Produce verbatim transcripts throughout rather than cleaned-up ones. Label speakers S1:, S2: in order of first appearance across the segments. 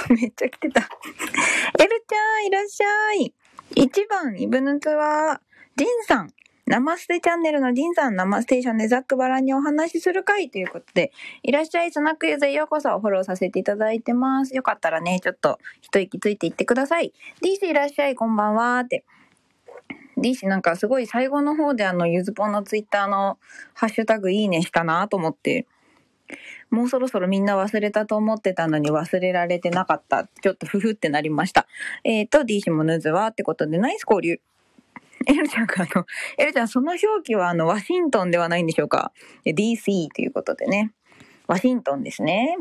S1: めっちゃ来てた。エルちゃん、いらっしゃい。いちばん、イブヌツは、ジンさん。ナマステチャンネルのジンさん、ナマステーションでざっくばらんにお話しする会ということで、いらっしゃい、スナックユーザーようこそフォローさせていただいてます。よかったらね、ちょっと一息ついていってください。ディーシーいらっしゃい、こんばんはって。ディーシーなんかすごい最後の方であの、ゆずぽんのツイッターのハッシュタグいいねしたなと思って、もうそろそろみんな忘れたと思ってたのに忘れられてなかった。ちょっとふふってなりました。えーと、ディーシーもヌズはってことで、ナイス交流。エルちゃんがあの、エルちゃんその表記はあの、ワシントンではないんでしょうか？ ディーシー ということでね。ワシントンですね。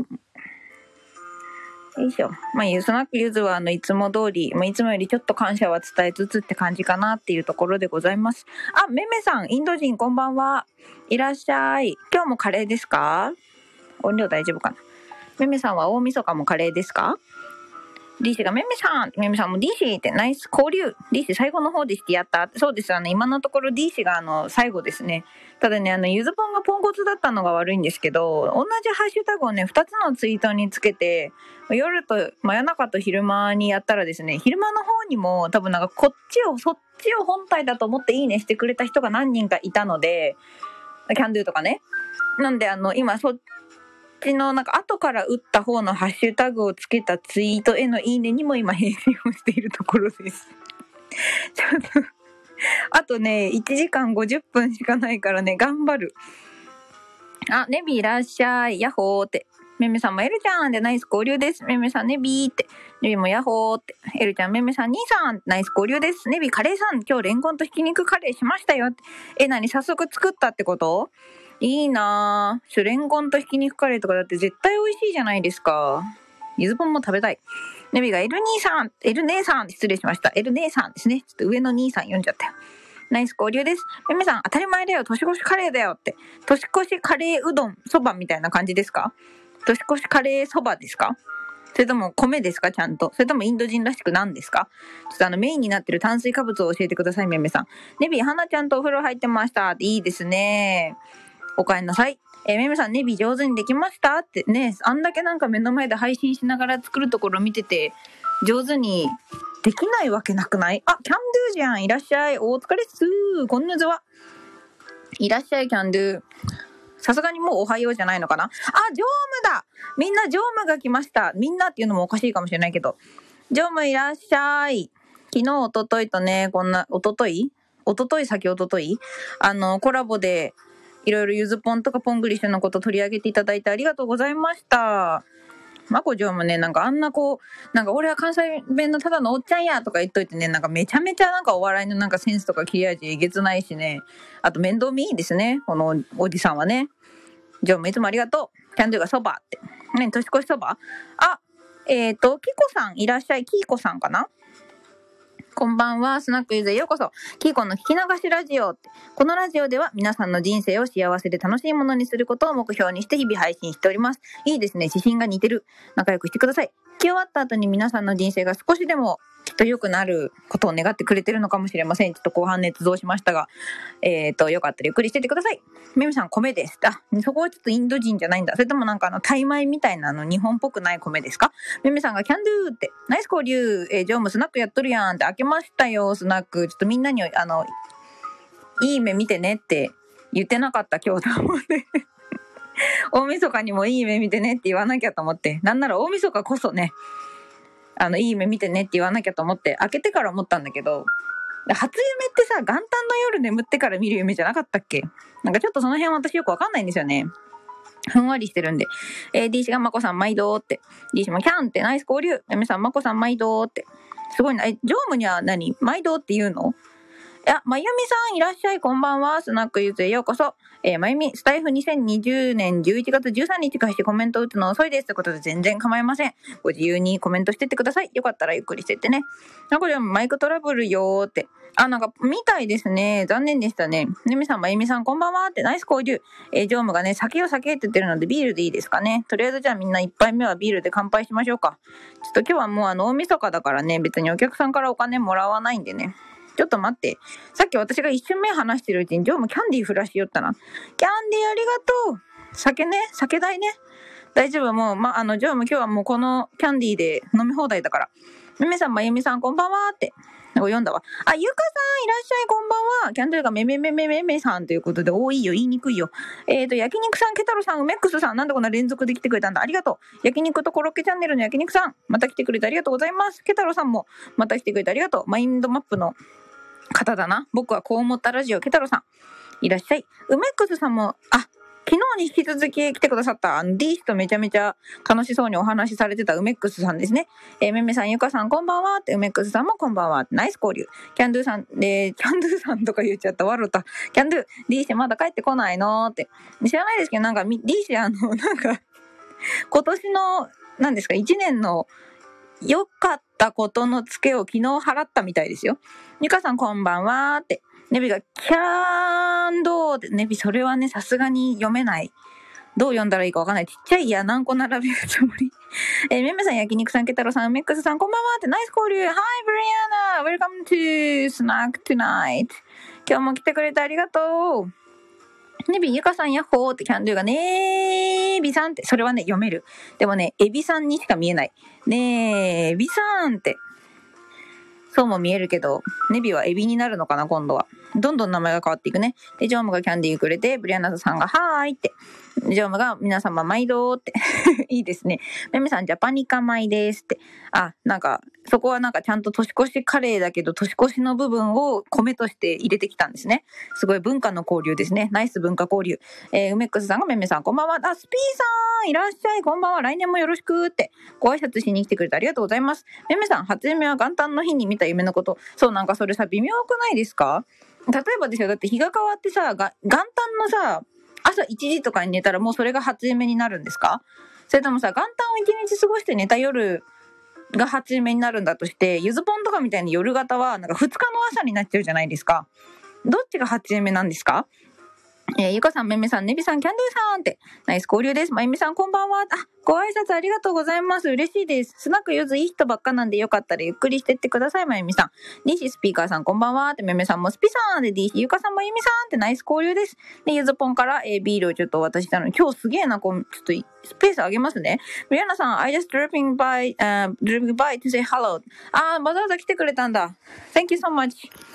S1: よいしょ。まあ、スナックユズはあの、いつも通り、まあ、いつもよりちょっと感謝は伝えつつって感じかなっていうところでございます。あ、めめさん、インド人こんばんは。いらっしゃい。今日もカレーですか？音量大丈夫かな？めめさんは大晦日もカレーですか？ディーシーがめめさん、めめさんも ディーシー ってナイス交流。ディーシー最後の方でしてやった。そうです。あの、今のところ ディーシー があの、最後ですね。ただね、あの、ゆずぽんがポンコツだったのが悪いんですけど、同じハッシュタグをね、ふたつのツイートにつけて、夜と、真夜中と昼間にやったらですね、昼間の方にも多分なんかこっちを、そっちを本体だと思っていいねしてくれた人が何人かいたので、キャンドゥとかね。なんであの、今そっちのなんか後から打った方のハッシュタグをつけたツイートへのいいねにも今返信をしているところです。ちょっと、あとね、いちじかんごじゅっぷんしかないからね、頑張る。あ、ネビいらっしゃい。ヤッホーって。めめさんもエルちゃんでナイス交流です。めめさんネビーって。ネビもヤッホーって。エルちゃんめめさん兄さんナイス交流です。ネビカレーさん今日レンコンとひき肉カレーしましたよって。え、なに早速作ったってこと？いいなぁ。レンコンとひき肉カレーとかだって絶対美味しいじゃないですか。ゆずぽんも食べたい。ネビが L 兄さん、L 姉さんって失礼しました。L 姉さんですね。ちょっと上の兄さん読んじゃったよ。ナイス交流です。めめさん当たり前だよ。年越しカレーだよって。年越しカレーうどん、そばみたいな感じですか？年越しカレーそばですか？それとも米ですかちゃんと。それともインド人らしく何ですか？ちょっとあのメインになってる炭水化物を教えてください、めめさん。ネビ、はなちゃんとお風呂入ってました。いいですね。お帰りなさい。えー、めめさん、ネビ上手にできましたってね、あんだけなんか目の前で配信しながら作るところ見てて、上手にできないわけなくない？あ、キャンドゥじゃん。いらっしゃい。お疲れっすー。こんぬずは。いらっしゃい、キャンドゥ。さすがにもうおはようじゃないのかな？あ、常務だ。みんな常務が来ました。みんなっていうのもおかしいかもしれないけど。常務いらっしゃい。昨日、おとといとね、こんな、おとといおととい先おとといあの、コラボで、いろいろゆずぽんとかポングリッシュのこと取り上げていただいてありがとうございました。まこ嬢もね、なんかあんなこう、なんか俺は関西弁のただのおっちゃんやとか言っといてね、なんかめちゃめちゃなんかお笑いのなんかセンスとか切れ味えげつないしね、あと面倒見いいですね、このおじさんはね。嬢もいつもありがとう。キャンドゥがそばって。ね、年越しそば？あ、えっと、キコさんいらっしゃい。キーコさんかな？こんばんは、スナックユーザーようこそ。キーコの聞き流しラジオって。このラジオでは皆さんの人生を幸せで楽しいものにすることを目標にして日々配信しております。いいですね。指針が似てる。仲良くしてください。聞き終わった後に皆さんの人生が少しでもきっと良くなることを願ってくれてるのかもしれません。ちょっと後半捏造しましたが、えっと、よかったらゆっくりしててください。めみさん、米です。あ、そこはちょっとインド人じゃないんだ。それともなんかあの、タイ米みたいなあの、日本っぽくない米ですか？めみさんがキャンドゥーって、ナイス交流、えー、ジョームスナックやっとるやんって開けましたよ、スナック。ちょっとみんなに、あの、いい目見てねって言ってなかった今日だもんね。大晦日にもいい目見てねって言わなきゃと思って、なんなら大晦日こそね、あの、いい目見てねって言わなきゃと思って、開けてから思ったんだけど、初夢ってさ、元旦の夜眠ってから見る夢じゃなかったっけ？なんかちょっとその辺私よくわかんないんですよね。ふんわりしてるんで。えー、D 氏がまこさん毎度って。D 氏もキャンってナイス交流。めめさんまこさん毎度って。すごいな。え、常務には何？毎度って言うの？いや、まゆみさんいらっしゃい、こんばんは。スナックゆずへようこそ。えー、まゆみ、スタイフにせんにじゅうねんじゅういちがつじゅうさんにち返してコメント打つの遅いですってことで全然構いません。ご自由にコメントしてってください。よかったらゆっくりしてってね。なこちゃんマイクトラブルよーって。あ、なんか、みたいですね。残念でしたね。ねみさん、まゆみさん、こんばんはって、ナイス交流。えー、常務がね、酒を酒って言ってるので、ビールでいいですかね。とりあえずじゃあみんな一杯目はビールで乾杯しましょうか。ちょっと今日はもうあの、大晦日だからね、別にお客さんからお金もらわないんでね。ちょっと待って。さっき私が一瞬目話してるうちに、常務キャンディーフラッシュ寄ったな。キャンディーありがとう。酒ね、酒代ね。 大丈夫、もう、ま、あの、ジョーム今日はもうこのキャンディーで飲み放題だから。めめさん、まゆみさん、こんばんはって。読んだわ。あ、ゆかさん、いらっしゃい、こんばんは。キャンドゥがめめめめめめさんということで、おー、いいよ、言いにくいよ。えーと、焼肉さん、ケタロさん、ウメックスさん、なんでこんな連続で来てくれたんだ。ありがとう。焼肉とコロッケチャンネルの焼肉さん、また来てくれてありがとうございます。ケタロさんも、また来てくれてありがとう。マインドマップの方だな。僕はこう思ったラジオ、ケタロさん。いらっしゃい。ウメックスさんも、あ、昨日に引き続き来てくださった、あの、D 氏とめちゃめちゃ楽しそうにお話しされてたウメックスさんですね。えー、めめさん、ゆかさん、こんばんはって、ウメックスさんもこんばんは。ナイス交流。キャンドゥさん、で、キャンドゥさんとか言っちゃった。わろた。キャンドゥ、D 氏まだ帰ってこないのって。知らないですけど、なんか、D 氏あの、なんか、今年の、何ですか、いちねんの良かったことのツケを昨日払ったみたいですよ。ゆかさん、こんばんはって。ネビが、キャンドーって、ネビ、それはね、さすがに読めない。どう読んだらいいかわかんない。ちっちゃいや何個並べるつもり。えー、めめさん、焼肉さん、ケタロさん、メックスさん、こんばんはって、ナイス交流。はい、ブリアナ !Welcome to Snack Tonight! 今日も来てくれてありがとう。ネビ、ゆかさん、ヤッホーって、キャンドゥがねービさんって、それはね、読める。でもね、エビさんにしか見えない。ねービさんって。そうも見えるけど、ネビはエビになるのかな、今度は。どんどん名前が変わっていくね。で、ジョームがキャンディーくれて、ブリアナさんがはーいって。ジョームが皆様毎度って。いいですね。メメさん、ジャパニカ米ですって。あ、なんか、そこはなんかちゃんと年越しカレーだけど、年越しの部分を米として入れてきたんですね。すごい文化の交流ですね。ナイス文化交流。えー、ウメックスさんがメメさん、こんばんは。あ、スピーさん、いらっしゃい、こんばんは。来年もよろしくって。ご挨拶しに来てくれてありがとうございます。メメさん、初夢は元旦の日に見た夢のこと。そう、なんかそれさ、微妙くないですか？例えばですよ、だって日が変わってさ、が元旦のさ、朝いちじとかに寝たらもうそれが初夢になるんですか？それともさ、元旦をいちにち過ごして寝た夜が初夢になるんだとして、ゆずぽんとかみたいに夜型はなんかふつかの朝になっちゃうじゃないですか。どっちが初夢なんですか？えー、ゆかさん、めめさん、ねびさん、キャンドゥさんって、ナイス交流です。まゆみさん、こんばんは。あ、ご挨拶ありがとうございます。嬉しいです。スナックゆずいい人ばっかなんでよかったらゆっくりしてってください、まゆみさん。ディーシースピーカーさん、こんばんは。って、めめさんもスピさんで、ディーシーゆかさん、まゆみさんって、ナイス交流です。で、ゆずぽんから、えー、ビールをちょっと渡したのに、今日すげえな、こう、ちょっと、スペースあげますね。リアナさん、I just dropping by,、uh, dropping by to say hello. あー、わざわざ来てくれたんだ。Thank you so much.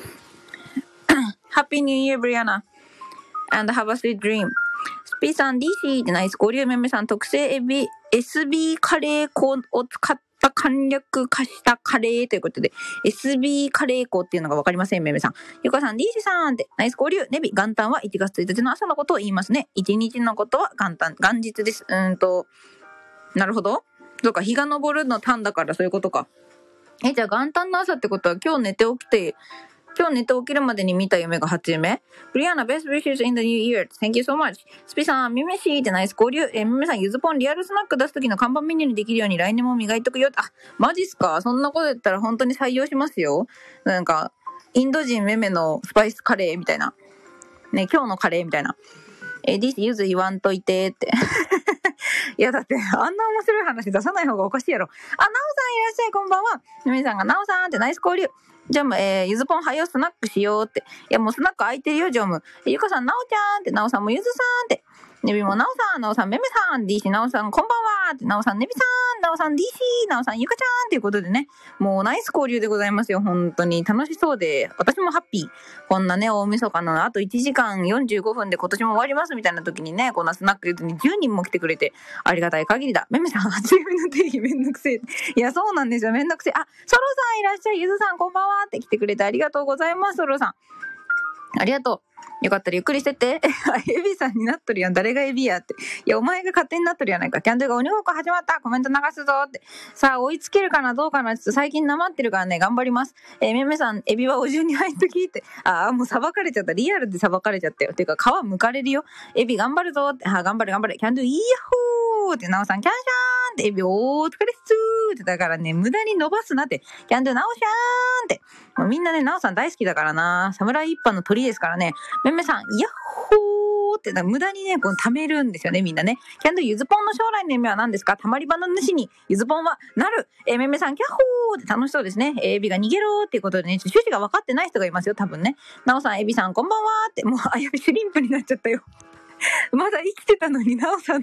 S1: Happy New Year, Brianna.And have a sweet dream. スピーさん ディーシー ってナイスゴリュウメメさん特製エビ エスビー カレー粉を使った簡略化したカレーということで エスビー カレー粉っていうのがわかりませんメメさん。ゆかさん ディーシー さんってナイスゴリュウネビ元旦はいちがつついたちの朝のことを言いますね。いちにちのことは元旦元日です。うーんとなるほど。そうか日が昇るの単だからそういうことか。えじゃあ元旦の朝ってことは今日寝て起きて今日寝て起きるまでに見た夢が初夢。ブリアナ、best wishes in the new year. Thank you so much. スピさん、ミメシーってナイス交流。え、ミメさん、ゆずぽんリアルスナック出すときの看板メニューにできるように来年も磨いとくよ。あ、マジっすか？そんなこと言ったら本当に採用しますよ。なんか、インド人メメのスパイスカレーみたいな。ね、今日のカレーみたいな。え、ディスゆず言わんといてって。いやだってあんな面白い話出さない方がおかしいやろ。あ、なおさんいらっしゃい、こんばんは。ミメさんがなおさんってナイス交流。ジョム、えー、ゆずぽんはよスナックしようって。いやもうスナック空いてるよ、ジョム。ゆかさん、なおちゃんって、なおさんもゆずさんって。ねびもなおさん、なおさん、めめさん、ディーシー、なおさん、こんばんはって、なおさん、ねびさん、なおさん、ディーシー、なおさん、ゆかちゃんっていうことでね。もうナイス交流でございますよ、本当に。楽しそうで、私もハッピー。こんなね、大晦日のあといちじかんよんじゅうごふんで今年も終わりますみたいな時にね、こんなスナックゆずにじゅうにんも来てくれて、ありがたい限りだ。めめさん、初夢の定義めんどくせえ。いや、そうなんですよ、めんどくせえ。あ、ソロさんいらっしゃい、ゆずさん、こんばんはって来てくれてありがとうございます、ソロさん。ありがとう。よかったらゆっくりしてって。エビさんになっとるやん。誰がエビやって。いや、お前が勝手になっとるやないか。キャンドゥが鬼ごっこ始まった。コメント流すぞって。さあ、追いつけるかなどうかなちょっと最近なまってるからね、頑張ります。えー、めめさん、エビはお重に入っときって。ああ、もう裁かれちゃった。リアルで裁かれちゃったよ。てか、皮剥かれるよ。エビ頑張るぞって。あ、頑張れ頑張れ。キャンドゥ、イヤッホーって。なおさん、キャンシャーンって。エビ、おー、疲れっすーって。だからね、無駄に伸ばすなって。キャンドゥ、なおしゃーんって。もうみんなね、なおさん大好きだからな。侍一派の鳥ですからね。めめさん、ヤッホーって無駄にね、こう貯めるんですよね、みんなね。キャンドゥゆずぽんの将来の夢は何ですか？たまり場の主にゆずぽんはなる。えー、めめさん、キャッホーって楽しそうですね。えー、エビが逃げろーっていうことでね、趣旨が分かってない人がいますよ、多分ね。なおさん、エビさん、こんばんはーって、もう、あやびシュリンプになっちゃったよ。まだ生きてたのに、なおさんの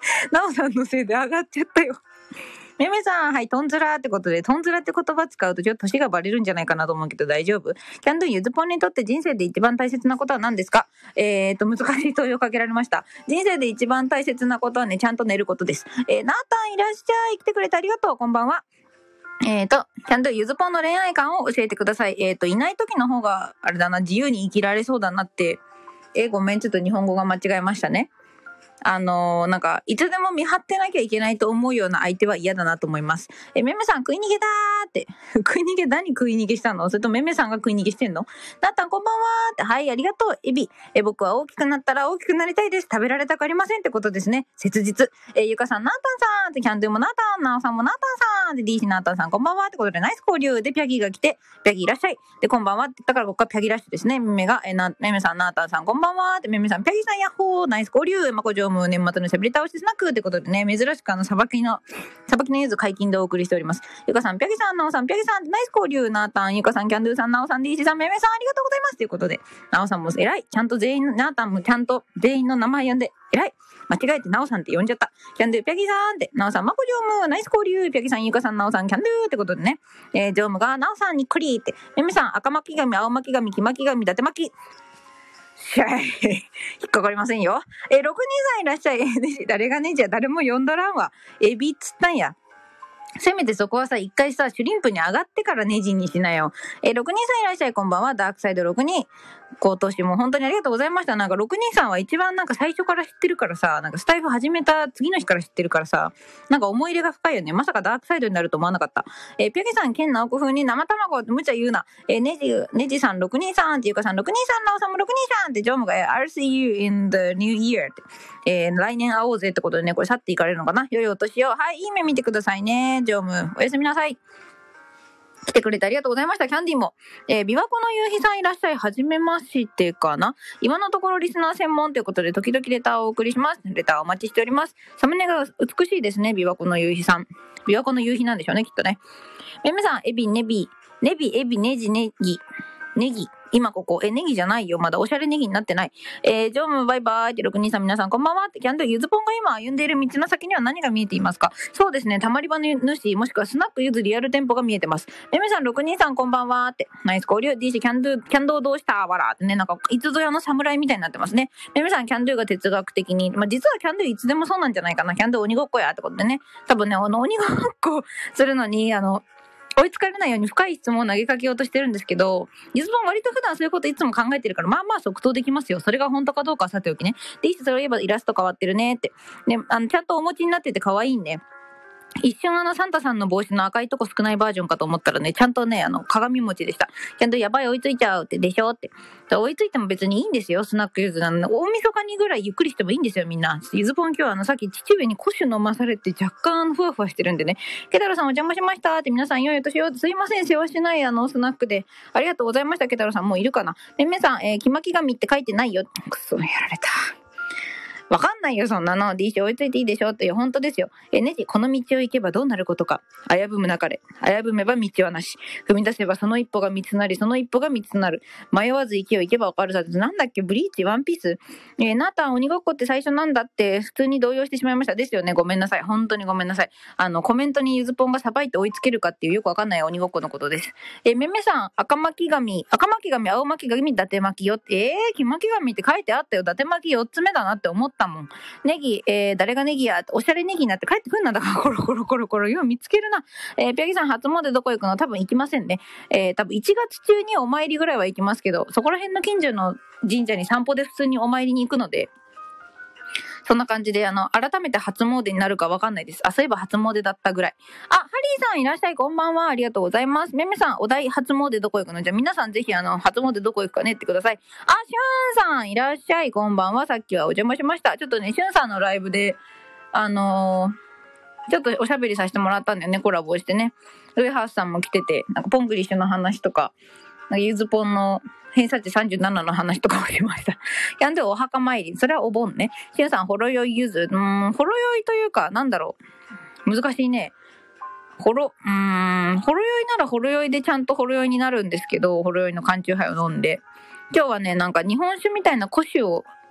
S1: なおさんのせいで上がっちゃったよ。めめさん、はい、トンズラってことで、トンズラって言葉使うとちょっと年がバレるんじゃないかなと思うけど大丈夫？キャンドゥゆずぽんにとって人生で一番大切なことは何ですか？えーと、難しい問いをかけられました。人生で一番大切なことはね、ちゃんと寝ることです。えー、なーたんいらっしゃい。来てくれてありがとう。こんばんは。えーと、キャンドゥゆずぽんの恋愛観を教えてください。えーと、いない時の方が、あれだな、自由に生きられそうだなって、えー、ごめん、ちょっと日本語が間違えましたね。あのー、なんか、いつでも見張ってなきゃいけないと思うような相手は嫌だなと思います。え、めめさん食い逃げだーって。食い逃げ、何食い逃げしたの？それとめめさんが食い逃げしてんの？なったんこんばんはーって。はい、ありがとう、エビ。え、僕は大きくなったら大きくなりたいです。食べられたくありませんってことですね。切実。え、ゆかさん、なーたんさんって、キャンドゥもなーたん、なおさんもなーたんさんって、ディーシーなーたんさんこんばんはってことで、ナイス交流。で、ピャギーが来て、ピャギーいらっしゃい。で、こんばんはって言ったから、こっからピャギーらしいですね。めめが、え、な、めめさん、なーたんさんこんばんはって、めめさん、ピャギーさんやっほー、ナイス交流。まこじょうむ、年末のしゃべり倒しスナックってことでね、珍しくあの、さばきの、さばきのゆず解禁でお送りしております。ゆかさん、ぴゃぎさん、なおさん、ぴゃぎさん、ナイス交流、なーたん、ゆかさん、キャンドゥさん、なおさん、ディーシーさん、めめさん、ありがとうございますということで、なおさんも偉い。ちゃんと全員、なーたんもちゃんと全員の名前呼んで、偉い。間違えてなおさんって呼んじゃった。キャンドゥ、ぴゃぎさんって、なおさん、まこじょうむ、ナイス交流、ぴゃぎさん、ゆかさん、なおさん、キャンドゥってことでね、えー、ジョームが、なおさんにクリーって、めめさん、赤巻紙、青巻紙、黄巻紙、伊達巻き、しゃい。引っかかりませんよ。えー、ろくにんさんいらっしゃい。ね、誰がねじゃ誰も呼んどらんわ。エビっつったんや。せめてそこはさ、一回さ、シュリンプに上がってからネジにしなよ。えー、ろくにんさんいらっしゃい、こんばんは。ダークサイドろくにん。今年も本当にありがとうございました。なんかろくにんさんは一番なんか最初から知ってるからさ、なんかスタイフ始めた次の日から知ってるからさ、なんか思い入れが深いよね。まさかダークサイドになると思わなかった。えー、ぴょげさん、ケンナオコ風に生卵って無茶言うな。えー、ネジ、ネジさんろくにんさんっていうかさんろくにんさん、ナオさんもろくにんさんってジョームが I'll see you in the new year って。えー、来年会おうぜってことでね、これ去っていかれるのかな。良いお年を。はい、いい目見てくださいね、ジョーム。おやすみなさい。来てくれてありがとうございました。キャンディーも。えー、琵琶湖の夕日さんいらっしゃい。はじめましてかな。今のところリスナー専門ということで、時々レターをお送りします。レターお待ちしております。サムネが美しいですね。琵琶湖の夕日さん。琵琶湖の夕日なんでしょうね、きっとね。めめさん、エビ、ネビ、ネビ、エビ、ネジ、ネギ、ネギ。今ここ。え、ネギじゃないよ。まだおしゃれネギになってない。えー、ジョームバイバーイってろくにんさん皆さんこんばんはって、キャンドゥゆずぽんが今歩んでいる道の先には何が見えていますか？そうですね。たまり場の主、もしくはスナックゆずリアル店舗が見えてます。めめさんろくにんさんこんばんはって、ナイス交流、ディーシー キャンドゥ、キャンドゥどうしたわらってね、なんか、いつぞやの侍みたいになってますね。めめさんキャンドゥが哲学的に、まあ、実はキャンドゥいつでもそうなんじゃないかな。キャンドゥ鬼ごっこやってことでね。多分ね、あの、鬼ごっこするのに、あの、追いつかれないように深い質問を投げかけようとしてるんですけど、ゆずぽん割と普段そういうこといつも考えてるから、まあまあ即答できますよ。それが本当かどうかはさておきね。で、いつそういえばイラスト変わってるねって。ね、あの、ちゃんとお持ちになってて可愛いね。一瞬あのサンタさんの帽子の赤いとこ少ないバージョンかと思ったらね、ちゃんとね、あの、鏡餅でした。ちゃんとやばい追いついちゃうって、でしょって。追いついても別にいいんですよ、スナックゆずなんで。大晦日にぐらいゆっくりしてもいいんですよ、みんな。ゆずぽん今日はあの、さっき父上に古酒飲まされて若干ふわふわしてるんでね。ケタロさんお邪魔しましたって皆さん良いお年を。すいません、世話しないあの、スナックで。ありがとうございました、ケタロさん。もういるかな。めめさん、えー、きまき紙って書いてないよ。くそ、やられた。わかんないよ、そんなの。ディーシー追いついていいでしょって。本当ですよ。え、ネジ、この道を行けばどうなることか。危ぶむなかれ。危ぶめば道はなし。踏み出せばその一歩が三つなり、その一歩が三つなる。迷わず息を行けばわかるさ。なんだっけ、ブリーチ、ワンピース。えー、なーたん、鬼ごっこって最初なんだって、普通に動揺してしまいました。ですよね。ごめんなさい。本当にごめんなさい。あの、コメントにゆずぽんがさばいて追いつけるかっていうよくわかんない鬼ごっこのことです。えー、めめさん、赤巻紙、赤巻紙、青巻紙、伊達巻よって、えー、黄巻紙って書いてあったよ。伊達巻よっつめだなって思ったもん。ネギ、えー、誰がネギや、おしゃれネギになって帰ってくんな、だからコロコロコロコロ、よう見つけるな。えー、ピャギさん初詣どこ行くの？多分行きませんね。えー、多分いちがつ中にお参りぐらいは行きますけど、そこら辺の近所の神社に散歩で普通にお参りに行くので、そんな感じで、あの、改めて初詣になるかわかんないです。あ、そういえば初詣だったぐらい。あ、ハリーさんいらっしゃい、こんばんは。ありがとうございます。めめさん、お題初詣どこ行くの？じゃあ皆さんぜひ、あの、初詣どこ行くかねってください。あ、しゅんさんいらっしゃい、こんばんは。さっきはお邪魔しました。ちょっとね、しゅんさんのライブで、あのー、ちょっとおしゃべりさせてもらったんだよね、コラボしてね。ウエハースさんも来てて、なんかポングリッシュの話とか、なんかゆずぽんの偏差値さんじゅうななの話とかをしました。やんでお墓参り。それはお盆ね。しゅんさん、ほろ酔いゆず。うーん、ほろ酔いというか、なんだろう。難しいね。ほろ、うーん、ほろ酔いならほろ酔いでちゃんとほろ酔いになるんですけど、ほろ酔いの缶チューハイを飲んで。今日はね、なんか日本酒みたいな古酒を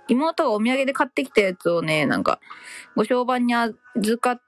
S1: 妹がお土産で買ってきたやつをね、なんか、ご商売に預かって、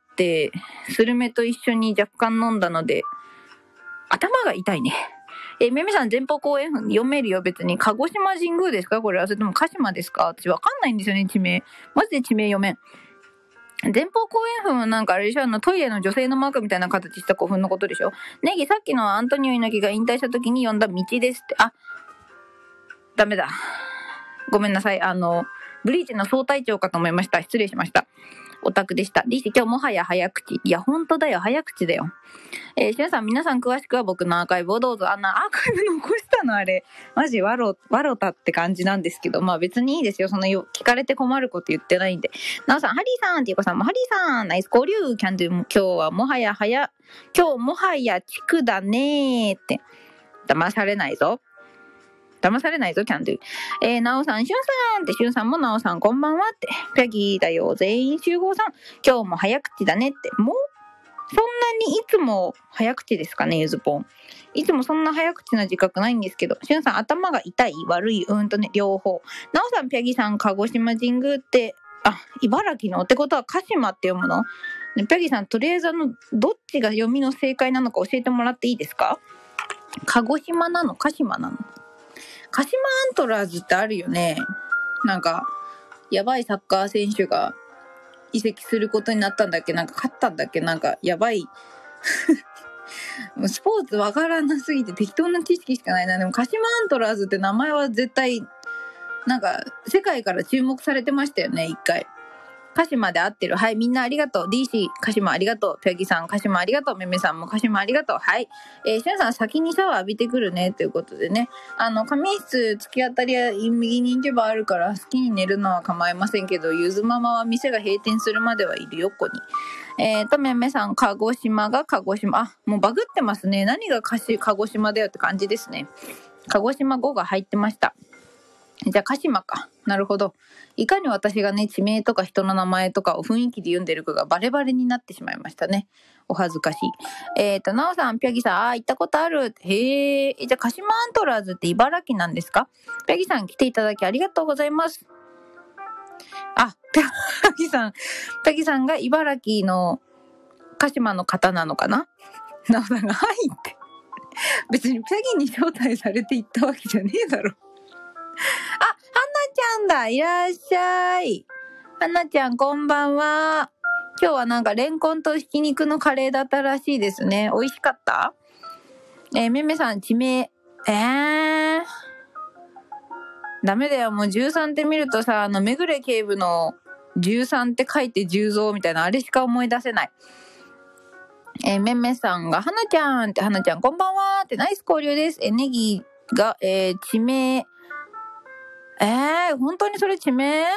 S1: スルメと一緒に若干飲んだので、頭が痛いね。え、めめさん前方後円墳読めるよ別に。鹿児島神宮ですかこれは。それとも鹿島ですか私わかんないんですよね、地名。マジで地名読めん。前方後円墳はなんかあれでしょあのトイレの女性のマークみたいな形した古墳のことでしょネギさっきのアントニオ猪木が引退した時に読んだ道ですって。あ、ダメだ。ごめんなさい。あの、ブリーチの総隊長かと思いました。失礼しました。オタクでした。リーシ今日もはや早口。いや、ほんとだよ。早口だよ。えー、しゅんさん、皆さん詳しくは僕のアーカイブをどうぞ。あんなアーカイブ残したのあれ。マジわろ、わろたって感じなんですけど、まあ別にいいですよ。そのよ、聞かれて困ること言ってないんで。なおさん、ハリーさん、ティーコさんもハリーさん、ナイス交流、キャンドゥ、今日はもはや早、今日もはや地区だねーって。騙されないぞ。騙されないぞ、キャンドゥ。えー、なおさん、しゅんさんって、しゅんさんもなおさん、こんばんはって。ピャギーだよ、全員集合さん。今日も早口だねって。もうそんなにいつも早口ですかね、ゆずぽん。いつもそんな早口な自覚ないんですけど。しゅんさん、頭が痛い悪いうんとね、両方。なおさん、ピャギさん、鹿児島神宮って、あ、茨城のってことは鹿島って読むのね、ピャギさん、とりあえずあの、どっちが読みの正解なのか教えてもらっていいですか鹿児島なの鹿島なの鹿島アントラーズってあるよね。なんか、やばいサッカー選手が移籍することになったんだっけなんか勝ったんだっけなんか、やばい。スポーツわからなすぎて適当な知識しかないな。でも、鹿島アントラーズって名前は絶対、なんか、世界から注目されてましたよね、一回。鹿島で合ってる。はい、みんなありがとう。ディーシー、鹿島ありがとう。ピャギさん、鹿島ありがとう。めめさんも鹿島ありがとう。はい。えー、しゅんさん、先にシャワー浴びてくるね。ということでね。あの、仮眠室、突き当たりは右に行けばあるから、好きに寝るのは構いませんけど、ゆずママは店が閉店するまではいるよ、ここに。えーと、めめさん、鹿児島が鹿児島。あ、もうバグってますね。何が鹿児島だよって感じですね。鹿児島語が入ってました。じゃあ、鹿島か。なるほど。いかに私がね、地名とか人の名前とかを雰囲気で読んでるかがバレバレになってしまいましたね。お恥ずかしい。えーと、なおさん、ピャギさん、あー、行ったことある。へー。じゃあ、鹿島アントラーズって茨城なんですか？ピャギさん、来ていただきありがとうございます。あ、ピャギさん、ピャギさんが茨城の鹿島の方なのかな？なおさんが、はいって。別にピャギに招待されて行ったわけじゃねえだろ。あ、はなちゃんだ。いらっしゃい。はなちゃん、こんばんは。今日はなんかレンコンとひき肉のカレーだったらしいですね。美味しかった？えー、めめさん、地名。えー。ダメだよ。もうじゅうさんって見るとさ、あの、めぐれ警部のじゅうさんって書いてじゅうぞうみたいな、あれしか思い出せない。えー、めめさんが、はなちゃんって、はなちゃん、こんばんはってナイス交流です。え、ネギが、えー、地名。えー、本当にそれ地名？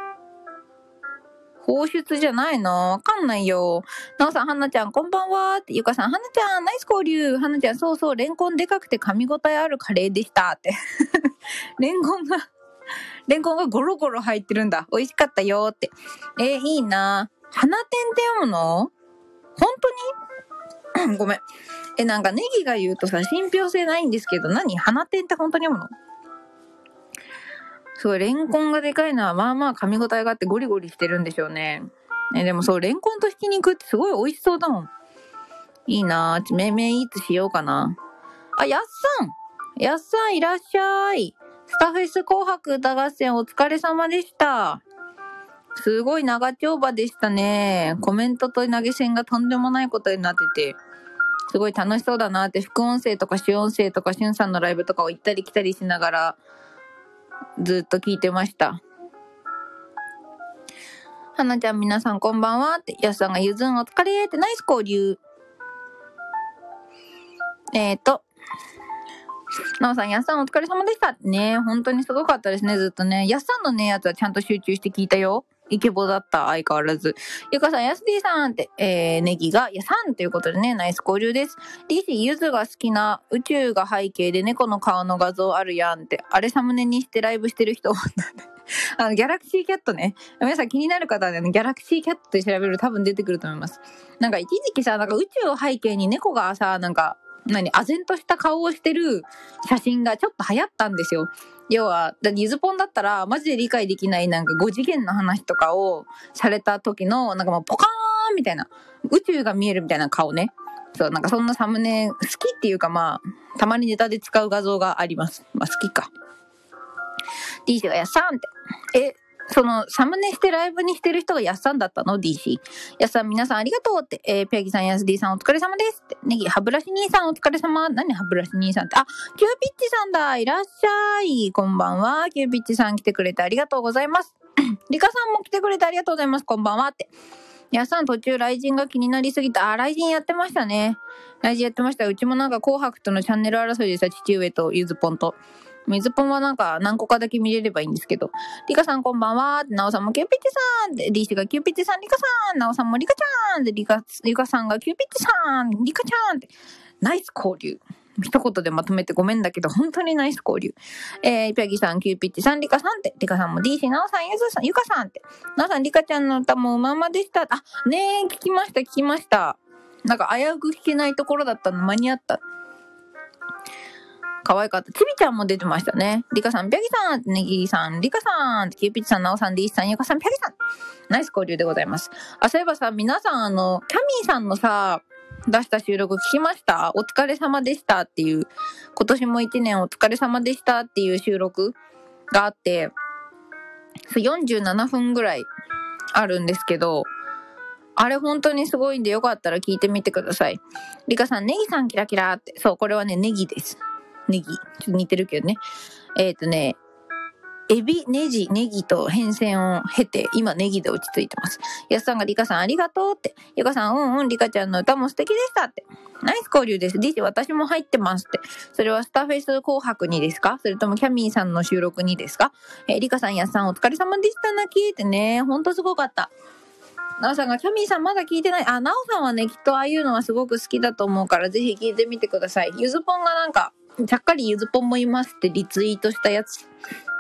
S1: 放出じゃないの？わかんないよ。なおさん、はなちゃん、こんばんはって。ゆかさん、はなちゃん、ナイス交流。はなちゃん、そうそう、レンコンでかくて噛み応えあるカレーでしたって。レンコンが、レンコンがゴロゴロ入ってるんだ。美味しかったよって。えー、いいな。花天って読むの？本当に？ごめん。え、なんかネギが言うとさ、信憑性ないんですけど、何？花天って本当に読むの？すごい、レンコンがでかいのはまあまあ噛み応えがあってゴリゴリしてるんでしょうね。え、でもそう、レンコンとひき肉ってすごい美味しそうだもん。いいなぁ。めめいつしようかな。あ、やっさんやっさんいらっしゃい。スタフェス紅白歌合戦お疲れ様でした。すごい長丁場でしたね。コメントと投げ銭がとんでもないことになってて。すごい楽しそうだなって、副音声とか主音声とかしゅんさんのライブとかを行ったり来たりしながら、ずっと聞いてました。はなちゃん皆さんこんばんはって、やすさんがゆずんお疲れってナイス交流。えーと、なおさんやすさんお疲れ様でしたね。本当にすごかったですね、ずっとね。やすさんのね、やつはちゃんと集中して聞いたよ。イケボだった、相変わらず。ゆかさん、やすディさんって、えー、ネギが、やさんということでね、ナイス交流です。リーシー、ゆずが好きな宇宙が背景で猫の顔の画像あるやんって、あれサムネにしてライブしてる人あの、ギャラクシーキャットね。皆さん気になる方はね、ギャラクシーキャットで調べると多分出てくると思います。なんか一時期さ、なんか宇宙を背景に猫がさ、なんか、 何、唖然とした顔をしてる写真がちょっと流行ったんですよ。要は、だゆずぽんだったら、マジで理解できないなんかご次元の話とかをされた時の、なんかもうポカーンみたいな、宇宙が見えるみたいな顔ね。そう、なんかそんなサムネ好きっていうかまあ、たまにネタで使う画像があります。まあ好きか。ディーシー がやっさんって。え、そのサムネしてライブにしてる人がやっさんだったの ディーシー。やっさん皆さんありがとうって。えー、ペヤギさん、やすディさんお疲れ様ですって。ネギ、歯ブラシ兄さんお疲れ様。何歯ブラシ兄さんって。あ、キューピッチさんだ。いらっしゃい。こんばんは。キューピッチさん来てくれてありがとうございます。リカさんも来てくれてありがとうございます。こんばんはって。やっさん途中ライジンが気になりすぎた。あ、ライジンやってましたね。ライジンやってました。うちもなんか紅白とのチャンネル争いでさ、父上とゆずぽんと。ゆずぽんはなんか何個かだけ見れればいいんですけど。リカさんこんばんは。なおさんもキューピッチさん。で、リーシがキューピッチさん、リカさん。なおさんもリカちゃん。で、リカ、リカさんがキューピッチさん。リカちゃんって。ナイス交流。一言でまとめてごめんだけど、本当にナイス交流。えー、ピャギさん、キューピッチさん、リカさんって。リカさんも ディーシー、ナオさん、ユズさん、ユカさんって。ナオさん、リカちゃんの歌もうままでした。あ、ねえ、聞きました、聞きました。なんか危うく聞けないところだったの間に合った。可愛かった。ちびちゃんも出てましたね。リカさん、ピャギさん、ネギさん、リカさん、キューピッチさん、ナオさん、ディーシーさん、ユカさん、ピャギさん。ナイス交流でございます。あ、そういえばさ、皆さん、あの、キャミーさんのさ、出した収録聞きました？お疲れ様でしたっていう、今年も一年お疲れ様でしたっていう収録があって、よんじゅうななふんぐらいあるんですけど、あれ本当にすごいんでよかったら聞いてみてください。リカさん、ネギさんキラキラって。そう、これはね、ネギです。ネギ。ちょっと似てるけどね。えっとね、エビ、ネジ、ネギと変遷を経て、今ネギで落ち着いてます。やすさんがリカさんありがとうって。ゆかさん、うんうん、リカちゃんの歌も素敵でしたって。ナイス交流です。ディシ私も入ってますって。それはスターフェイス紅白にですか？それともキャミーさんの収録にですか？えー、リカさん、やすさんお疲れ様でした泣きってね。ほんとすごかった。なおさんがキャミーさんまだ聞いてない。あ、なおさんはね、きっとああいうのはすごく好きだと思うからぜひ聞いてみてください。ゆずぽんがなんか、ちゃっかりゆずぽんもいますってリツイートしたやつ。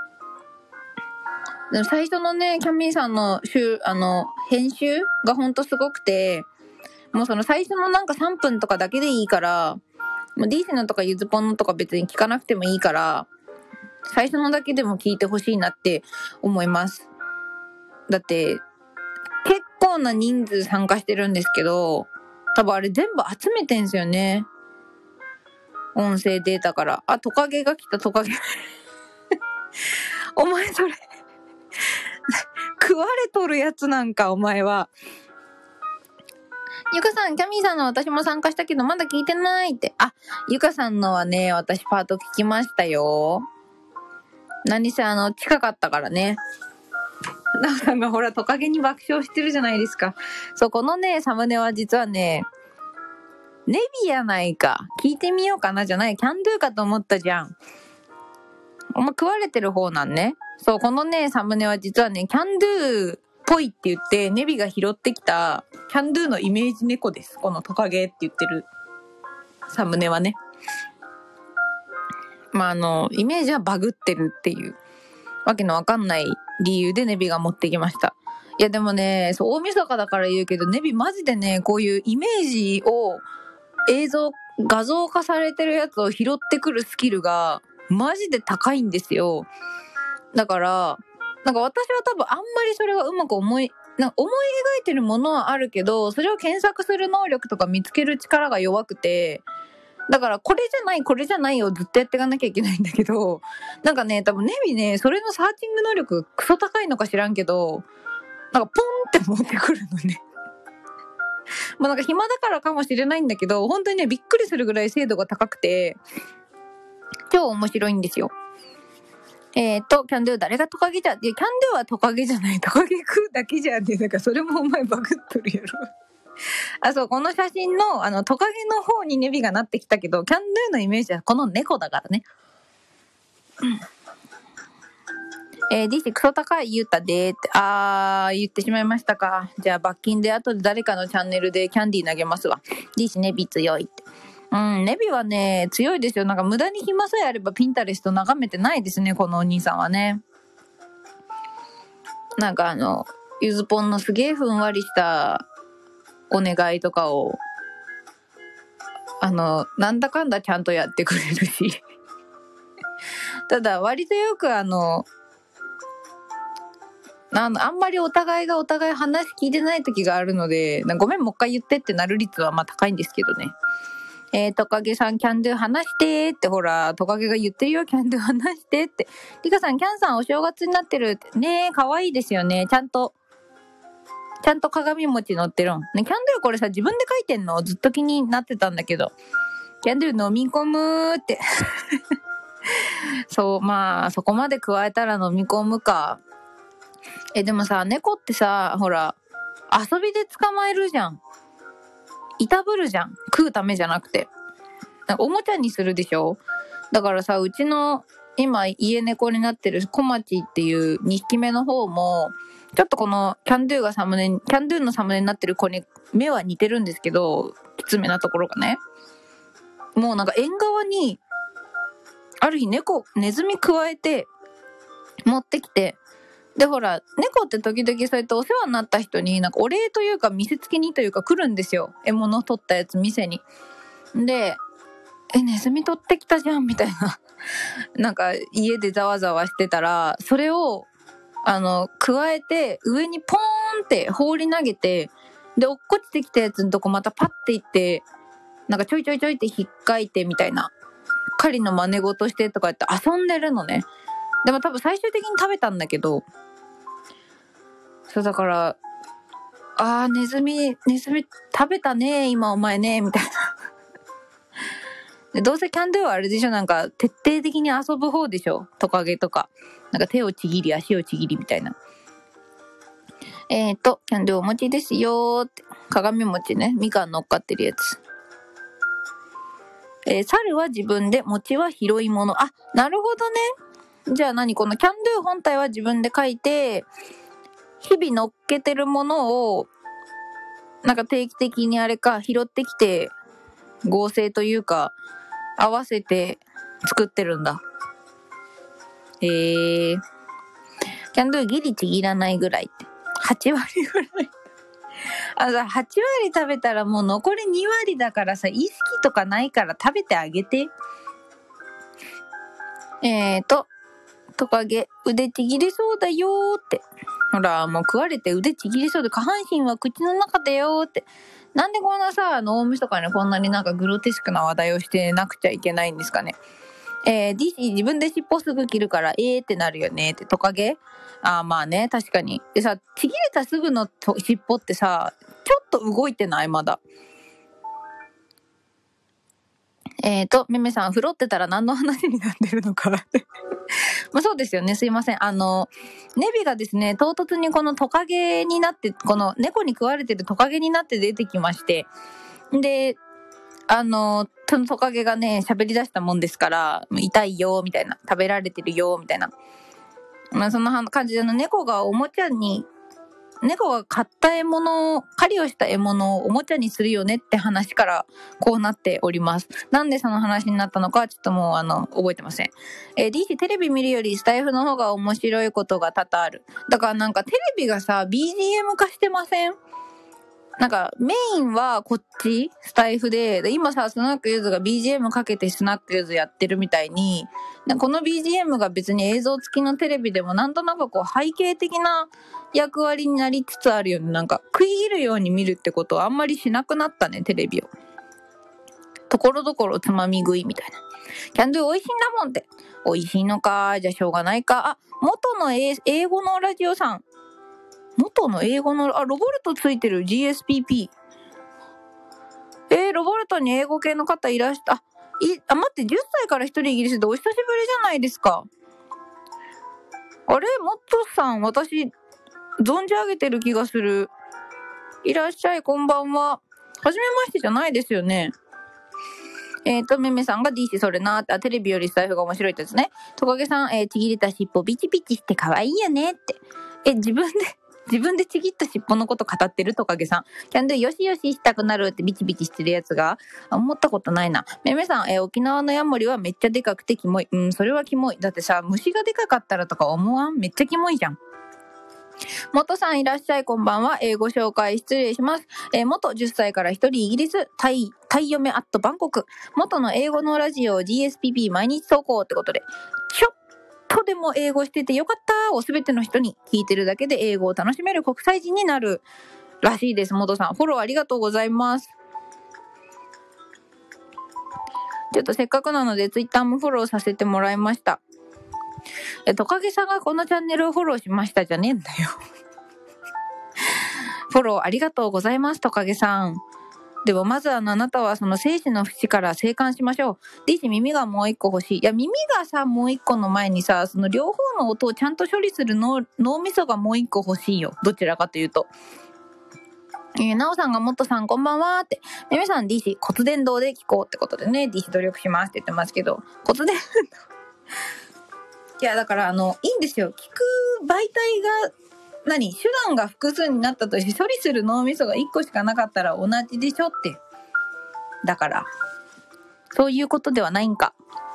S1: でも最初のね、キャミーさんの週、あの、編集がほんとすごくて、もうその最初のなんかさんぷんとかだけでいいから、もう D シのとかゆずぽんのとか別に聞かなくてもいいから、最初のだけでも聞いてほしいなって思います。だって、結構な人数参加してるんですけど、多分あれ全部集めてんすよね。音声データから。あ、トカゲが来た、トカゲ。お前それ。食われとるやつなんか、お前は。ゆかさん、キャミーさんの私も参加したけど、まだ聞いてないって。あ、ゆかさんのはね、私パート聞きましたよ。何せあの、近かったからね。なおさんがほら、トカゲに爆笑してるじゃないですか。そう、このね、サムネは実はね、ネビやないか。聞いてみようかなじゃない。キャンドゥかと思ったじゃん。お前食われてる方なんね。そう、このね、サムネは実はね、キャンドゥっぽいって言って、ネビが拾ってきた、キャンドゥのイメージ猫です。このトカゲって言ってるサムネはね。まあ、あの、イメージはバグってるっていう、わけのわかんない理由でネビが持ってきました。いやでもね、そう、大晦日だから言うけど、ネビマジでね、こういうイメージを映像、画像化されてるやつを拾ってくるスキルが、マジで高いんですよ。だから、なんか私は多分あんまりそれがうまく思い、なんか思い描いてるものはあるけど、それを検索する能力とか見つける力が弱くて、だからこれじゃないこれじゃないをずっとやっていかなきゃいけないんだけど、なんかね、多分ネビね、それのサーチング能力クソ高いのか知らんけど、なんかポンって持ってくるのね。まあなんか暇だからかもしれないんだけど、本当にね、びっくりするぐらい精度が高くて、超面白いんですよ。えーと、キャンドゥ誰がトカゲじゃ、いや、キャンドゥはトカゲじゃない。トカゲ食うだけじゃんって、なんかそれもお前バグっとるやろ。あ、そう、この写真の、あの、トカゲの方にネビがなってきたけど、キャンドゥのイメージはこの猫だからね。えー、ディーシークソ高い言うたでーって、あー、言ってしまいましたか。じゃあ罰金で後で誰かのチャンネルでキャンディー投げますわ。ディーシーネビ強いって。うん、ネビはね、強いですよ。なんか無駄に暇さえあればピンタレスト眺めてないですね、このお兄さんはね。なんかあの、ゆずぽんのすげえふんわりしたお願いとかを、 あの、なんだかんだちゃんとやってくれるし。ただ、割とよくあの、あの、あんまりお互いがお互い話聞いてない時があるので、ごめん、もう一回言ってってなる率はまあ高いんですけどね。えー、トカゲさん、キャンドゥ話してって、ほら、トカゲが言ってるよ、キャンドゥ話してって。リカさん、キャンさん、お正月になってるって。ねえ、かわいいですよね。ちゃんと、ちゃんと鏡餅乗ってるん。ね、キャンドゥこれさ、自分で書いてんのずっと気になってたんだけど。キャンドゥ飲み込むーって。そう、まあ、そこまで加えたら飲み込むか。え、でもさ、猫ってさ、ほら、遊びで捕まえるじゃん。いたぶるじゃん。食うためじゃなくて。おもちゃにするでしょ。だからさ、うちの今家猫になってるコマチっていうにひきめの方も、ちょっとこのキャンドゥがサムネ、キャンドゥのサムネになってる子に目は似てるんですけど、きつめなところがね。もうなんか縁側に、ある日猫、ネズミ加えて、持ってきて、でほら、猫って時々そうやってお世話になった人に、なんかお礼というか見せつけにというか来るんですよ。獲物取ったやつ店に。で、え、ネズミ取ってきたじゃんみたいな。なんか家でざわざわしてたら、それを、あの、加えて上にポーンって放り投げて、で、落っこちてきたやつのとこまたパッていって、なんかちょいちょいちょいって引っかいてみたいな。狩りの真似事してとかって遊んでるのね。でも多分最終的に食べたんだけど、そうだから、あーネズミ、ネズミ食べたね、今お前ね、みたいな。でどうせキャンドゥはあれでしょ、なんか徹底的に遊ぶ方でしょ、トカゲとか。なんか手をちぎり、足をちぎりみたいな。えーと、キャンドゥお餅ですよーって。鏡餅ね、みかん乗っかってるやつ。えー、猿は自分で、餅は拾い物。あ、なるほどね。じゃあ何、このキャンドゥ本体は自分で書いて、日々乗っけてるものを、なんか定期的にあれか、拾ってきて、合成というか、合わせて作ってるんだ。へー。キャンドゥギリちぎらないぐらいって。はちわりぐらい。あのさ、はちわり食べたらもう残りにわりだからさ、意識とかないから食べてあげて。えーと、トカゲ、腕ちぎれそうだよーって。ほら、もう食われて腕ちぎれそうで下半身は口の中だよーって。なんでこんなさ、脳みそかね、こんなになんかグロテスクな話題をしてなくちゃいけないんですかね。えー、ディシ自分で尻尾すぐ切るから、えーってなるよねって。トカゲあーまあね、確かに。でさ、ちぎれたすぐのと尻尾ってさ、ちょっと動いてないまだ。えーと、めめさん、風呂ってたら何の話になってるのか。まあそうですよね、すいません。あの、ネビがですね、唐突にこのトカゲになって、この猫に食われてるトカゲになって出てきまして、で、あの、そのトカゲがね、喋り出したもんですから、痛いよ、みたいな。食べられてるよ、みたいな。まあそんな感じで、の猫がおもちゃに、猫が買った獲物を、狩りをした獲物をおもちゃにするよねって話からこうなっております。なんでその話になったのかちょっともうあの覚えてません。えー、ディーシー テレビ見るよりスタイフの方が面白いことが多々ある。だからなんかテレビがさ ビージーエム 化してません？なんかメインはこっちスタイフで、で今さスナックユーズが ビージーエム かけてスナックユーズやってるみたいに、この ビージーエム が別に映像付きのテレビでもなんとなくこう背景的な役割になりつつあるよね。なんか食い入るように見るってことはあんまりしなくなったね、テレビを。ところどころつまみ食いみたいな。キャンドゥ美味しいんだもんって。美味しいのか、じゃあしょうがないか。あ、元の英語のラジオさん。元の英語の、あ、ロボルトついてる ジーエスピーピー。えー、ロボルトに英語系の方いらした。あ、い、あ、待って、じゅっさいから一人イギリスでお久しぶりじゃないですか。あれモットさん、私、存じ上げてる気がする。いらっしゃい、こんばんは。はじめましてじゃないですよね。えっ、ー、と、めめさんが ディーシー それなーって、あ、テレビよりスタイフが面白いってやつね。トカゲさん、えー、ちぎれた尻尾ビチビチして可愛いよねって。え、自分で、自分でちぎった尻尾のこと語ってるトカゲさん。キャンドゥよしよししたくなるってビチビチしてるやつが、あ、思ったことないな。めめさん、えー、沖縄のヤモリはめっちゃでかくてキモい。うん、それはキモい。だってさ、虫がでかかったらとか思わん？めっちゃキモいじゃん。 元さんいらっしゃい、こんばんは。英語紹介失礼します。えー、元じゅっさいから一人イギリス、タイ、タイ嫁アットバンコク。元の英語のラジオ ジーエスピーピー 毎日投稿ってことで、ちょっとでも英語しててよかったをすべての人に聞いてるだけで英語を楽しめる国際人になるらしいです。元さん、フォローありがとうございます。ちょっとせっかくなのでツイッターもフォローさせてもらいました。え、トカゲさんがこのチャンネルをフォローしましたじゃねえんだよ。フォローありがとうございます、トカゲさん。でもまずあのあなたはその生死の淵から生還しましょう。でいち耳がもう一個欲しい。いや耳がさもう一個の前にさその両方の音をちゃんと処理する脳脳みそがもう一個欲しいよ。どちらかというと。えー、なおさんがもっとさんこんばんはって。めめさん ディーシー 骨伝導で聞こうってことでね ディーシー 努力しますって言ってますけど骨伝導いやだからあのいいんですよ。聞く媒体が何手段が複数になったとして処理する脳みそがいっこしかなかったら同じでしょって。だからそういうことではないんか。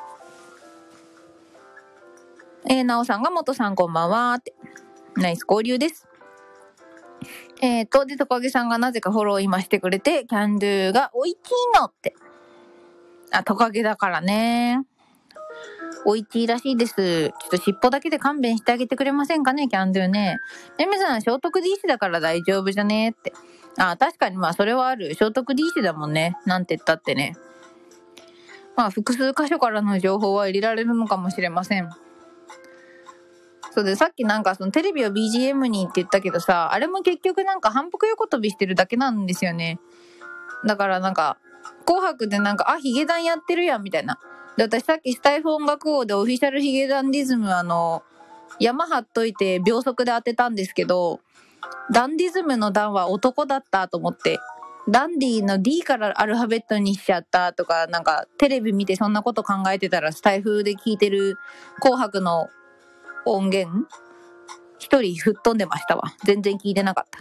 S1: えー、なおさんが元さんこんばんはって。ナイス交流です。えーとでトカゲさんがなぜかフォロー今してくれてキャンドゥがおいちいのって。あトカゲだからね。おいちいらしいです。ちょっと尻尾だけで勘弁してあげてくれませんかね、キャンドゥね。メメさん、聖徳 ディーシー だから大丈夫じゃねって。あ、確かにまあそれはある。聖徳 ディーシー だもんね。なんて言ったってね。まあ複数箇所からの情報は入れられるのかもしれません。そうで、さっきなんかそのテレビを ビージーエム にって言ったけどさ、あれも結局なんか反復横跳びしてるだけなんですよね。だからなんか、紅白でなんか、あ、ヒゲダンやってるやんみたいな。で、私さっきスタイフ音楽王でオフィシャルヒゲダンディズムあの、山張っといて秒速で当てたんですけど、ダンディズムのダンは男だったと思って、ダンディの D からアルファベットにしちゃったとか、なんかテレビ見てそんなこと考えてたらスタイフで聞いてる紅白の音源、一人吹っ飛んでましたわ。全然聞いてなかった。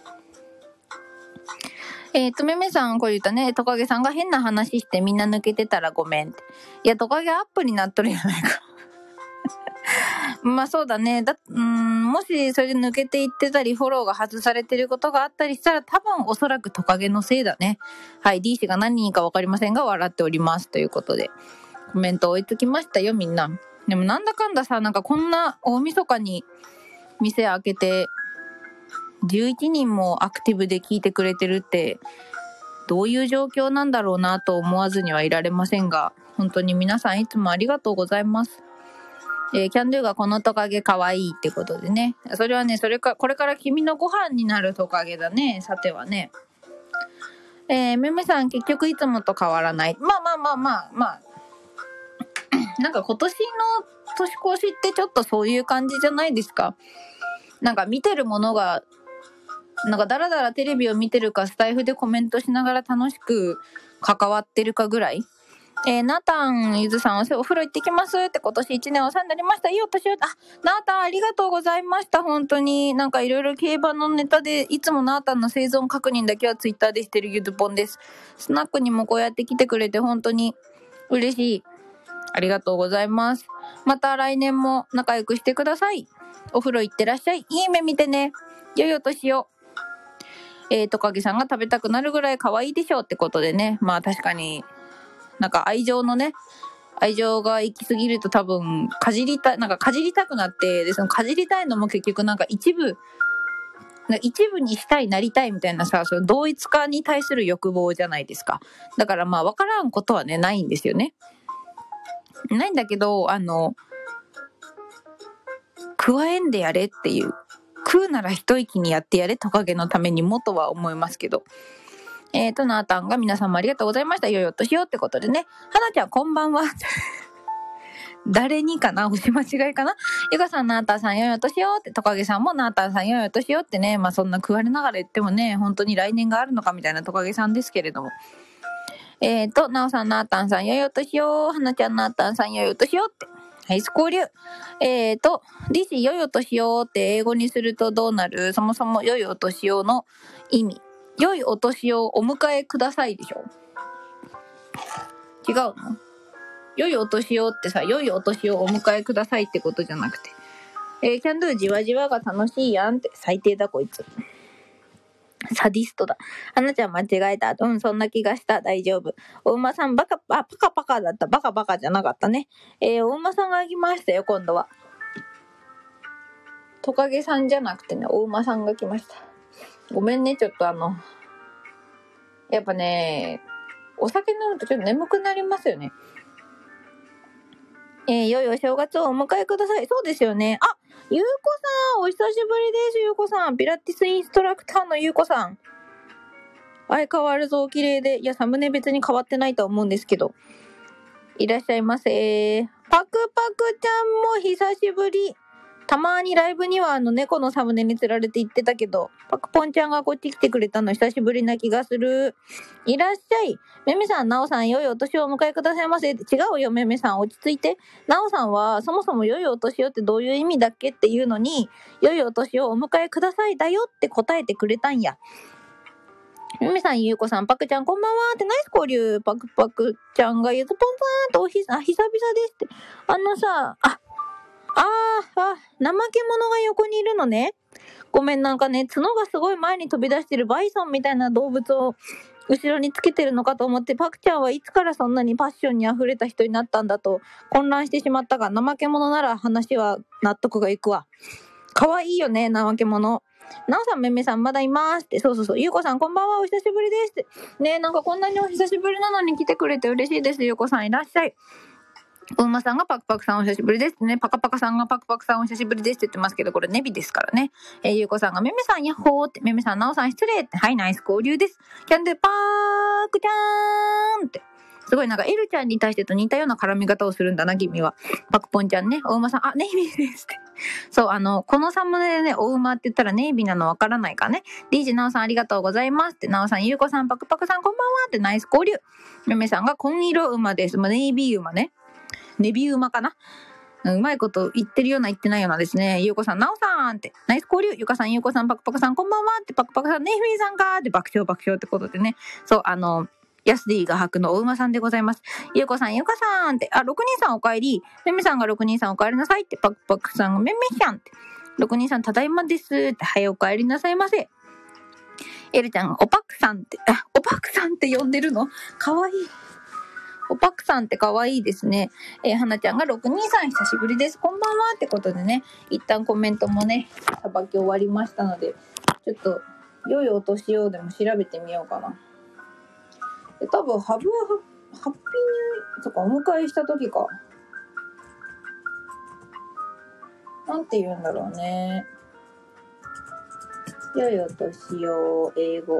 S1: えーと、めめさん、これ言ったね。トカゲさんが変な話してみんな抜けてたらごめんって。いや、トカゲアップになっとるやないか。まあそうだね。だ、うーん、もしそれで抜けていってたり、フォローが外されてることがあったりしたら、多分おそらくトカゲのせいだね。はい、D 氏が何人かわかりませんが、笑っております。ということで、コメント追いつきましたよ、みんな。でもなんだかんださ、なんかこんな大晦日に店開けて、じゅういちにんもアクティブで聞いてくれてるってどういう状況なんだろうなと思わずにはいられませんが、本当に皆さんいつもありがとうございます。えー、キャンドゥがこのトカゲかわいいってことでね。それはね、それかこれから君のご飯になるトカゲだね。さてはね。えー、めめさん結局いつもと変わらない。まあまあまあまあまあ。なんか今年の年越しってちょっとそういう感じじゃないですか。なんか見てるものがなんかだらだらテレビを見てるかスタイフでコメントしながら楽しく関わってるかぐらい。えー、ナータンゆずさんお風呂行ってきますって今年いちねんお世話になりました。いいお年を、あ、ナータンありがとうございました。本当になんかいろいろ競馬のネタでいつもナータンの生存確認だけはツイッターでしてるゆずぽんです。スナックにもこうやって来てくれて本当に嬉しい。ありがとうございます。また来年も仲良くしてください。お風呂行ってらっしゃい。いい夢見てね。良いお年を。えー、トカゲさんが食べたくなるぐらい可愛いでしょうってことでね。まあ確かに、なんか愛情のね、愛情が行き過ぎると多分、かじりたい、なんかかじりたくなって、で、そのかじりたいのも結局なんか一部、一部にしたい、なりたいみたいなさ、その同一化に対する欲望じゃないですか。だからまあ分からんことはね、ないんですよね。ないんだけど、あの、加えんでやれっていう。食うなら一息にやってやれトカゲのためにもとは思いますけど。えーと、なーたんが皆さんもありがとうございました。よいお年をってことでね。はなちゃんこんばんは。誰にかな押し間違いかなゆかさん、なーたんさんよいお年をって、トカゲさんもなーたんさんよいお年をってね。まあそんな食われながら言ってもね、本当に来年があるのかみたいなトカゲさんですけれども。えーと、なおさん、なーたんさんよいお年を、はなちゃん、なーたんさんよいお年をって。はい、交流。えーと、ディシ良いお年をって英語にするとどうなる？そもそも良いお年をの意味。良いお年をお迎えくださいでしょ？違うの？良いお年をってさ、良いお年をお迎えくださいってことじゃなくて。 えー、キャンドゥじわじわが楽しいやんって。最低だこいつ。サディストだ。花ちゃん間違えた。うん、そんな気がした。大丈夫。お馬さんバカ、あ、パカパカだった。バカバカじゃなかったね。えー、お馬さんが来ましたよ、今度は。トカゲさんじゃなくてね、お馬さんが来ました。ごめんね、ちょっとあの、やっぱね、お酒飲むとちょっと眠くなりますよね。えー、いよいよ正月をお迎えください。そうですよね。あ、ゆうこさん、お久しぶりです、ゆうこさん。ピラティスインストラクターのゆうこさん。相変わらずお綺麗で、いや、サムネ別に変わってないと思うんですけど。いらっしゃいませ。パクパクちゃんも久しぶり。たまにライブにはあの猫のサムネに釣られて行ってたけど、パクポンちゃんがこっち来てくれたの久しぶりな気がする。いらっしゃい。めめさん、なおさん、良いお年をお迎えくださいませ。違うよ、めめさん、落ち着いて。なおさんは、そもそも良いお年をってどういう意味だっけっていうのに、良いお年をお迎えくださいだよって答えてくれたんや。めめさん、ゆうこさん、パクちゃん、こんばんはって、ナイス交流。パクパクちゃんが、ゆずぽんさんとおひさ、久々ですって。あのさ、あ、あー、あ、怠け者が横にいるのね。ごめん、なんかね、角がすごい前に飛び出してるバイソンみたいな動物を後ろにつけてるのかと思って、パクちゃんはいつからそんなにパッションに溢れた人になったんだと混乱してしまったが、怠け者なら話は納得がいくわ。かわいいよね、怠け者。なおさん、めめさん、まだいますって。そうそうそう。ゆうこさん、こんばんは、お久しぶりですって。ねえ、なんかこんなにお久しぶりなのに来てくれて嬉しいです。ゆうこさん、いらっしゃい。お馬さんがパクパクさんお久しぶりですね。パカパカさんがパクパクさんお久しぶりですって言ってますけど、これネビですからね。えー、ゆうこさんがめめさんヤッホーって、めめさんなおさん失礼って、はい、ナイス交流です。キャンドゥパークちゃーんって。すごいなんかエルちゃんに対してと似たような絡み方をするんだな、君は。パクポンちゃんね。お馬さん、あ、ネイビーですって。そう、あの、このサムネでね、お馬って言ったらネイビーなのわからないかね。ディージェー なおさんありがとうございますって。なおさん、ゆうこさん、パクパクさんこんばんはって、ナイス交流。めめさんが紺色馬です。まあ、ネイビー馬ね。ネビウマかな、うまいこと言ってるような言ってないようなですね。ゆうこさん、なおさんって、ナイス交流。ゆかさん、ゆうこさん、パクパクさん、こんばんはって、パクパクさん、ネイフィーさんかーって爆笑爆笑ってことでね。そう、あの、ヤスディが吐くのお馬さんでございます。ゆうこさん、ゆかさんって、あ、ろくにんさんお帰り。めめさんがろくにんさんお帰りなさいって、パクパクさんがめめしゃんって。ろくにんさんただいまですって、はい、お帰りなさいませ。エルちゃんがおパクさんって、あ、おパクさんって呼んでるのかわいい。おパクさんって可愛いですね。えー、はなちゃんがろくにんさん久しぶりです。こんばんはってことでね、一旦コメントもね、さばき終わりましたので、ちょっと、良いお年をでも調べてみようかな。で多分、ハブはハッピーニューとかお迎えした時か。なんて言うんだろうね。良いお年を、英語。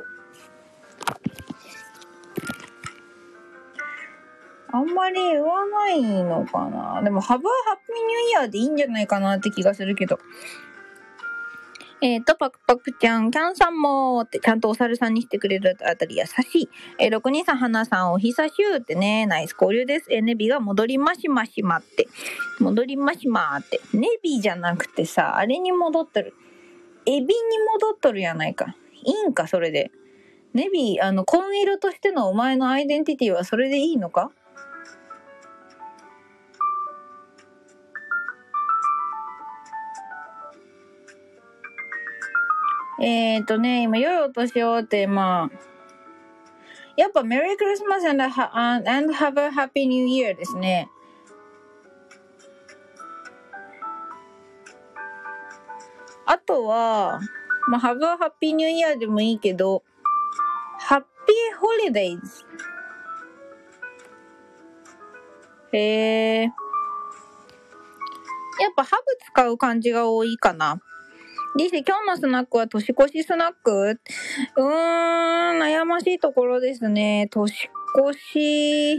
S1: あんまり言わないのかな。でも、ハブはハッピーニューイヤーでいいんじゃないかなって気がするけど。えっ、ー、と、パクパクちゃん、キャンさんもって、ちゃんとお猿さんにしてくれるあたり優しい。えー、ろくにんさん、花さん、お久しゅうってね、ナイス交流です。えー、ネビが戻りましましまって。戻りましまって。ネビじゃなくてさ、あれに戻っとる。エビに戻っとるやないか。いいんか、それで。ネビ、あの、紺色としてのお前のアイデンティティはそれでいいのか？えーとね、今、良いお年をって、まあ、やっぱ、メリークリスマス and, and have a happy new year ですね。あとは、まあ、have a happy new year でもいいけど、happy holidays。へー。やっぱ、ハブ使う感じが多いかな。リシ、今日のスナックは年越しスナック？うーん、悩ましいところですね。年越し、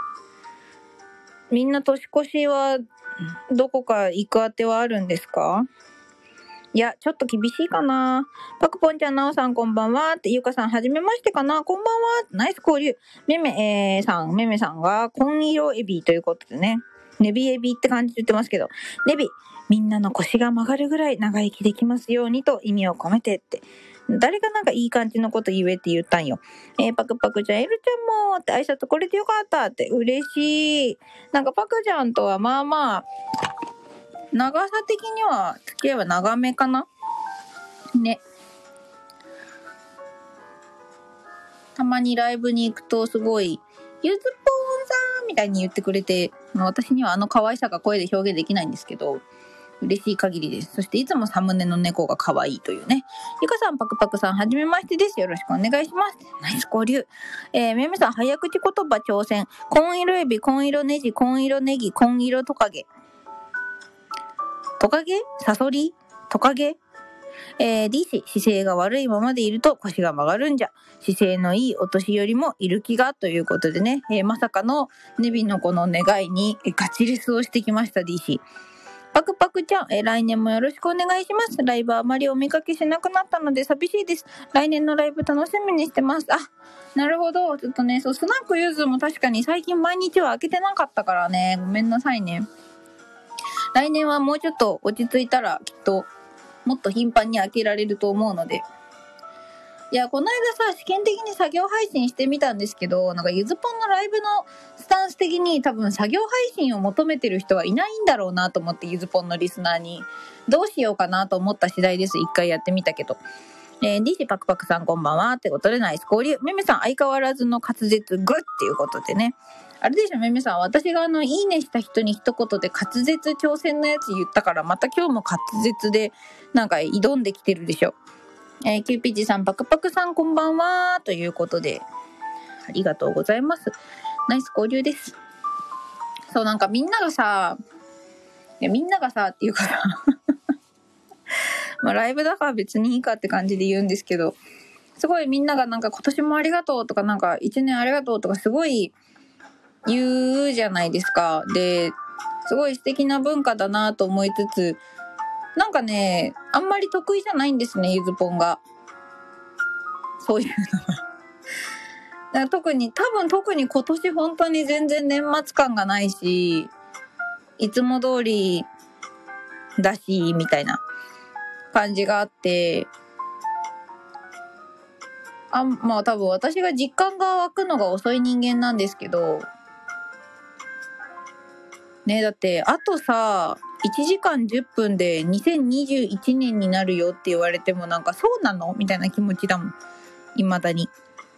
S1: みんな年越しはどこか行くあてはあるんですか？いや、ちょっと厳しいかな。パクポンちゃん、なおさんこんばんはって、ゆかさんはじめましてかな、こんばんは。ナイス交流。めめ、えー、さん、めめさんが紺色エビということでね。ネビエビって感じで言ってますけど、ネビ、みんなの腰が曲がるぐらい長生きできますようにと意味を込めてって。誰がなんかいい感じのこと言えって言ったんよ。えー、パクパクちゃん、エルちゃんもって挨拶これでよかったって嬉しい。なんかパクちゃんとはまあまあ、 長さ的には付き合いは長めかなね。たまにライブに行くとすごいゆずぽんさんみたいに言ってくれて、私にはあの可愛さが声で表現できないんですけど、嬉しい限りです。そしていつもサムネの猫が可愛いというね。ゆかさん、パクパクさん、はじめましてです。よろしくお願いします。ナイス交流。えー、めめさん、早口言葉挑戦。紺色エビ、紺色ネジ、紺色ネギ、紺色トカゲ。トカゲ？サソリ？トカゲ？えー、D 氏、姿勢が悪いままでいると腰が曲がるんじゃ。姿勢のいいお年寄りもいる気がということでね、えー、まさかのネビのこの願いにガチレスをしてきました D 氏。パクパクちゃん、えー、来年もよろしくお願いします。ライブあまりお見かけしなくなったので寂しいです。来年のライブ楽しみにしてます。あ、なるほど。ちょっとね、そう、スナックユーズも確かに最近毎日は開けてなかったからね、ごめんなさいね。来年はもうちょっと落ち着いたらきっともっと頻繁に開けられると思うので。いや、この間さ、試験的に作業配信してみたんですけど、なんかゆずぽんのライブのスタンス的に多分作業配信を求めてる人はいないんだろうなと思って、ゆずぽんのリスナーにどうしようかなと思った次第です。一回やってみたけど。えー、ディーシー パクパクさんこんばんはってことでナイス交流。めめさん相変わらずの滑舌グッっていうことでね。あれでしょ、めめさん、私があのいいねした人に一言で滑舌挑戦のやつ言ったから、また今日も滑舌でなんか挑んできてるでしょ。えー、キューピッチさん、パクパクさんこんばんはということで、ありがとうございます。ナイス交流です。そう、なんかみんながさ、いやみんながさっていうかさまあライブだから別にいいかって感じで言うんですけど、すごいみんながなんか今年もありがとうとか、なんか一年ありがとうとかすごい言うじゃないですか。で、すごい素敵な文化だなと思いつつ、なんかね、あんまり得意じゃないんですね、ゆずぽんが。そういうのは。だから特に、多分特に今年本当に全然年末感がないし、いつも通りだし、みたいな感じがあって、あ、まあ多分私が実感が湧くのが遅い人間なんですけど、ね、だってあとさいちじかんじゅっぷんでにせんにじゅういちねんになるよって言われてもなんかそうなのみたいな気持ちだもん、未だに。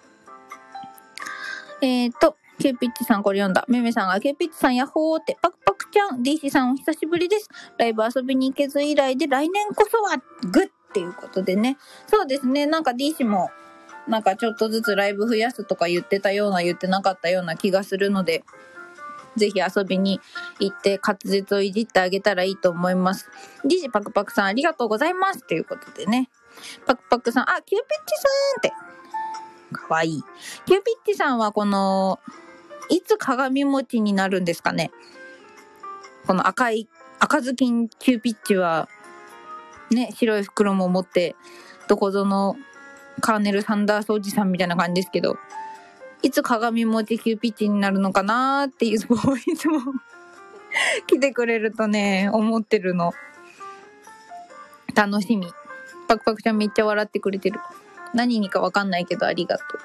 S1: えーとケーピッチさんこれ読んだ。めめさんがケーピッチさんヤッホーって、パクパクちゃん ディーシー さんお久しぶりです。ライブ遊びに行けず以来で来年こそはグッっていうことでね。そうですね、なんか ディーシー もなんかちょっとずつライブ増やすとか言ってたような言ってなかったような気がするので、ぜひ遊びに行って滑舌をいじってあげたらいいと思います。ディジパクパクさんありがとうございますということでね。パクパクさん、あ、キューピッチさんって。かわいい。キューピッチさんはこの、いつ鏡餅になるんですかね。この赤い、赤ずきんキューピッチは、ね、白い袋も持って、どこぞのカーネル・サンダースおじさんみたいな感じですけど、いつ鏡餅キューピッチになるのかなーっていう、そういつも来てくれるとね、思ってるの。楽しみ。パクパクちゃんめっちゃ笑ってくれてる。何にかわかんないけどありがとう。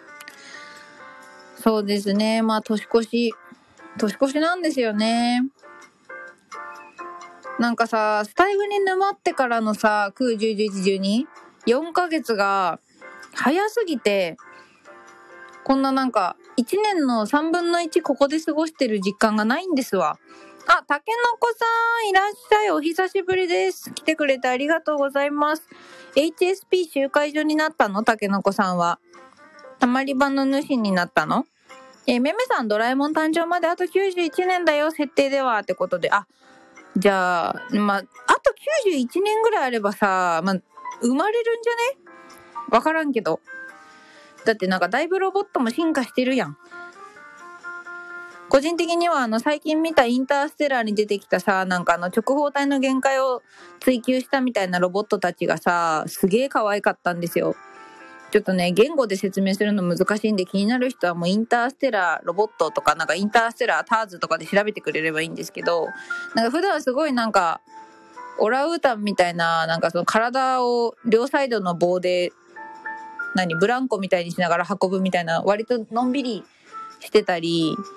S1: そうですね。まあ年越し、年越しなんですよね。なんかさ、スタイルに沼ってからのさ、きゅう、じゅう、じゅういち、じゅうに、よんかげつが早すぎて、こんななんか、いちねんのさんぶんのいちここで過ごしてる実感がないんですわ。あ、たけのこさん、いらっしゃい。お久しぶりです。来てくれてありがとうございます。エイチエスピー 集会所になったの？たけのこさんは。たまり場の主になったの？えー、めめさん、ドラえもん誕生まであときゅうじゅういちねんだよ、設定では。ってことで。あ、じゃあ、まあ、あときゅうじゅういちねんぐらいあればさ、まあ、生まれるんじゃね？わからんけど。だってなんかだいぶロボットも進化してるやん。個人的にはあの最近見たインターステラーに出てきたさ、なんかあの直方体の限界を追求したみたいなロボットたちがさ、すげえ可愛かったんですよ。ちょっとね、言語で説明するの難しいんで気になる人はもうインターステラーロボットとかなんかインターステラーターズとかで調べてくれればいいんですけど、なんか普段すごいなんかオランウータンみたいな、なんかその体を両サイドの棒で何ブランコみたいにしながら運ぶみたいな、割とのんびりしてたり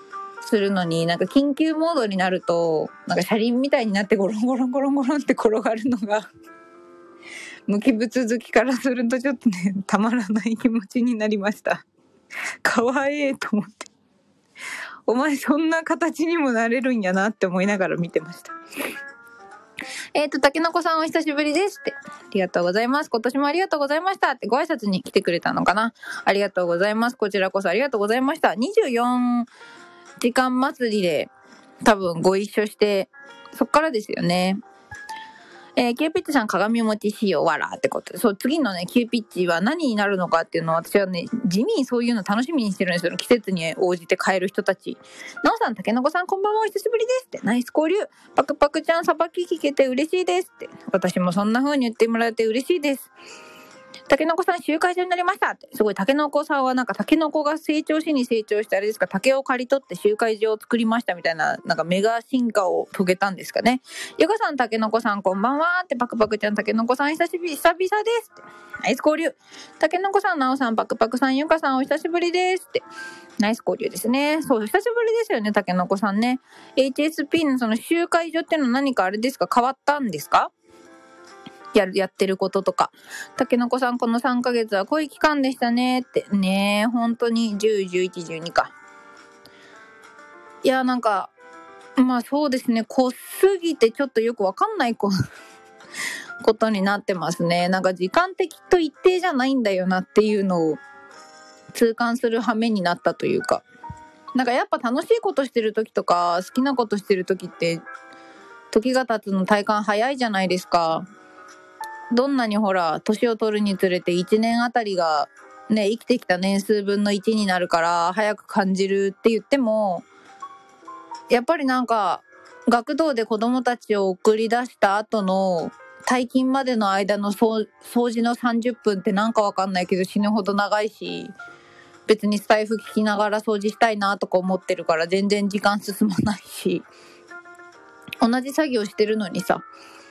S1: するのに、なんか緊急モードになると、なんか車輪みたいになってゴロンゴロンゴロンゴロンって転がるのが、無機物好きからするとちょっとね、たまらない気持ちになりました。かわいいと思って。お前そんな形にもなれるんやなって思いながら見てました。えっと、たけのこさんお久しぶりですって。ありがとうございます。今年もありがとうございましたってご挨拶に来てくれたのかな。ありがとうございます。こちらこそありがとうございました。にじゅうよじかん祭りで多分ご一緒して、そっからですよね。えー、キューピッチさん鏡餅仕様わらってことで、そう、次のね、キューピッチは何になるのかっていうのを私はね、地味にそういうの楽しみにしてるんですよ。季節に応じて変える人たち。なおさん、たけのこさんこんばんは、お久しぶりですって。ナイス交流。パクパクちゃんさばき聞けて嬉しいですって。私もそんな風に言ってもらえて嬉しいです。たけのこさん集会所になりましたって。すごい、たけのこさんはなんかたけのこが成長しに成長してあれですか、竹を刈り取って集会所を作りましたみたいな、なんかメガ進化を遂げたんですかね。ゆかさん、たけのこさんこんばんはって。パクパクちゃん、たけのこさん久しぶり、久々ですって。ナイス交流。たけのこさん、なおさん、パクパクさん、ゆかさんお久しぶりですって。ナイス交流ですね。そう、久しぶりですよね、たけのこさんね。エイチエスピー のその集会所っていうのは何かあれですか、変わったんですか？やる、やってることとか。たけのこさん、このさんかげつは濃い期間でしたねって。ねえ、本当にじゅう、じゅういち、じゅうにか。いや、なんか、まあそうですね、濃すぎてちょっとよくわかんないこことになってますね。なんか時間的と一定じゃないんだよなっていうのを痛感する羽目になったというか。なんかやっぱ楽しいことしてる時とか、好きなことしてる時って、時が経つの体感早いじゃないですか。どんなにほら年を取るにつれていちねんあたりがね、生きてきた年数分のいちになるから早く感じるって言っても、やっぱりなんか学童で子供たちを送り出した後の退勤までの間の掃除のさんじゅっぷんってなんかわかんないけど死ぬほど長いし、別にスタイフ聞きながら掃除したいなとか思ってるから全然時間進まないし、同じ作業してるのにさ。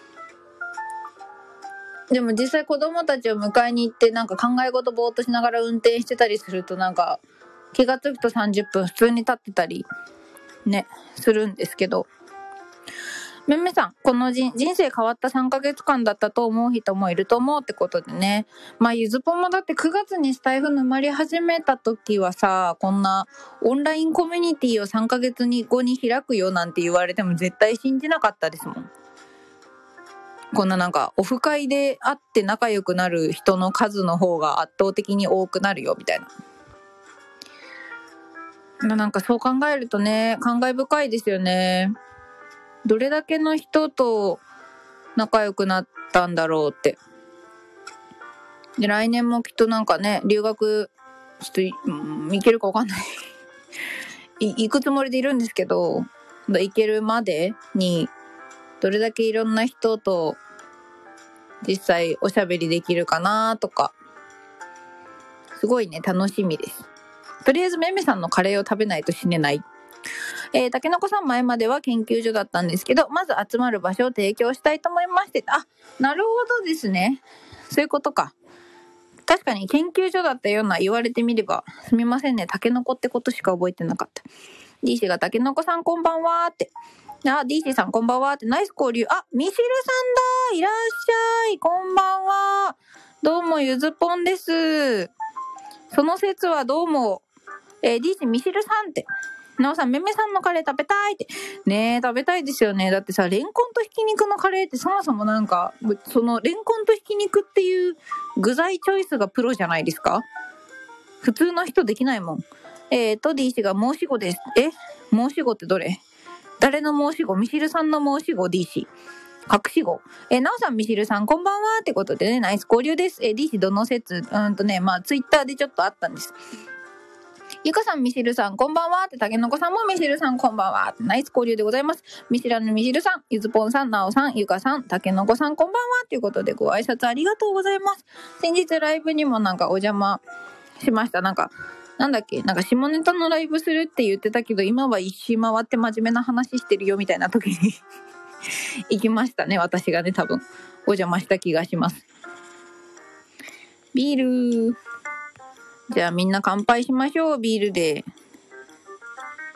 S1: でも実際子供たちを迎えに行ってなんか考え事ぼーっとしながら運転してたりすると、なんか気がつくとさんじゅっぷん普通に経ってたりねするんですけど、めめさん、この人生変わったさんかげつかんだったと思う人もいると思うってことでね。まあゆずぽんもだってくがつにスタイフ沼り始めた時はさ、こんなオンラインコミュニティをさんかげつごに開くよなんて言われても絶対信じなかったですもん。こんななんかオフ会で会って仲良くなる人の数の方が圧倒的に多くなるよみたいな。なんかそう考えるとね、感慨深いですよね。どれだけの人と仲良くなったんだろうって。で、来年もきっとなんかね、留学ちょっと、うん、行けるか分かんないい行くつもりでいるんですけど、行けるまでにどれだけいろんな人と実際おしゃべりできるかなとか、すごいね楽しみです。とりあえずめめさんのカレーを食べないと死ねない。えー、たけのこさん前までは研究所だったんですけど、まず集まる場所を提供したいと思いまして、あ、なるほどですね。そういうことか。確かに研究所だったような言われてみれば、すみませんね、たけのこってことしか覚えてなかった。 D 氏がたけのこさんこんばんはって、あ、ディーシー さんこんばんはって、ナイス交流。あ、ミシルさんだ、いらっしゃい、こんばんは。どうもゆずぽんです。その説はどうも。えー、ディーシー ミシルさんって、なおさん、めめさんのカレー食べたいって。ねえ、食べたいですよね。だってさ、レンコンとひき肉のカレーってそもそもなんか、そのレンコンとひき肉っていう具材チョイスがプロじゃないですか。普通の人できないもん。えーと、D 氏が申し子です。え申し子ってどれ？誰の申し子？ミシルさんの申し子 D 氏。隠し子。えー、なおさん、ミシルさん、こんばんはってことでね、ナイス交流です。えー、D 氏どの説？うんとね、まあ、ツイッターでちょっとあったんです。ゆかさん、ミシルさん、こんばんはって、たけのこさんもミシルさん、こんばんはって、ナイス交流でございます。ミシラのミシルさん、ゆずぽんさん、なおさん、ゆかさん、たけのこさん、こんばんはということでご挨拶ありがとうございます。先日ライブにもなんかお邪魔しました。なんか、なんだっけ、なんか下ネタのライブするって言ってたけど、今は一周回って真面目な話してるよみたいな時に行きましたね。私がね、多分お邪魔した気がします。ビール。じゃあみんな乾杯しましょう、ビールで。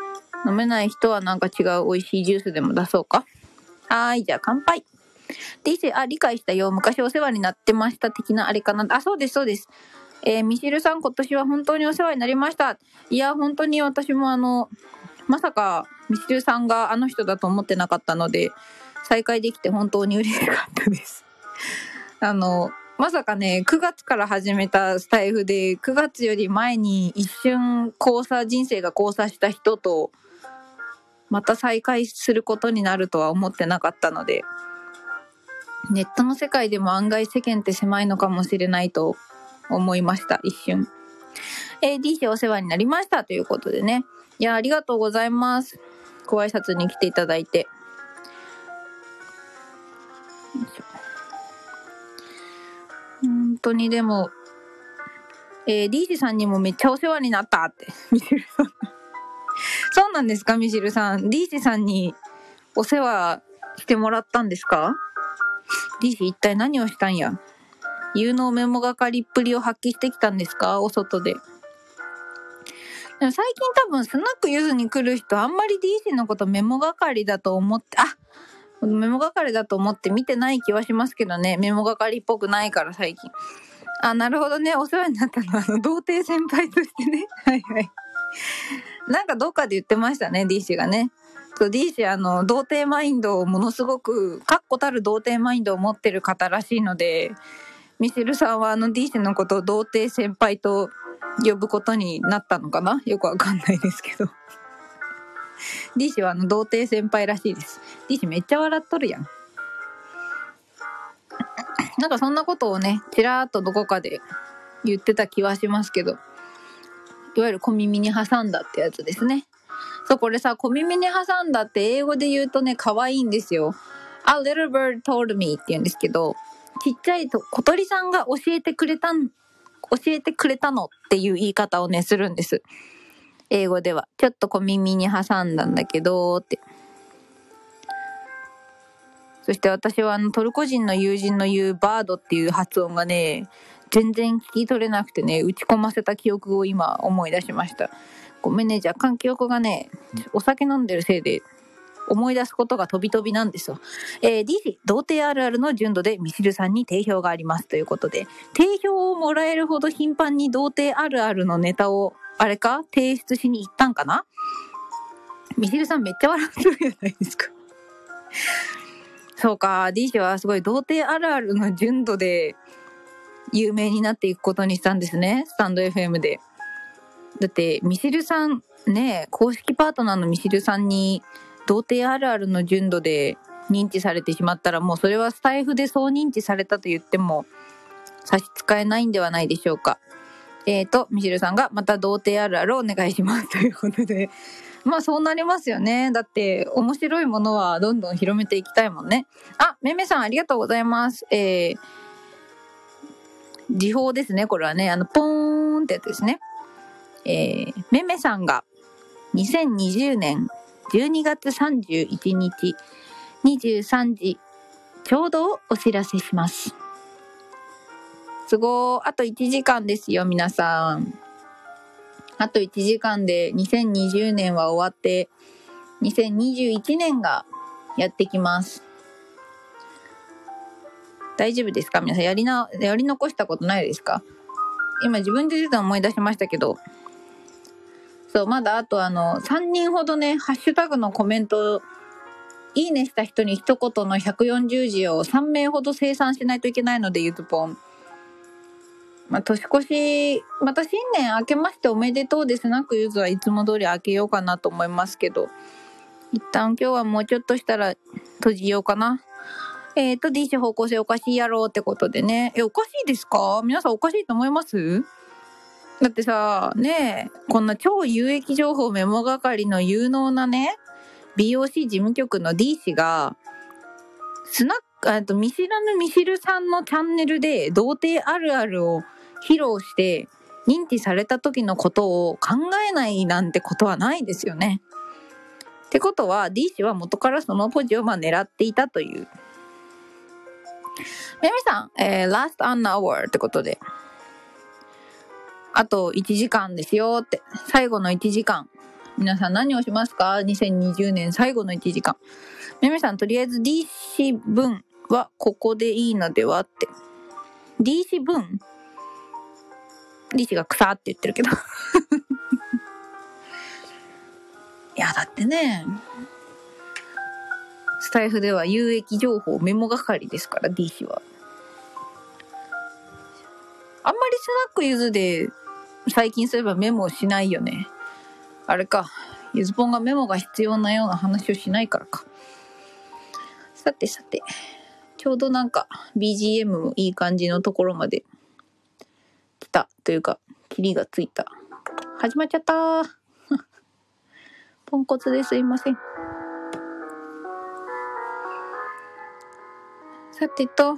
S1: 飲めない人はなんか違う美味しいジュースでも出そうか。はーい、じゃあ乾杯。ディーシー、あ、理解したよ。昔お世話になってました的なあれかな。あ、そうです、そうです。えー、ミシルさん今年は本当にお世話になりました。いや、本当に私もあの、まさかミシルさんがあの人だと思ってなかったので、再会できて本当に嬉しかったです。あの、まさかね、くがつから始めたスタイフで、くがつより前に一瞬交差、人生が交差した人と、また再会することになるとは思ってなかったので、ネットの世界でも案外世間って狭いのかもしれないと思いました、一瞬。えー、ディーシー お世話になりましたということでね。いや、ありがとうございます。ご挨拶に来ていただいて。本当にでも、えー、ディーシー さんにもめっちゃお世話になったって、ミシルさん。そうなんですか、ミシルさん。ディーシー さんにお世話してもらったんですか？ ディーシー 一体何をしたんや？有能メモ係っぷりを発揮してきたんですか？お外で。でも最近多分スナックユズに来る人あんまり ディーシー のことメモ係だと思って、あ、メモ係だと思って見てない気はしますけどね。メモ係っぽくないから最近。あ、なるほどね。お世話になったのは、あの、童貞先輩としてね。はいはい。なんかどっかで言ってましたね、ディーシー がね。そう、ディーシー あの、童貞マインドをものすごく、確固たる童貞マインドを持ってる方らしいので、ミシェルさんはあの ディーシー のことを童貞先輩と呼ぶことになったのかな？よくわかんないですけど。ディーシー はあの童貞先輩らしいです。ディーシー めっちゃ笑っとるやん。なんかそんなことをね、ちらーっとどこかで言ってた気はしますけど、いわゆる小耳に挟んだってやつですね。そう、これさ、小耳に挟んだって英語で言うとね、可愛いんですよ。A little bird told me って言うんですけど、ちっちゃいと小鳥さんが教えてくれたん、教えてくれたのっていう言い方をね、するんです。英語では。ちょっと小耳に挟んだんだけど、って。そして私はあのトルコ人の友人の言うバードっていう発音がね、全然聞き取れなくてね、打ち込ませた記憶を今思い出しました。ごめんね、若干記憶がね、お酒飲んでるせいで思い出すことが飛び飛びなんですよ。えー、ディーシー、童貞あるあるの純度でミシルさんに定評がありますということで、定評をもらえるほど頻繁に童貞あるあるのネタを、あれか提出しに行ったんかな？ミシルさんめっちゃ笑ってるじゃないですか。そうか、ディーシー はすごい童貞あるあるの純度で有名になっていくことにしたんですね、スタンド エフエム で。だってミシルさんね、公式パートナーのミシルさんに童貞あるあるの純度で認知されてしまったら、もうそれはスタイフでそう認知されたと言っても差し支えないんではないでしょうか。えーと、ミシルさんがまた童貞あるあるお願いしますということで、まあそうなりますよね。だって面白いものはどんどん広めていきたいもんね。あ、めめさんありがとうございます。えー、時報ですね、これはね。あの、ポーンってやつですね。えー、めめさんがにせんにじゅうねんじゅうにがつさんじゅういちにちにじゅうさんじちょうどをお知らせします。すごー。あといちじかんですよ、皆さん。あといちじかんでにせんにじゅうねんは終わってにせんにじゅういちねんがやってきます。大丈夫ですか皆さん？やりな、やり残したことないですか？今自分で言うと思い出しましたけど、そう、まだあとあのさんにんほどね、ハッシュタグのコメントいいねした人に一言のひゃくよんじゅうじをさんめいほど生産しないといけないので、ゆずぽん。まあ、年越し、また新年明けましておめでとうでスナックゆずはいつも通り開けようかなと思いますけど、一旦今日はもうちょっとしたら閉じようかな。えーと、ディーシー 方向性おかしいやろうってことでね。え、おかしいですか？皆さんおかしいと思います？だってさ、ねえ、こんな超有益情報メモ係の有能なね、ビーオーシー 事務局の D 氏が、スナック、あと見知らぬミシルさんのチャンネルで童貞あるあるを披露して認知された時のことを考えないなんてことはないですよね。ってことは D 氏は元からそのポジをまあ狙っていたという。めめさん、えー、last an hour ってことで。あといちじかんですよって。最後のいちじかん。 皆さん何をしますか？ にせんにじゅう 年最後のいちじかん。めめさん、とりあえず D 子分はここでいいのではって。D 子分 ?D 子が草って言ってるけど。いや、だってね、スタイフでは有益情報メモ係ですから、D 子は。あんまりスナックゆずで最近そういえばメモしないよね。あれか、ゆずぽんがメモが必要なような話をしないからか。さてさて、ちょうどなんか ビージーエム もいい感じのところまで来たというか、キリがついた。始まっちゃったー。ポンコツですいません。さてと、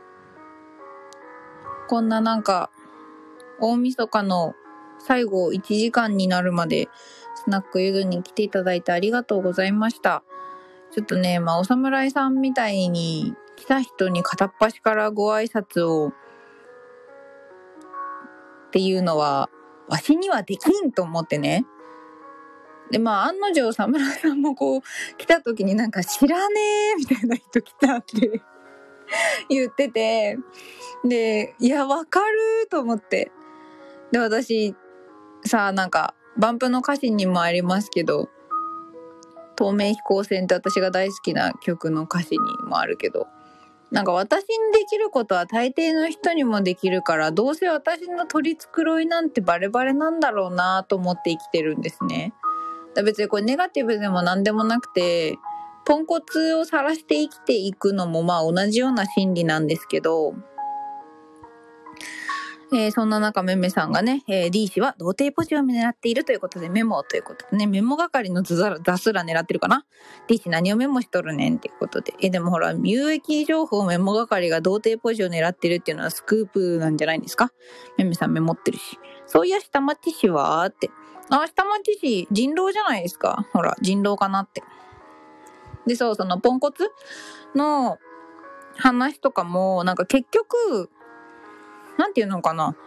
S1: こんななんか大晦日の最後いちじかんになるまでスナックゆずに来ていただいてありがとうございました。ちょっとね、まあお侍さんみたいに来た人に片っ端からご挨拶をっていうのはわしにはできんと思ってね。でまあ案の定侍さんもこう来た時になんか知らねえみたいな人来たって言ってて、でいやわかると思って、で私さあなんかバンプの歌詞にもありますけど、透明飛行船って私が大好きな曲の歌詞にもあるけど、なんか私にできることは大抵の人にもできるから、どうせ私の取り繕いなんてバレバレなんだろうなと思って生きてるんですね。だ別にこれネガティブでも何でもなくて、ポンコツを晒して生きていくのもまあ同じような心理なんですけど、えー、そんな中めめさんがね、えー、D 氏は童貞ポジを狙っているということでメモということでね、メモ係のズザザスラ狙ってるかな。 D 氏何をメモしとるねんっていうことで、えー、でもほら有益情報メモ係が童貞ポジを狙ってるっていうのはスクープなんじゃないんですか。めめさんメモってるし、そういや下町市はって、あ下町市人狼じゃないですか。ほら人狼かなって。でそう、そのポンコツの話とかもなんか結局なんていうのかな、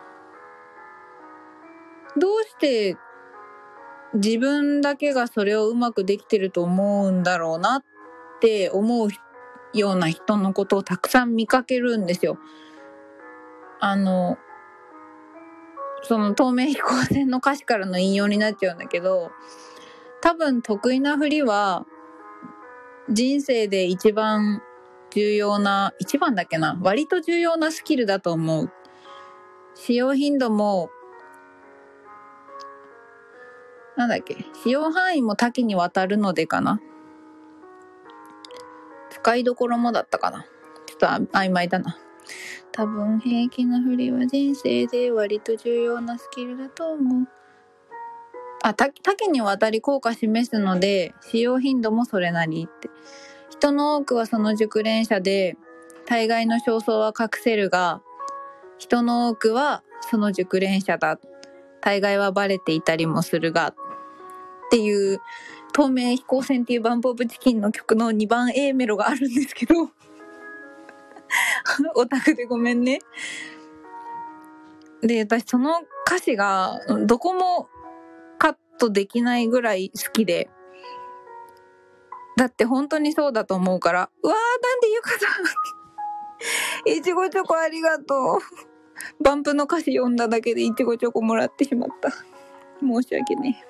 S1: どうして自分だけがそれをうまくできてると思うんだろうなって思うような人のことをたくさん見かけるんですよ。あのその透明飛行船の歌詞からの引用になっちゃうんだけど、多分得意な振りは人生で一番重要な、一番だっけな、割と重要なスキルだと思う。使用頻度もなんだっけ、使用範囲も多岐にわたるのでかな、使いどころもだったかな、ちょっと曖昧だな。多分平気な振りは人生で割と重要なスキルだと思う。あ、多岐にわたり効果示すので使用頻度もそれなりって。人の多くはその熟練者で大概の焦燥は隠せるが、人の多くはその熟練者だ、大概はバレていたりもするがっていう透明飛行船っていうバンプオブチキンの曲のにばん A メロがあるんですけどオタクでごめんね。で私その歌詞がどこもカットできないぐらい好きで、だって本当にそうだと思うから。うわー、なんでゆかさんいちごチョコありがとう。バンプの歌詞読んだだけでいちごチョコもらってしまった、申し訳ね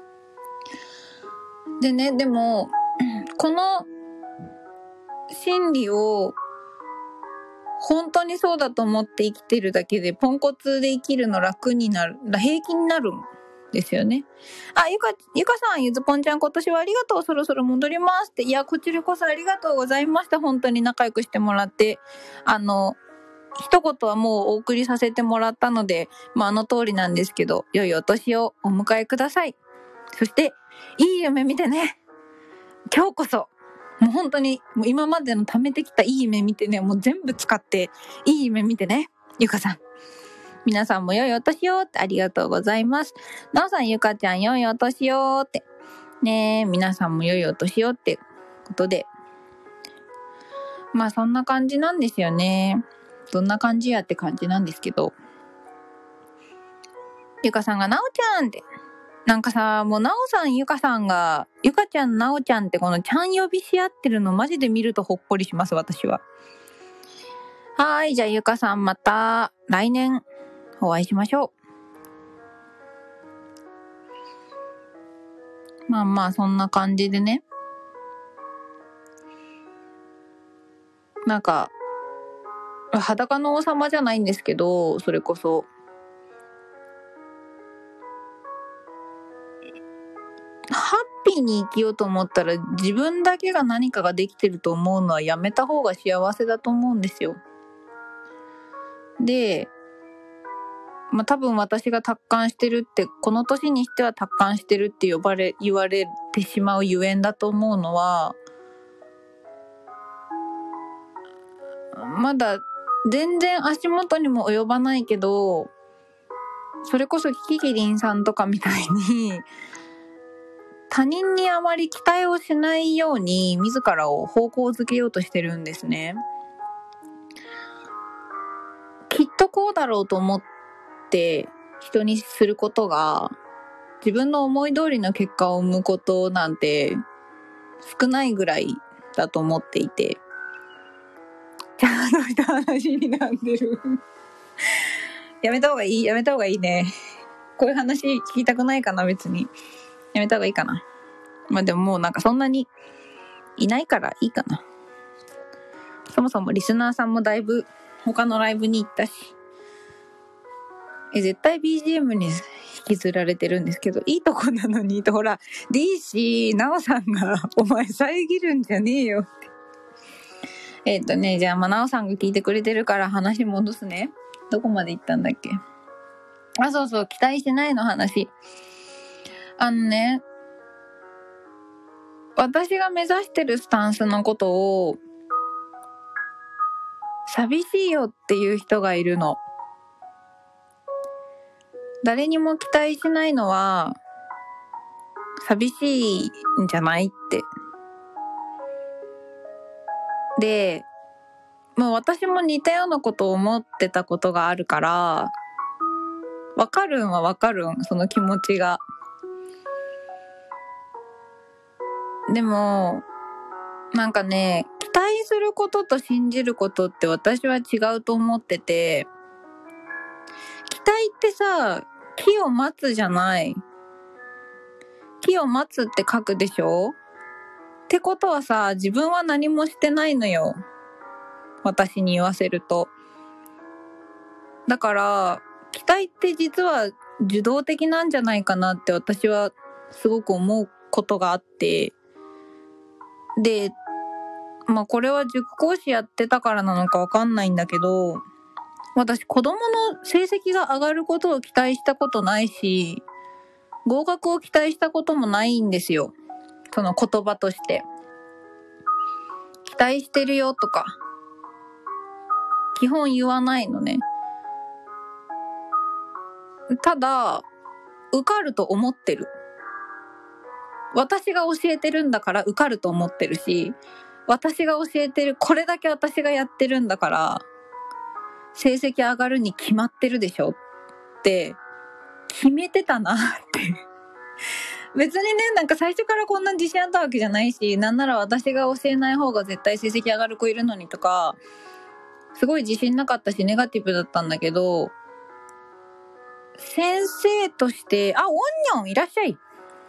S1: え。でね、でもこの心理を本当にそうだと思って生きてるだけで、ポンコツで生きるの楽になる、平気になるんですよね。あ、ゆか、ゆかさん、ゆずぽんちゃん今年はありがとう、そろそろ戻りますって。いや、こちらこそありがとうございました。本当に仲良くしてもらって。あの、一言はもうお送りさせてもらったので、まあ、あの通りなんですけど、良いお年をお迎えください。そして、いい夢見てね。今日こそ。もう本当に、もう今までの貯めてきたいい夢見てね、もう全部使って、いい夢見てね。ゆかさん。皆さんも良いお年をってありがとうございます。なおさん、ゆかちゃん良いお年をって。ねえ、皆さんも良いお年をってことで。まあそんな感じなんですよね。どんな感じやって感じなんですけど。ゆかさんがなおちゃんって。 なんかさ、もうなおさんゆかさんがゆかちゃんなおちゃんってこのちゃん呼びし合ってるのマジで見るとほっこりします、私は。はーい、じゃあゆかさんまた来年お会いしましょう。まあまあそんな感じでね、なんか裸の王様じゃないんですけど、それこそハッピーに生きようと思ったら自分だけが何かができてると思うのはやめた方が幸せだと思うんですよ。で、まあ多分私が達観してるって、この年にしては達観してるって呼ばれ言われてしまうゆえんだと思うのは、まだ全然足元にも及ばないけど、それこそキキキリンさんとかみたいに他人にあまり期待をしないように自らを方向づけようとしてるんですね。きっとこうだろうと思って人にすることが自分の思い通りの結果を生むことなんて少ないぐらいだと思っていて、ちゃんとした話になってるやめた方がいいやめた方がいいね。こういう話聞きたくないかな、別に。やめた方がいいかな。まあでももうなんかそんなにいないからいいかな。そもそもリスナーさんもだいぶ他のライブに行ったし、え絶対 ビージーエム に引きずられてるんですけど、いいとこなのにと、ほら ディーシー ナオさんがお前遮るんじゃねえよって。えっとね、じゃあまあナオさんが聞いてくれてるから話戻すね。どこまで行ったんだっけ。あ、そうそう、期待してないの話。あのね、私が目指してるスタンスのことを寂しいよっていう人がいるの。誰にも期待しないのは寂しいんじゃないって。で、もう私も似たようなことを思ってたことがあるから、わかるんはわかるん、その気持ちが。でも、なんかね、期待することと信じることって私は違うと思ってて、期待ってさ、木を待つじゃない。木を待つって書くでしょ？ってことはさ、自分は何もしてないのよ。私に言わせると。だから、期待って実は受動的なんじゃないかなって私はすごく思うことがあって。で、まあこれは塾講師やってたからなのかわかんないんだけど、私子供の成績が上がることを期待したことないし、合格を期待したこともないんですよ。その言葉として。期待してるよとか、基本言わないのね。ただ、受かると思ってる。私が教えてるんだから受かると思ってるし、私が教えてる、これだけ私がやってるんだから、成績上がるに決まってるでしょって決めてたなって別にね、なんか最初からこんな自信あったわけじゃないし、なんなら私が教えない方が絶対成績上がる子いるのにとか、すごい自信なかったしネガティブだったんだけど、先生として、あ、オンニョンいらっしゃい。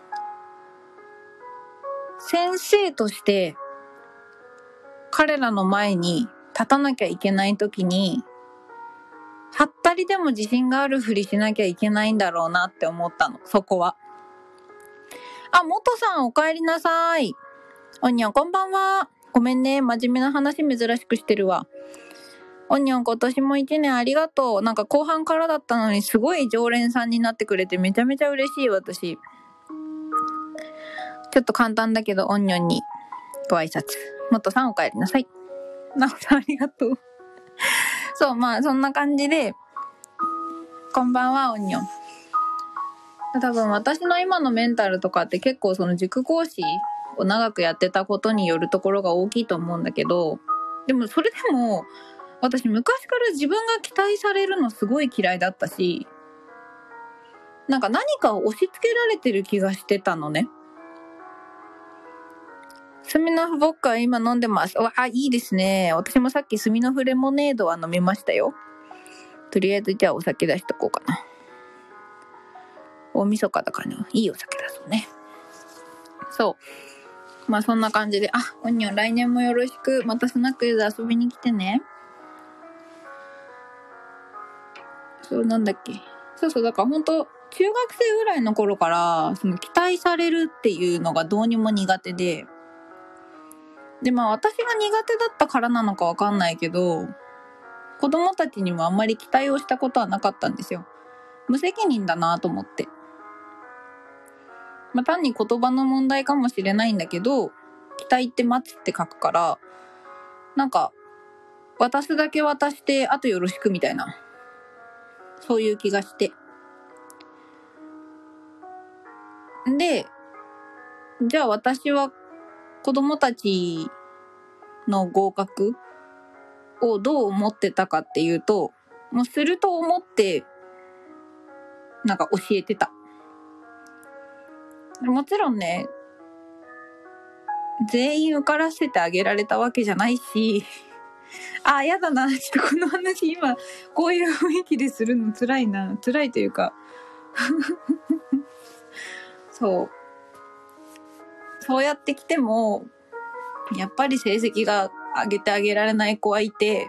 S1: 先生として彼らの前に立たなきゃいけないときに、はったりでも自信があるふりしなきゃいけないんだろうなって思ったの、そこは。あ、元さんお帰りなさい。おにょんこんばんは。ごめんね、真面目な話珍しくしてるわ。おにょん今年も一年ありがとう。なんか後半からだったのにすごい常連さんになってくれてめちゃめちゃ嬉しい私。ちょっと簡単だけどおにょんにご挨拶。元さんお帰りなさい。なおさんありがとう。そう、まあそんな感じで、こんばんはおにょん。多分私の今のメンタルとかって結構その塾講師を長くやってたことによるところが大きいと思うんだけど、でもそれでも私昔から自分が期待されるのすごい嫌いだったし、 なんか何かを押し付けられてる気がしてたのね。スミノフボッカ今飲んでます。わあ、いいですね。私もさっきスミノフレモネードは飲みましたよ。とりあえずじゃあお酒出しとこうかな。大晦日だからね、いいお酒だそうね。そう。まあそんな感じで、あ、おにょん来年もよろしく。またスナックで遊びに来てね。そう、なんだっけ。そうそう、だから本当中学生ぐらいの頃から、その期待されるっていうのがどうにも苦手で、で、まあ私が苦手だったからなのかわかんないけど、子供たちにもあんまり期待をしたことはなかったんですよ。無責任だなと思って。まあ単に言葉の問題かもしれないんだけど、期待って待つって書くから、なんか、渡すだけ渡して、あとよろしくみたいな。そういう気がして。で、じゃあ私は子供たちの合格をどう思ってたかっていうと、もうすると思って、なんか教えてた。もちろんね、全員受からせてあげられたわけじゃないし、あ、やだな、ちょっとこの話今、こういう雰囲気でするの辛いな。辛いというか、そう。そうやってきても、やっぱり成績が上げてあげられない子はいて、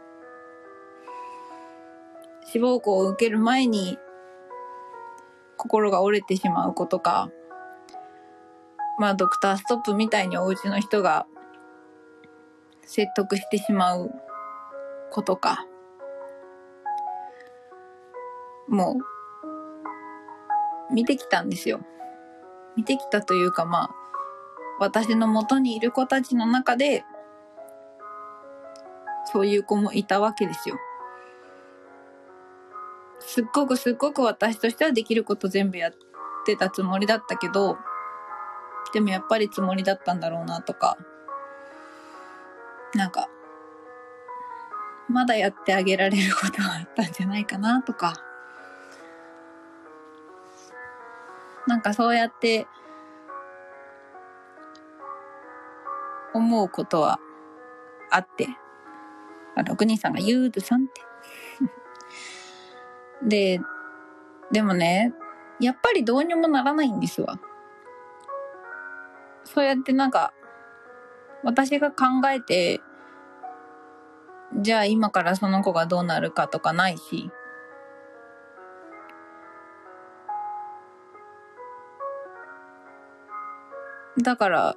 S1: 志望校を受ける前に心が折れてしまう子とか、まあドクターストップみたいにお家の人が説得してしまう子とか、もう見てきたんですよ。見てきたというか、まあ私の元にいる子たちの中でそういう子もいたわけですよ。すっごくすっごく私としてはできること全部やってたつもりだったけど、でもやっぱりつもりだったんだろうなとか、なんかまだやってあげられることがあったんじゃないかなとか、なんかそうやって思うことはあって、あ、ろくにんさんがゆうずさんってで、でもね、やっぱりどうにもならないんですわ。そうやってなんか私が考えて、じゃあ今からその子がどうなるかとかないし、だから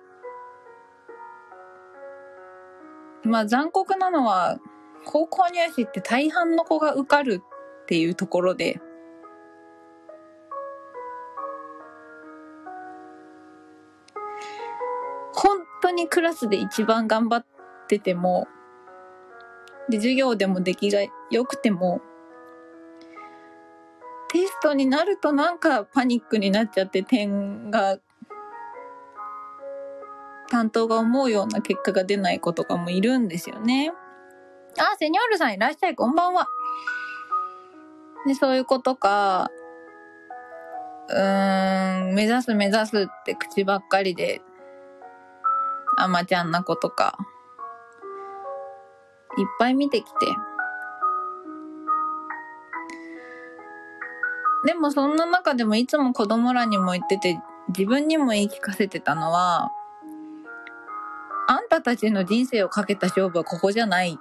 S1: まあ残酷なのは高校入試って大半の子が受かるっていうところで、本当にクラスで一番頑張ってても、で授業でも出来が良くても、テストになるとなんかパニックになっちゃって点が担当が思うような結果が出ない子とかもいるんですよね。あ、セニョールさんいらっしゃい、こんばんは。で、そういう子とか、うーん、目指す目指すって口ばっかりで甘ちゃんな子とかいっぱい見てきて、でもそんな中でもいつも子供らにも言ってて、自分にも言い聞かせてたのは、あんたたちの人生をかけた勝負はここじゃないって。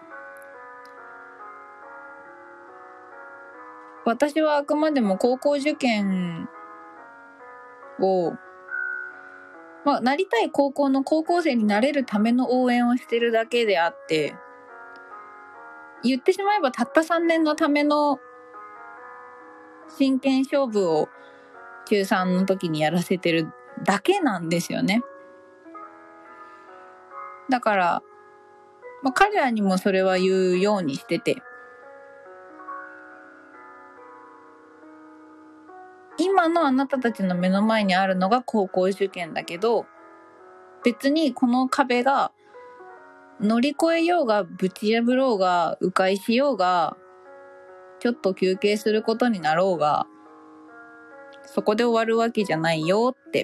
S1: 私はあくまでも高校受験を、まあ、なりたい高校の高校生になれるための応援をしてるだけであって、言ってしまえばたったさんねんのための真剣勝負を中さんの時にやらせてるだけなんですよね。だから、まあ、彼らにもそれは言うようにしてて、今のあなたたちの目の前にあるのが高校受験だけど、別にこの壁が乗り越えようがぶち破ろうが迂回しようがちょっと休憩することになろうが、 そこで終わるわけじゃないよって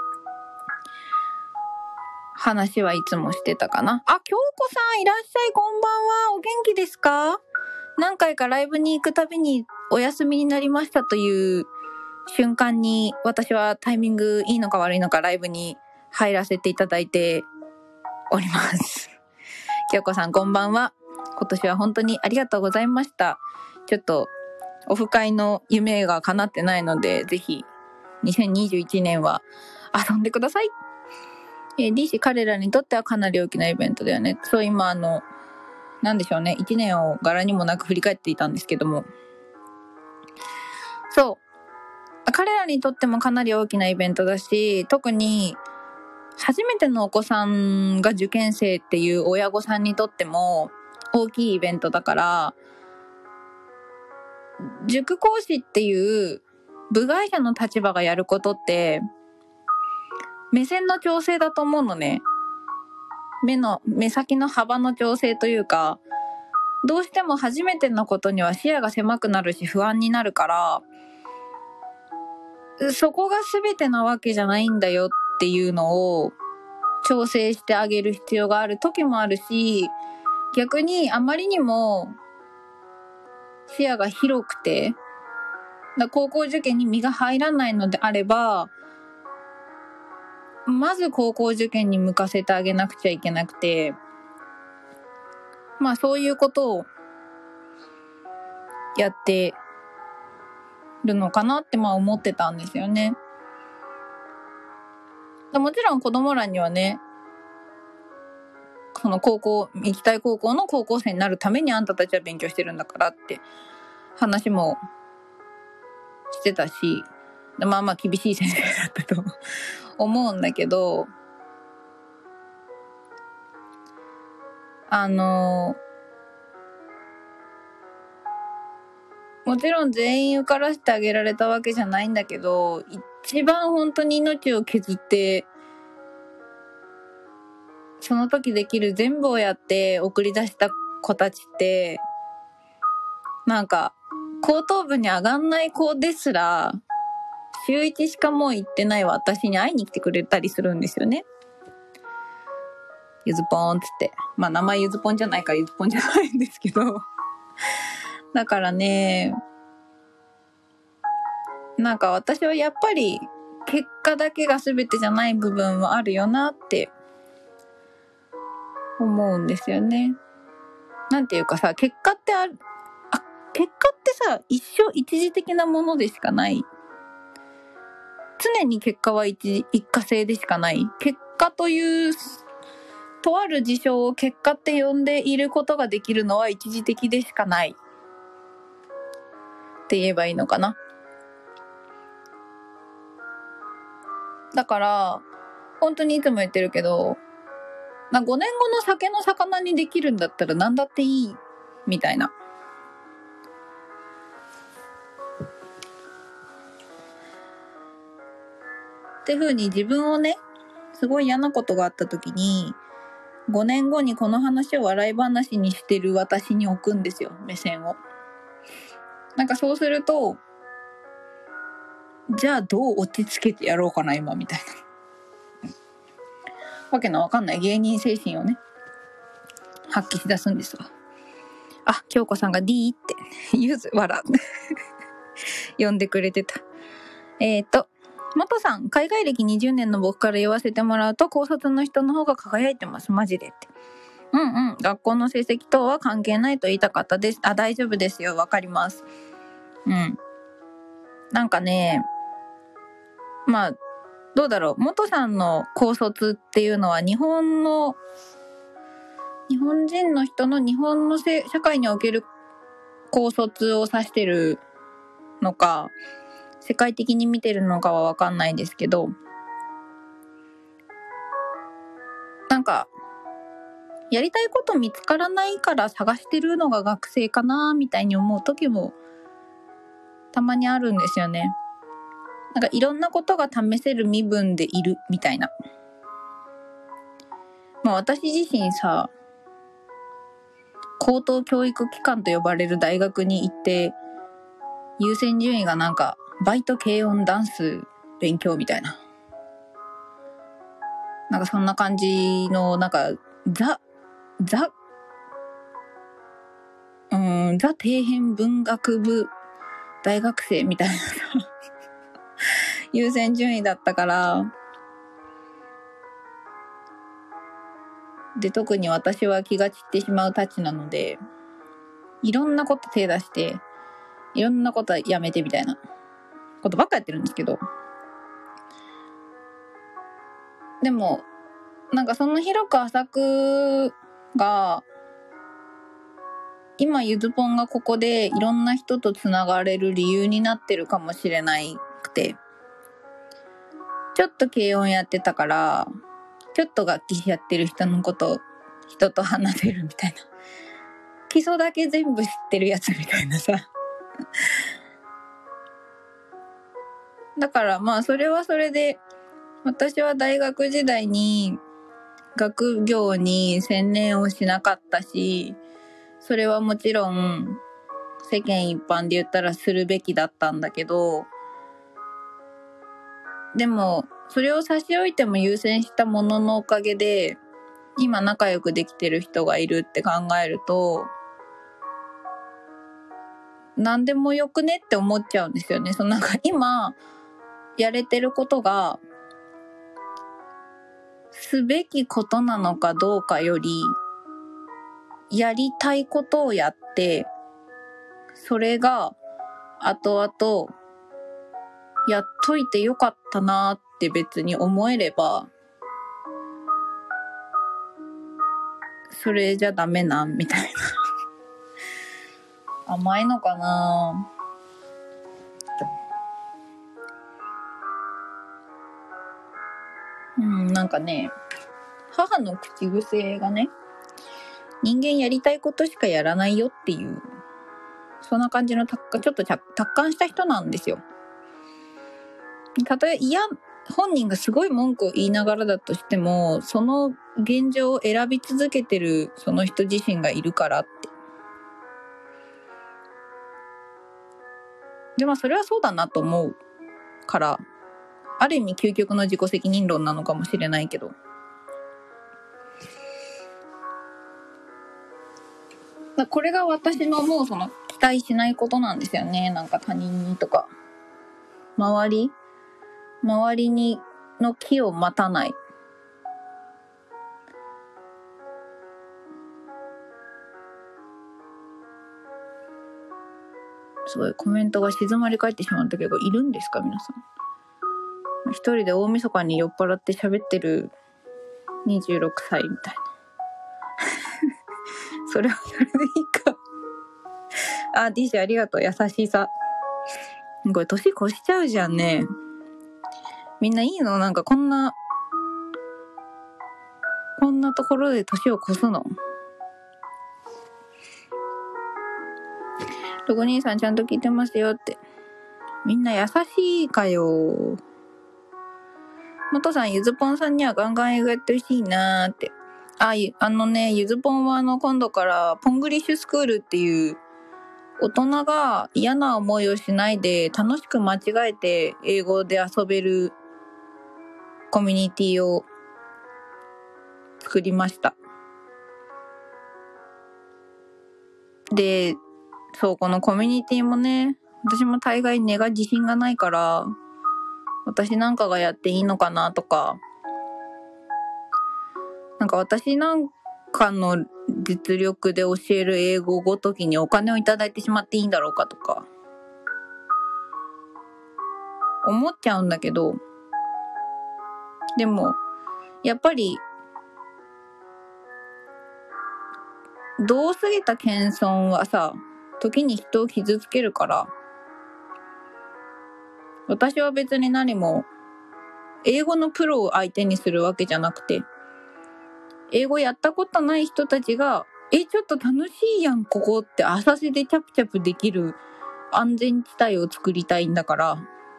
S1: 話はいつもしてたかな。あ、京子さんいらっしゃい、こんばんは。お元気ですか？何回かライブに行くたびにお休みになりましたという瞬間に、私はタイミングいいのか悪いのかライブに入らせていただいております。京子さんこんばんは。今年は本当にありがとうございました。ちょっとオフ会の夢が叶ってないので、ぜひにせんにじゅういちねんは遊んでください。えー、D 氏彼らにとってはかなり大きなイベントだよね。そう、今あのなんでしょうね、いちねんを柄にもなく振り返っていたんですけども、そう彼らにとってもかなり大きなイベントだし、特に初めてのお子さんが受験生っていう親御さんにとっても大きいイベントだから、塾講師っていう部外者の立場がやることって目線の調整だと思うのね。目の目先の幅の調整というか、どうしても初めてのことには視野が狭くなるし不安になるから、そこが全てなわけじゃないんだよっていうのを調整してあげる必要がある時もあるし、逆にあまりにも視野が広くてだ高校受験に身が入らないのであれば、まず高校受験に向かせてあげなくちゃいけなくて、まあそういうことをやってるのかなってまあ思ってたんですよね。もちろん子供らにはね、その高校行きたい高校の高校生になるためにあんたたちは勉強してるんだからって話もしてたし、まあまあ厳しい先生だったと思うんだけど、あのもちろん全員受からせてあげられたわけじゃないんだけど、一番本当に命を削ってその時できる全部をやって送り出した子たちって、なんか高等部に上がんない子ですら週いちしかもう行ってない私に会いに来てくれたりするんですよね。ゆずぽんつって、まあ名前ゆずぽんじゃないからゆずぽんじゃないんですけどだからね、なんか私はやっぱり結果だけが全てじゃない部分はあるよなって思うんですよね。なんていうかさ、結果ってある、あ、結果ってさ、一生一時的なものでしかない。常に結果は一一過性でしかない。結果というとある事象を結果って呼んでいることができるのは一時的でしかないって言えばいいのかな。だから本当にいつも言ってるけど、なごねんごの酒の魚にできるんだったら何だっていいみたいな。っていう風に自分をね、すごい嫌なことがあった時にごねんごにこの話を笑い話にしてる私に置くんですよ、目線を。なんかそうすると、じゃあどう落ち着けてやろうかな今みたいなわけのわかんない芸人精神をね発揮し出すんですわ。あ、京子さんが D ってゆず笑呼んでくれてた。えーと元さん、海外歴にじゅうねんの僕から言わせてもらうと高卒の人の方が輝いてます、マジでって。うんうん、学校の成績等は関係ないと言いたかったです。あ、大丈夫ですよ、わかります。うん、なんかね、まあどうだろう、元さんの高卒っていうのは日本の日本人の人の日本の社会における高卒を指してるのか世界的に見てるのかはわかんないですけど、なんかやりたいこと見つからないから探してるのが学生かなみたいに思う時もたまにあるんですよね。なんかいろんなことが試せる身分でいるみたいな。まあ私自身さ、高等教育機関と呼ばれる大学に行って優先順位がなんかバイト軽音ダンス勉強みたいな。なんかそんな感じの、なんか、ザ、ザ、うーん、ザ底辺文学部大学生みたいな優先順位だったから、で、特に私は気が散ってしまうたちなので、いろんなこと手出して、いろんなことやめてみたいなことばっかやってるんですけど、でも、なんかその広く浅くが、今ゆずぽんがここでいろんな人とつながれる理由になってるかもしれないくて、ちょっと軽音やってたから、ちょっと楽器やってる人のこと人と話せるみたいな、基礎だけ全部知ってるやつみたいなさだからまあそれはそれで、私は大学時代に学業に専念をしなかったし、それはもちろん世間一般で言ったらするべきだったんだけど、でもそれを差し置いても優先したもののおかげで今仲良くできてる人がいるって考えると、何でもよくねって思っちゃうんですよね。そのなんか今やれてることがすべきことなのかどうかより、やりたいことをやって、それが後々やっといてよかったなって別に思えれば、それじゃダメなんみたいな甘いのかな。うん、なんかね、母の口癖がね、人間やりたいことしかやらないよっていう、そんな感じのたちょっと達観した人なんですよ。たとえ嫌、本人がすごい文句を言いながらだとしても、その現状を選び続けてるその人自身がいるからって。で、まあそれはそうだなと思うから、ある意味究極の自己責任論なのかもしれないけど、これが私のもうその期待しないことなんですよね。なんか他人にとか周り周りにの気を待たない。すごいコメントが静まり返ってしまったけど、いるんですか皆さん。一人で大晦日に酔っ払って喋ってるにじゅうろくさいみたいなそれはそれでいいかあ、ディーシーありがとう。優しさ。これ年越しちゃうじゃんね。みんないいの？なんかこんなこんなところで年を越すの？ロゴ兄さんちゃんと聞いてますよって。みんな優しいかよ。元さん、ゆずぽんさんにはガンガン英語やってほしいなーって。あ、あのね、ゆずぽんはあの今度からポングリッシュスクールっていう大人が嫌な思いをしないで楽しく間違えて英語で遊べるコミュニティを作りました。で、そう、このコミュニティもね、私も大概根が自信がないから、私なんかがやっていいのかなとか、なんか私なんかの実力で教える英語ごときにお金をいただいてしまっていいんだろうかとか、思っちゃうんだけど、でも、やっぱり、どう過ぎた謙遜はさ、時に人を傷つけるから、私は別に何も英語のプロを相手にするわけじゃなくて、英語やったことない人たちが、え、ちょっと楽しいやんここって浅瀬でチャプチャプできる安全地帯を作りたいんだから、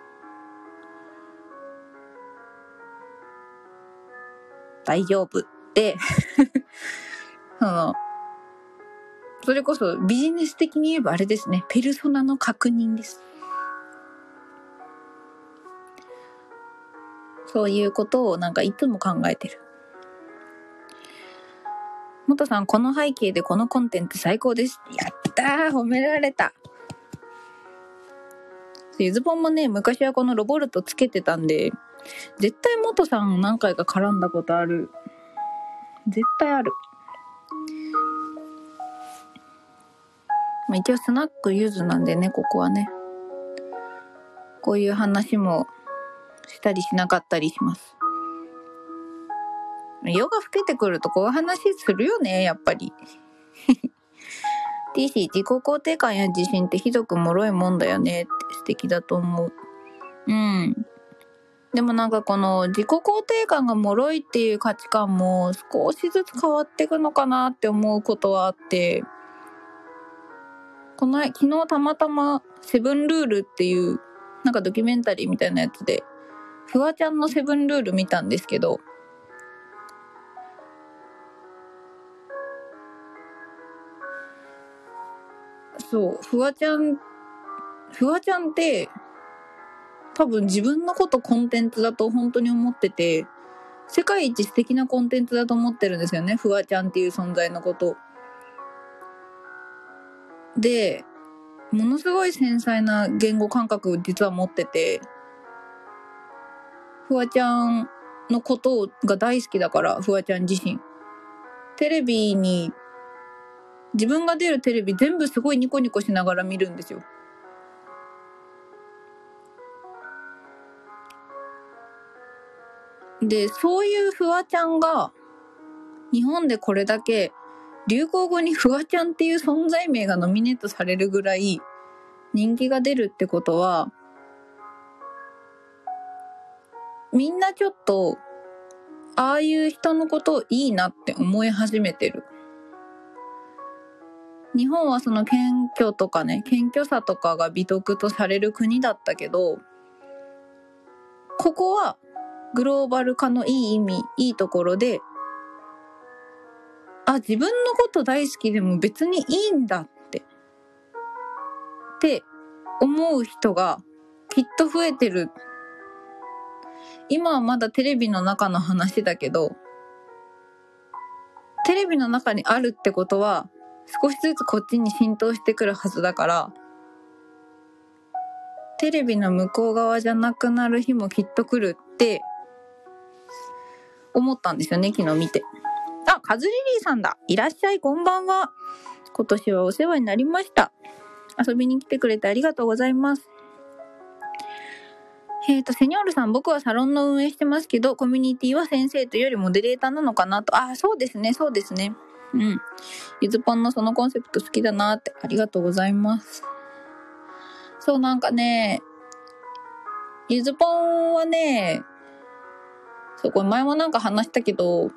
S1: 大丈夫ってそのそれこそビジネス的に言えばあれですね、ペルソナの確認です。 そういうことをなんかいつも考えてる。元さん、この背景でこのコンテンツ最高です。やったー、褒められた。ゆずぽんもね、昔はこのロボルトつけてたんで、絶対元さん何回か絡んだことある。絶対ある。まあ、一応スナックゆずなんでね、ここはね。こういう話もしたりしなかったりします。夜が更けてくるとこういう話するよね、やっぱり。ティーシー、自己肯定感や自信ってひどく脆いもんだよねって素敵だと思う。うん。でもなんかこの自己肯定感が脆いっていう価値観も少しずつ変わっていくのかなって思うことはあって、この昨日たまたまセブンルールっていうなんかドキュメンタリーみたいなやつでフワちゃんのセブンルール見たんですけど、そうフワちゃんフワちゃんって多分自分のことコンテンツだと本当に思ってて、世界一素敵なコンテンツだと思ってるんですよね、フワちゃんっていう存在のことで。ものすごい繊細な言語感覚を実は持ってて、フワちゃんのことが大好きだから、フワちゃん自身テレビに自分が出るテレビ全部すごいニコニコしながら見るんですよ。で、そういうフワちゃんが日本でこれだけ流行語にフワちゃんっていう存在名がノミネートされるぐらい人気が出るってことは、みんなちょっとああいう人のことをいいなって思い始めてる。日本はその謙虚とかね、謙虚さとかが美徳とされる国だったけど、ここはグローバル化のいい意味、いいところで、あ、自分のこと大好きでも別にいいんだってって思う人がきっと増えてる。今はまだテレビの中の話だけど、テレビの中にあるってことは少しずつこっちに浸透してくるはずだから、テレビの向こう側じゃなくなる日もきっと来るって思ったんですよね、昨日見て。あ、カズリリーさんだ。いらっしゃい、こんばんは。今年はお世話になりました。遊びに来てくれてありがとうございます。えーと、セニョールさん、僕はサロンの運営してますけど、コミュニティは先生というよりモデレーターなのかなと。あ、そうですね、そうですね。うん。ゆずぽんのそのコンセプト好きだなって。ありがとうございます。そう、なんかね、ゆずぽんはね、そう、これ前もなんか話したけど、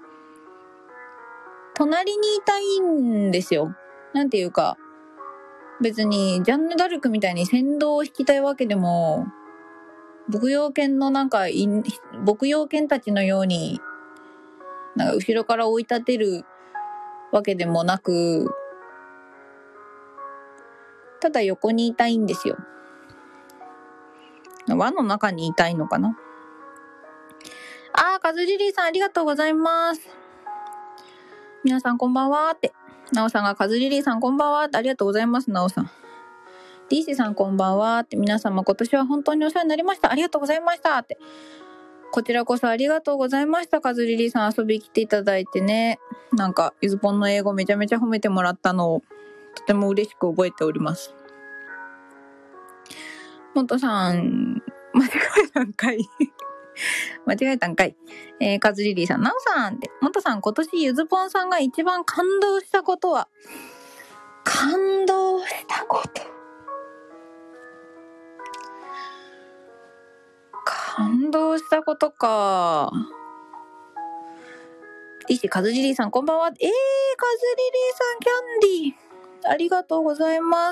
S1: 隣にいたいんですよ。なんていうか、別にジャンヌ・ダルクみたいに先導を引きたいわけでも、牧羊犬のなんか、牧羊犬たちのように、なんか後ろから追い立てるわけでもなく、ただ横にいたいんですよ。輪の中にいたいのかな。あー、カズリリーさんありがとうございます。皆さんこんばんはって。なおさんがカズリリーさんこんばんはって。ありがとうございます、なおさん。ディーシーさんこんばんはって。皆様今年は本当にお世話になりました。ありがとうございましたって。こちらこそありがとうございました。カズリリーさん遊びに来ていただいてね。なんかゆずぽんの英語めちゃめちゃ褒めてもらったのをとても嬉しく覚えております。もとさん、間違えたんかい。間違えたんかい。えー、カズリリーさん、なおさんって。もとさん、今年ゆずぽんさんが一番感動したことは、感動したこと。感動したことか。いいし、カズリリーさん、こんばんは。えー、カズリリーさん、キャンディー。ありがとうございます。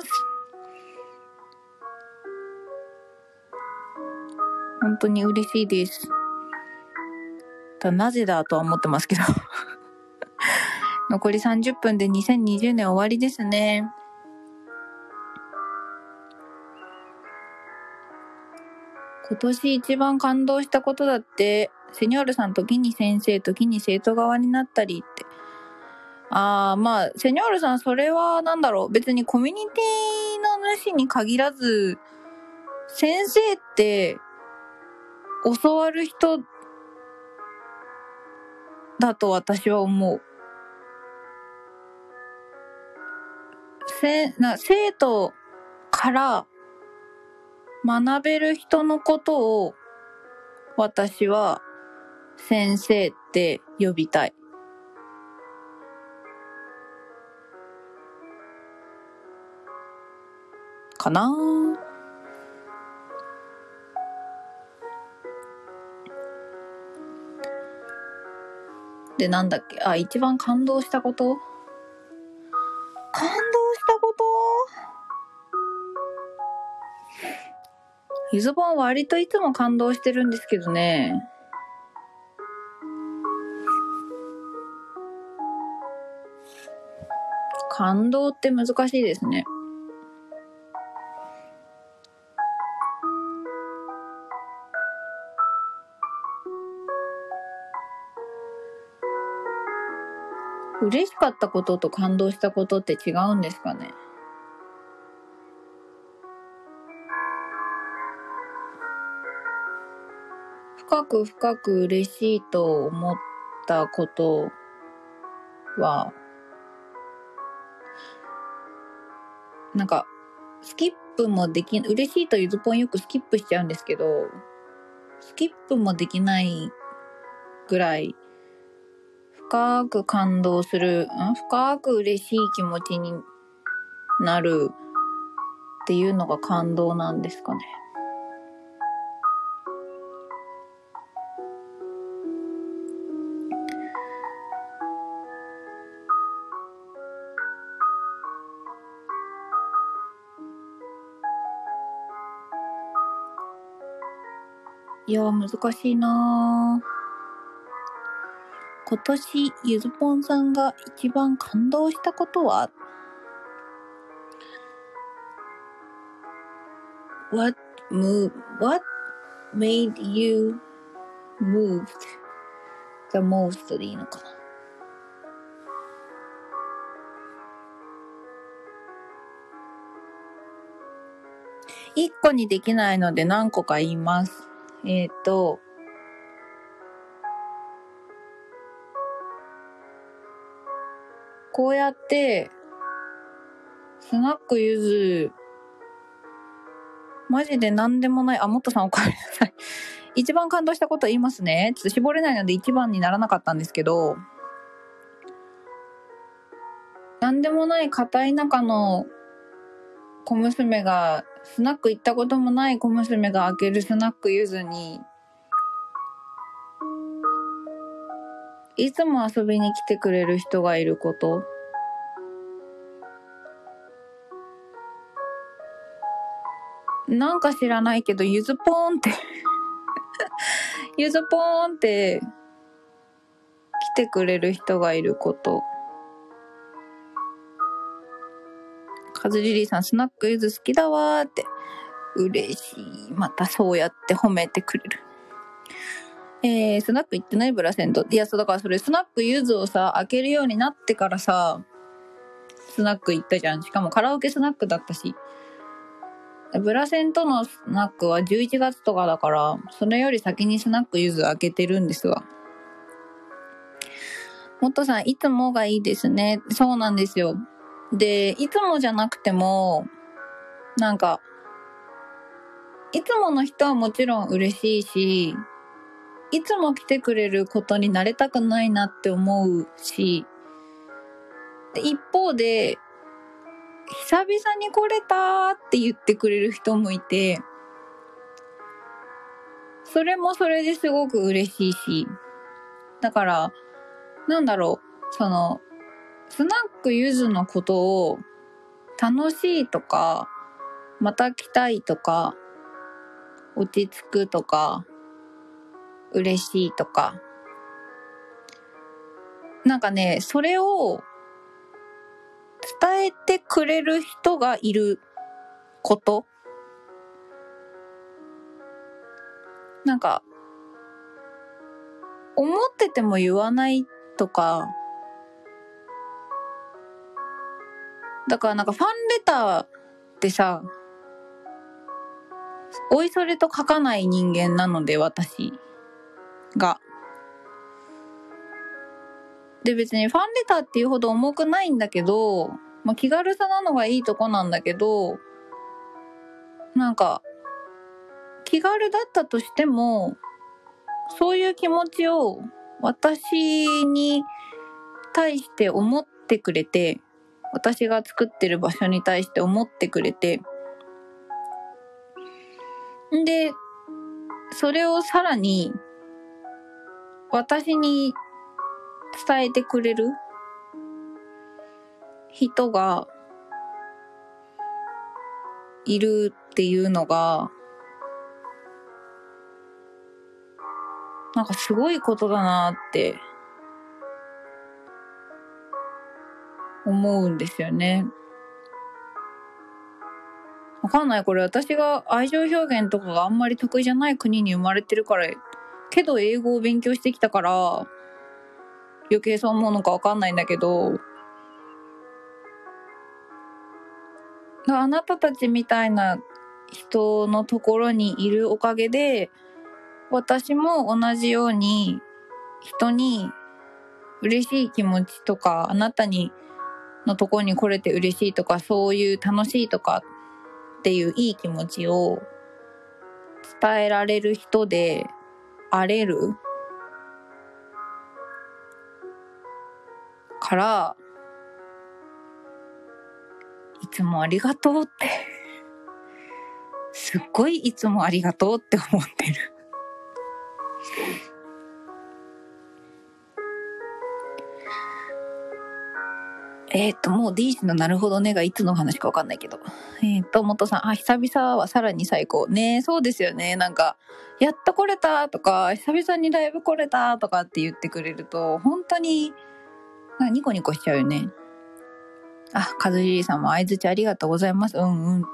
S1: 本当に嬉しいです。ただなぜだとは思ってますけど。残りさんじゅっぷんでにせんにじゅうねん終わりですね。今年一番感動したことだって、 セニョールさん時に先生時に生徒側になったりって。あーまあセニョールさんそれはなんだろう、別にコミュニティの主に限らず先生って教わる人だと私は思う。せな生徒から学べる人のことを私は先生って呼びたいかな。で、なんだっけ、あ、一番感動したこと感動したことゆずぼん割といつも感動してるんですけどね。感動って難しいですね。嬉しかったことと感動したことって違うんですかね。深く深く嬉しいと思ったことは、なんかスキップもでき、嬉しいとゆずぽんよくスキップしちゃうんですけど、スキップもできないぐらい深く感動する、ん深く嬉しい気持ちになるっていうのが感動なんですかね。いや難しいなぁ。今年ゆずぽんさんが一番感動したことは What move What made you moved the most でいいのかな。一個にできないので何個か言います。えっとこうやってスナックゆずマジで何でもない。あ、もっとさんおかえりなさい。一番感動したこと言いますね。ちょっと絞れないので一番にならなかったんですけど、何でもない片田舎の小娘が、スナック行ったこともない小娘が開けるスナックゆずに、いつも遊びに来てくれる人がいること。なんか知らないけど、ゆずぽーんってゆずぽーんって来てくれる人がいること。カズリリーさん、スナックゆず好きだわーって。嬉しい。またそうやって褒めてくれる。えー、スナック行ってないブラセント。いや、そうだからそれスナックゆずをさ、開けるようになってからさ、スナック行ったじゃん。しかもカラオケスナックだったし。ブラセントのスナックはじゅういちがつとかだから、それより先にスナックゆず開けてるんですわ。もっとさん、いつもがいいですね。そうなんですよ。で、いつもじゃなくても、なんか、いつもの人はもちろん嬉しいし、いつも来てくれることに慣れたくないなって思うし、で一方で、久々に来れたって言ってくれる人もいて、それもそれですごく嬉しいし、だから、なんだろう、その、スナックゆずのことを楽しいとか、また来たいとか、落ち着くとか、嬉しいとか、なんかね、それを伝えてくれる人がいること、なんか思ってても言わないとか、だからなんかファンレターってさ、おいそれと書かない人間なので、私が。で、別にファンレターっていうほど重くないんだけど、まあ、気軽さなのがいいとこなんだけど、なんか、気軽だったとしても、そういう気持ちを私に対して思ってくれて、私が作ってる場所に対して思ってくれて、んで、それをさらに私に伝えてくれる人がいるっていうのが、なんかすごいことだなって思うんですよね。わかんない。これ私が愛情表現とかがあんまり得意じゃない国に生まれてるから、けど英語を勉強してきたから余計そう思うのかわかんないんだけど、あなたたちみたいな人のところにいるおかげで、私も同じように人に嬉しい気持ちとか、あなたにのところに来れて嬉しいとか、そういう楽しいとかっていういい気持ちを伝えられる人であれるから、いつもありがとうってすっごいいつもありがとうって思ってる。えっと、もう D 氏のなるほどねがいつの話かわかんないけど。えっと、元さん、あ、久々はさらに最高。ね、そうですよね。なんか、やっと来れたとか、久々にライブ来れたとかって言ってくれると、本当に、ニコニコしちゃうよね。あ、カズジーさんも相づちありがとうございます。うんうんって。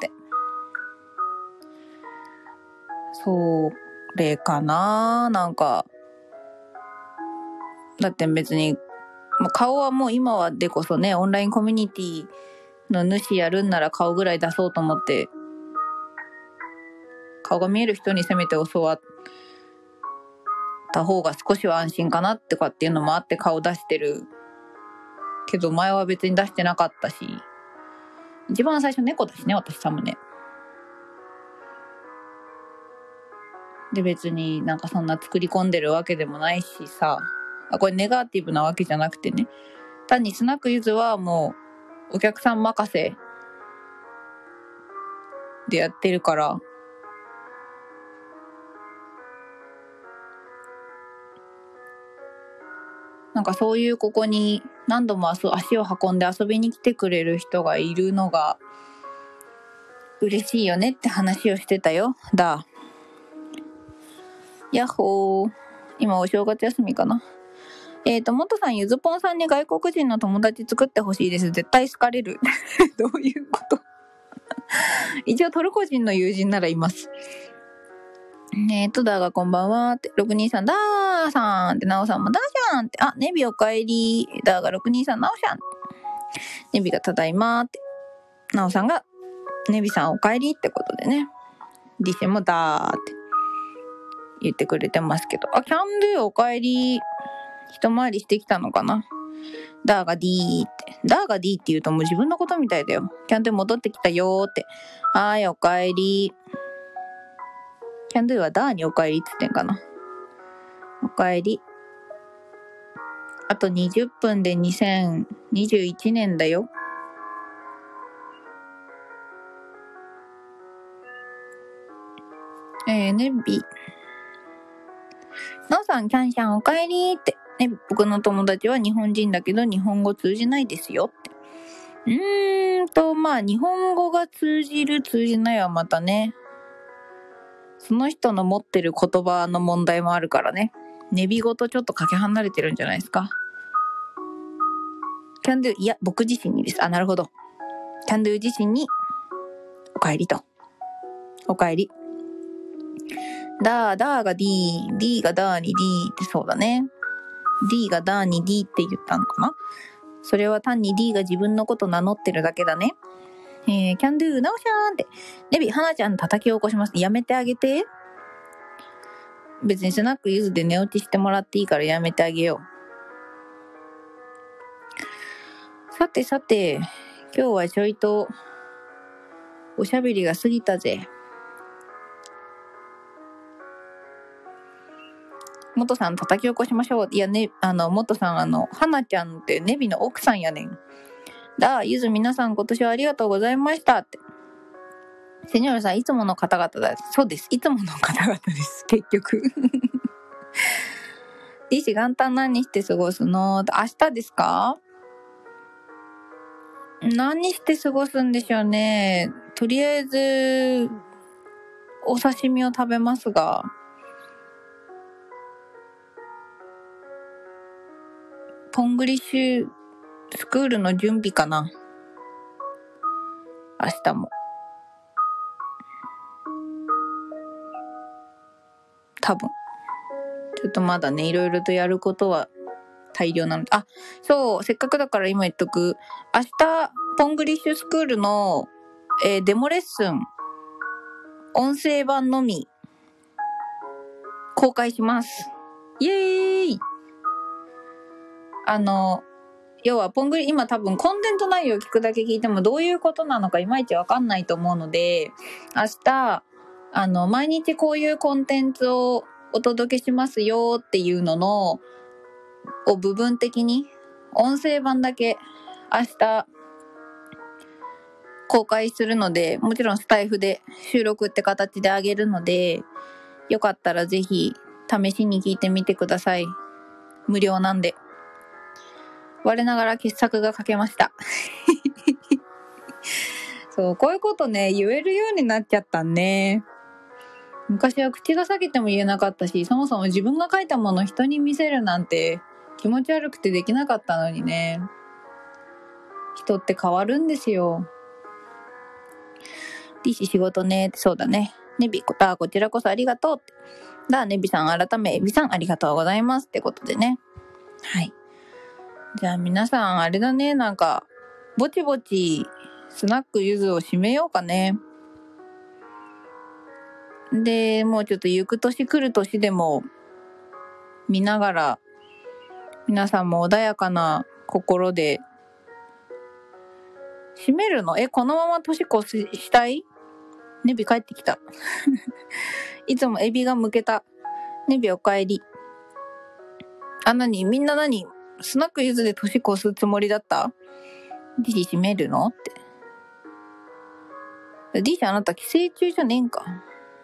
S1: それかな、なんか。だって別に、顔はもう今はでこそね、オンラインコミュニティの主やるんなら顔ぐらい出そうと思って、顔が見える人にせめて教わった方が少しは安心かなってかっていうのもあって顔出してるけど、前は別に出してなかったし、一番最初猫だしね、私サムネで、別になんかそんな作り込んでるわけでもないしさ、あ、これネガティブなわけじゃなくてね、単にスナックゆずはもうお客さん任せでやってるから、なんかそういうここに何度も足を運んで遊びに来てくれる人がいるのが嬉しいよねって話をしてたよ。だ。やっほー。今お正月休みかな。えっと、元さん、ゆずぽんさんに外国人の友達作ってほしいです。絶対好かれる。どういうこと一応トルコ人の友人ならいます。えっと、ダーがこんばんはって、ろくにーさん、ダーさんって、ナオさんもダーシャンって、あ、ネビおかえり、ダーがろくにーさん、ナオシャン、ネビがただいまって、ナオさんが、ネビさんおかえりってことでね、ディシェもダーって言ってくれてますけど、あ、キャンドゥおかえり、一回りしてきたのかな。ダーが D って、ダーが D って言うともう自分のことみたいだよ。キャンドゥ戻ってきたよーって、はーいおかえり。キャンドゥはダーにおかえりって言ってんかな。おかえり。あとにじゅっぷんでにせんにじゅういちねんだよ。えー、ネビ。ノーさん、キャンシャンおかえりって。ね、僕の友達は日本人だけど日本語通じないですよって。うーんと、まあ、日本語が通じる通じないはまたね、その人の持ってる言葉の問題もあるからね。ネビ語とちょっとかけ離れてるんじゃないですか。キャンドゥ、いや、僕自身にです。あ、なるほど。キャンドゥ自身に、おかえりと。おかえり。 だーだーが D、D がだーに D ってそうだね。D がだーに D って言ったのかな。それは単に D が自分のこと名乗ってるだけだね。えー、キャンドゥ、ナオシャーンって。ネビ、花ちゃん叩き起こします。やめてあげて。別にスナックゆずで寝落ちしてもらっていいからやめてあげよう。さてさて、今日はちょいとおしゃべりが過ぎたぜ。元さん叩き起こしましょう。いやね、あの、元さん、あの、花ちゃんってネビの奥さんやねん。だ、ゆず皆さん今年はありがとうございましたって。セニョールさん、いつもの方々だ。そうです。いつもの方々です。結局。リシ元旦何して過ごすの？明日ですか？何して過ごすんでしょうね。とりあえず、お刺身を食べますが、ポングリッシュスクールの準備かな。明日も。多分。ちょっとまだね、いろいろとやることは大量なので。あ、そう、せっかくだから今言っとく。明日、ポングリッシュスクールの、えー、デモレッスン、音声版のみ、公開します。イエーイ！あの、要はポングリ、今多分コンテンツ内容を聞くだけ聞いてもどういうことなのかいまいちわかんないと思うので、明日、あの、毎日こういうコンテンツをお届けしますよっていうのの、を部分的に、音声版だけ明日公開するので、もちろんスタイフで収録って形であげるので、よかったらぜひ試しに聞いてみてください。無料なんで。我ながら傑作が書けました。そう、こういうことね、言えるようになっちゃったね。昔は口が裂けても言えなかったし、そもそも自分が書いたものを人に見せるなんて気持ち悪くてできなかったのにね。人って変わるんですよ。ディシ仕事ね、そうだね。ネビコタ、こちらこそありがとうって。だ、ネビさん改め、エビさんありがとうございますってことでね。はい。じゃあ皆さんあれだね、なんか、ぼちぼちスナックゆずを締めようかね。で、もうちょっと行く年来る年でも見ながら、皆さんも穏やかな心で、締めるの？え、このまま年越ししたい？ネビ帰ってきた。いつもエビが向けた。ネビお帰り。あ、なに？みんな何？スナックゆずで年越すつもりだった？ディシ閉めるの？って。ディシあなた寄生虫じゃねえんか。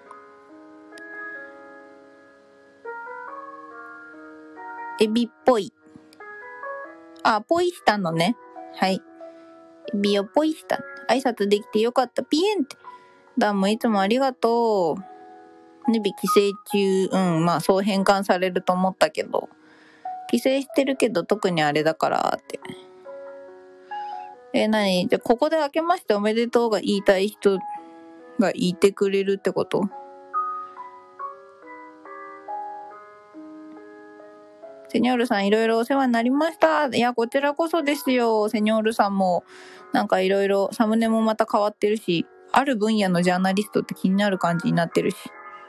S1: エビっぽい。あ、ぽいしたのね。はい。エビをぽいした。挨拶できてよかった。ピエンって。どうもいつもありがとう。ネビ寄生虫、うん、まあそう変換されると思ったけど。寄生してるけど特にあれだからって。え、なに？じゃあここで明けましておめでとうが言いたい人が言ってくれるってこと？セニョールさんいろいろお世話になりました。いや、こちらこそですよ。セニョールさんもなんかいろいろサムネもまた変わってるし、ある分野のジャーナリストって気になる感じになってるし。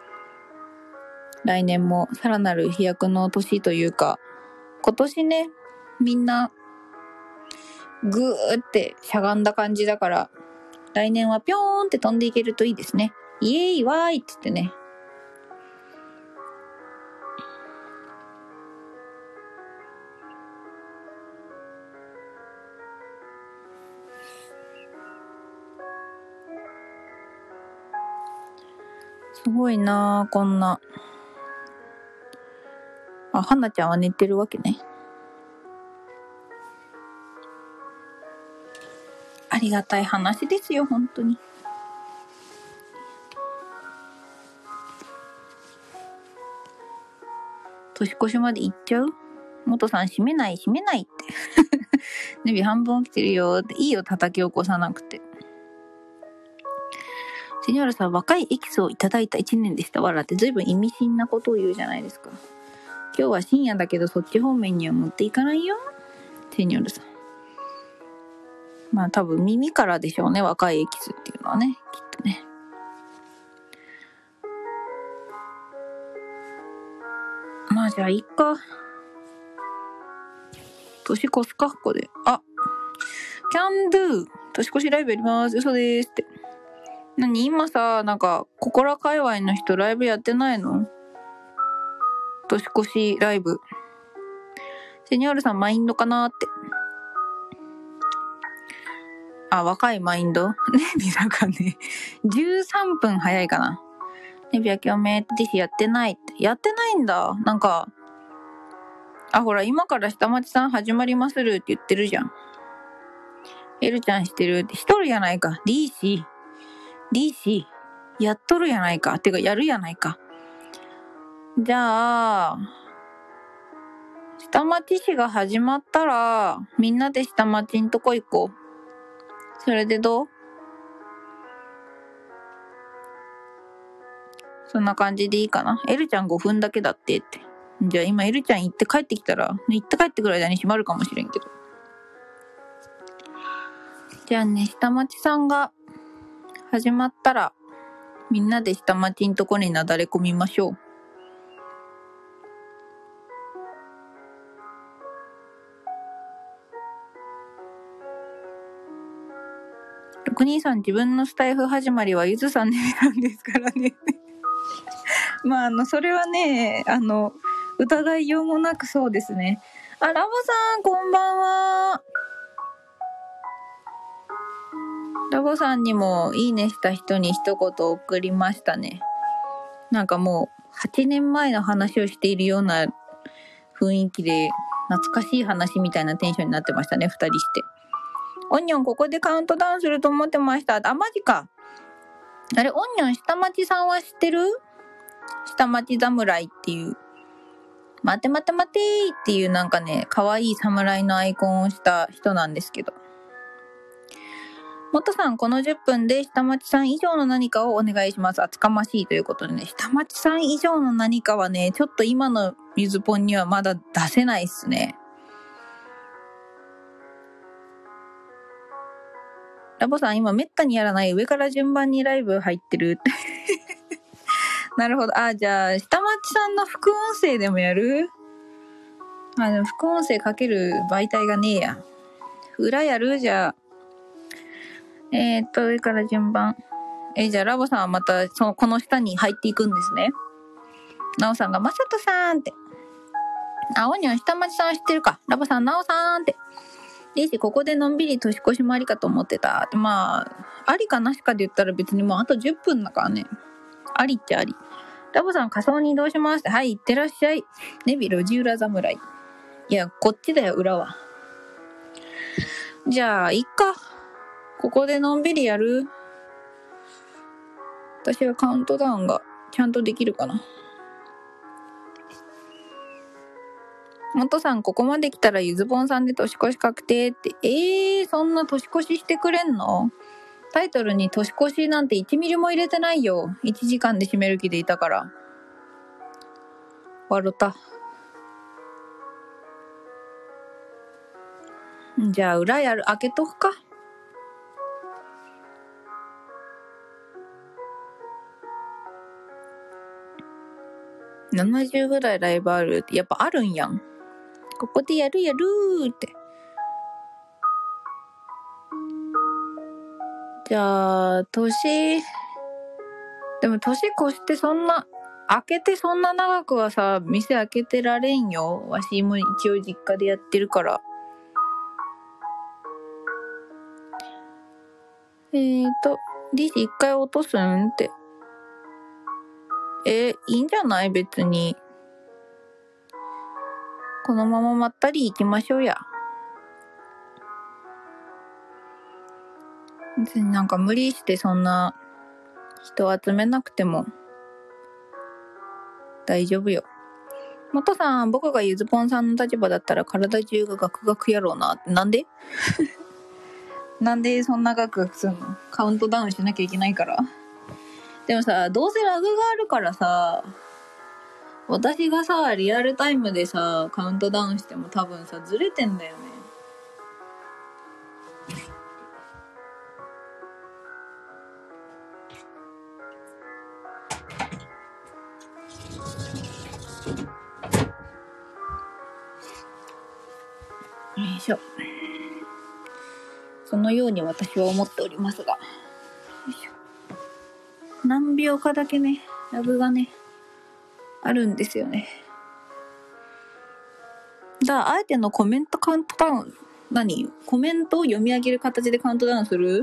S1: 来年もさらなる飛躍の年というか、今年ね、みんなぐーってしゃがんだ感じだから、来年はぴょーんって飛んでいけるといいですね。イエーイわーいって言ってね。すごいなぁ、こんな。あ、はなちゃんは寝てるわけね。ありがたい話ですよ、本当に。年越しまで行っちゃう？元さん閉めない閉めないって。ネビ半分起きてるよって。いいよ、叩き起こさなくて。 セニョールさん、若いエキスをいただいたいちねんでした。わらって随分意味深なことを言うじゃないですか。今日は深夜だけどそっち方面には持っていかないよ、セニョールさん。まあ多分耳からでしょうね、若いエキスっていうのはね、きっとね。まあじゃあいっか。年越すか、ここで。あ、キャンドゥ年越しライブやります。嘘でーすって。何今さ、なんか、ここら界隈の人ライブやってないの？年越しライブ。セニョールさんマインドかなーって。あ、若いマインド？ネビなんかね、じゅうさんぷん早いかな。ネビは今日メディシやってないって。やってないんだ。なんか、あ、ほら、今から下町さん始まりまするって言ってるじゃん。エルちゃんしてるって。しとるやないか。ディーシー。ディーシー。やっとるやないか。てか、やるやないか。じゃあ、下町市が始まったら、みんなで下町んとこ行こう。それでどう？そんな感じでいいかな。エルちゃんごふんだけだってって。じゃあ今エルちゃん行って帰ってきたら、行って帰ってくる間に閉まるかもしれんけど。じゃあね、下町さんが始まったら、みんなで下町んとこになだれ込みましょう。ろくにーさん自分のスタイフ始まりはゆずさんでなんですからね。まあ、あの、それはね、あの、疑いようもなくそうですね。あ、ラボさん、こんばんは。ラボさんにもいいねした人に一言送りましたね。なんかもう、はちねんまえの話をしているような雰囲気で、懐かしい話みたいなテンションになってましたね、二人して。オニオン、ここでカウントダウンすると思ってました。あ、マジか。あれ、オニオン、下町さんは知ってる？下町侍っていう。待て待て待てーっていうなんかね、可愛い侍のアイコンをした人なんですけど。もとさん、このじゅっぷんで下町さん以上の何かをお願いします。厚かましいということでね、下町さん以上の何かはね、ちょっと今のゆずぽんにはまだ出せないっすね。ラボさん、今めったにやらない上から順番にライブ入ってる。なるほど。あ、じゃあ、下町さんの副音声でもやる？あ、でも副音声かける媒体がねえや。裏やる？じゃあ。えーっと、上から順番。えー、じゃあラボさんはまた、その、この下に入っていくんですね。ナオさんが、まさとさんって。あ、オニオン下町さん知ってるか。ラボさん、ナオさんって。でし、ここでのんびり年越しもありかと思ってた。まあ、ありかなしかで言ったら別にもうあとじゅっぷんだからね。ありっちゃあり。ラボさん仮装に移動します。はい、いってらっしゃい。ネビ路地裏侍。いや、こっちだよ、裏は。じゃあ、いっか。ここでのんびりやる？私はカウントダウンがちゃんとできるかな。もとさん、ここまで来たらゆずぼんさんで年越し確定って。えー、そんな年越ししてくれんの？タイトルに年越しなんていちミリも入れてないよ。いちじかんで締める気でいたから。笑った。じゃあ裏やる、開けとくか。ななじゅうぐらいライブあるって、やっぱあるんやん。ここでやるやるーって。じゃあ、年、でも年越してそんな、開けてそんな長くはさ、店開けてられんよ。わしも一応実家でやってるから。えーと、リシ一回落とすんって。えー、いいんじゃない別に。このまままったり行きましょうや。別になんか無理してそんな人集めなくても大丈夫よ。もとさん、僕がゆずぽんさんの立場だったら体中がガクガクやろうなって。なんで？なんでそんなガクガクすんの？カウントダウンしなきゃいけないから。 でもさ、どうせラグがあるからさ、私がさ、リアルタイムでさ、カウントダウンしても多分さ、ずれてんだよね。よいしょ。そのように私は思っておりますが。よいしょ。何秒かだけね、ラグがね、あるんですよね。だから、あえてのコメントカウントダウン、何？コメントを読み上げる形でカウントダウンする？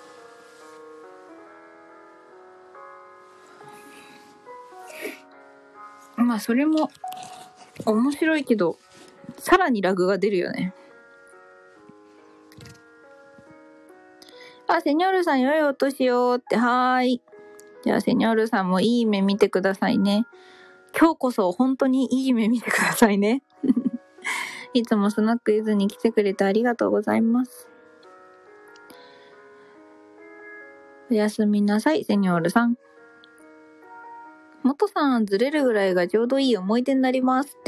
S1: まあ、それも面白いけど、さらにラグが出るよね。あ、セニョールさん、良いお年をって、はーい。じゃあ、セニョールさんもいい目見てくださいね。今日こそ本当にいい目見てくださいね。いつもスナックイズに来てくれてありがとうございます。おやすみなさい、セニョールさん。元さん、ずれるぐらいがちょうどいい思い出になりますって。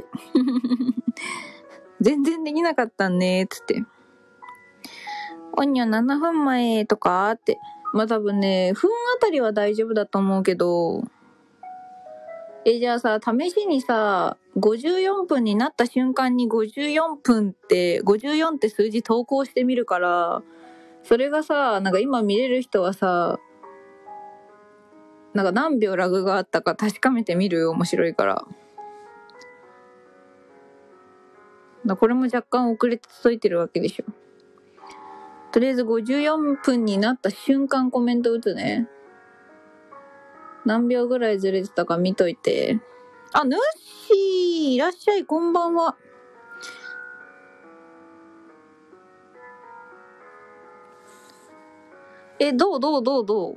S1: 全然できなかったね、つって。おにゃななふんまえとかって。まあ多分ね、分あたりは大丈夫だと思うけど、え、じゃあさ、試しにさ、ごじゅうよんぷんになった瞬間にごじゅうよんぷんって、ごじゅうよんって数字投稿してみるから、それがさ、なんか今見れる人はさ、なんか何秒ラグがあったか確かめてみる？面白いから。だこれも若干遅れて届いてるわけでしょ。とりあえずごじゅうよんぷんになった瞬間コメント打つね。何秒ぐらいずれてたか見といて。あ、ぬっしーいらっしゃい、こんばんは。え、どうどうどうどう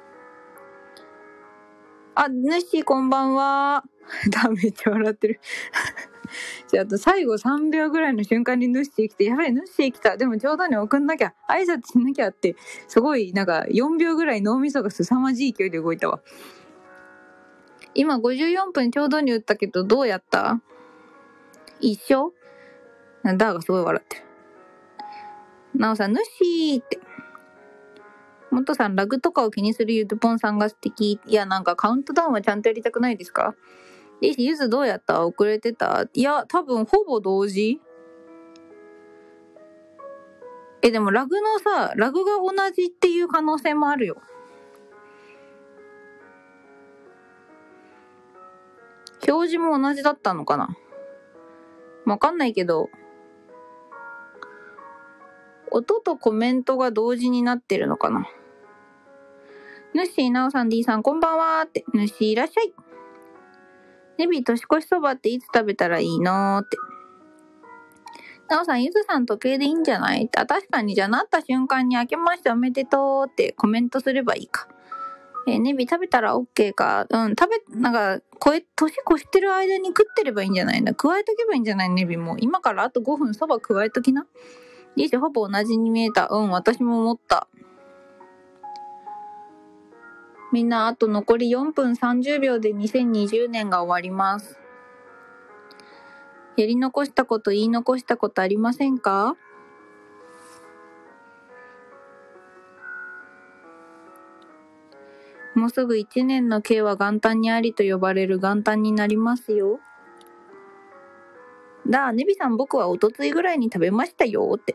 S1: あ、ぬっしーこんばんは。だ、めっちゃ笑ってる。じゃあ、あと最後さんびょうぐらいの瞬間にヌッシー来て、やばい、ヌッシー来た。でも冗談に送んなきゃ、挨拶しなきゃって、すごい、なんかよんびょうぐらい脳みそが凄まじい勢いで動いたわ。今ごじゅうよんぷんちょうどに打ったけど、どうやった？一緒？ダーがすごい笑ってる。なおさん、ヌッシーって。もとさん、ラグとかを気にするゆずぽんさんが素敵。いや、なんかカウントダウンはちゃんとやりたくないですか？ゆずどうやった？遅れてた？いや、多分ほぼ同時。え、でもラグのさ、ラグが同じっていう可能性もあるよ。表示も同じだったのかな？わかんないけど、音とコメントが同時になってるのかな？ぬっしー、なおさん、D さん、こんばんはーって。ぬっしー、いらっしゃい。ネビ、年越しそばっていつ食べたらいいのーって。なおさん、ゆずさん時計でいいんじゃない？あ、確かに、じゃあなった瞬間に明けましておめでとうってコメントすればいいか。えー、ネビ食べたら OK か。うん、食べ、なんか、こえ、年越してる間に食ってればいいんじゃないんだ。加えとけばいいんじゃない？ネビも。今からあとごふんそば加えときな。いいし、ほぼ同じに見えた。うん、私も思った。みんな、あと残りよんぷんさんじゅうびょうでにせんにじゅうねんが終わります。やり残したこと、言い残したことありませんか？もうすぐいちねんの計は元旦にありと呼ばれる元旦になりますよ。だ、ネビさん僕はおとついぐらいに食べましたよって。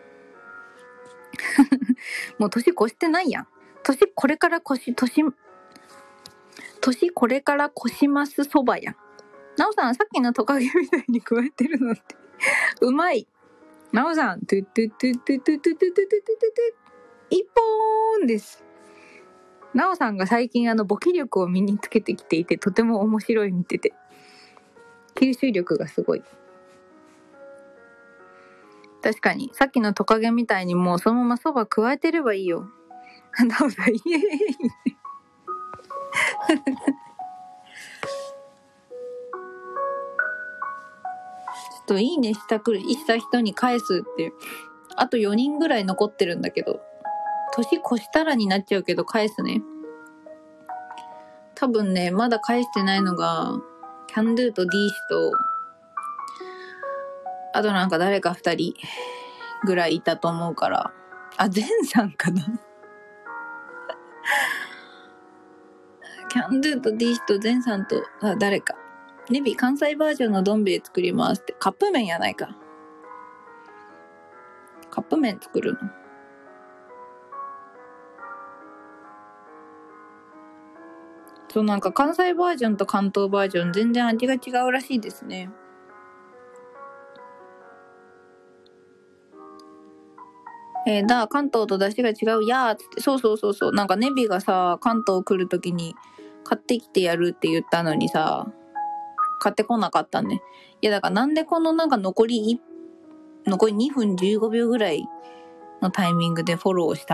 S1: もう年越してないやん。年これから越し、年、年これから越しますそばやん。なおさん、さっきのトカゲみたいに加えてるのって。うまい。なおさん、トゥトゥトゥトゥトゥトゥトゥトゥトゥトゥトゥ一本です。なおさんが最近あの簿記力を身につけてきていて、とても面白い見てて。吸収力がすごい。確かに、さっきのトカゲみたいにもうそのままそば加えてればいいよ。なおさん、イエーイ。ちょっといいねしたくる、した人に返すって、あとよにんぐらい残ってるんだけど、年越したらになっちゃうけど返すね。 多分ね、まだ返してないのが、キャンドゥと D 氏と、あとなんか誰か二人ぐらいいたと思うから。あ、ゼンさんかなキャンドゥと D 氏とゼンさんと、あ、誰か。ネビ関西バージョンのどん兵衛作りますって。カップ麺やないか。カップ麺作るの。そう、なんか関西バージョンと関東バージョン全然味が違うらしいですね。えー、だ、関東と出汁が違うやーっつって。そうそうそうそう。なんかネビがさ、関東来るときに買ってきてやるって言ったのにさ、買ってこなかったね。いやだからなんでこのなんか残り残りにふんじゅうごびょうぐらいのタイミングでフォローした？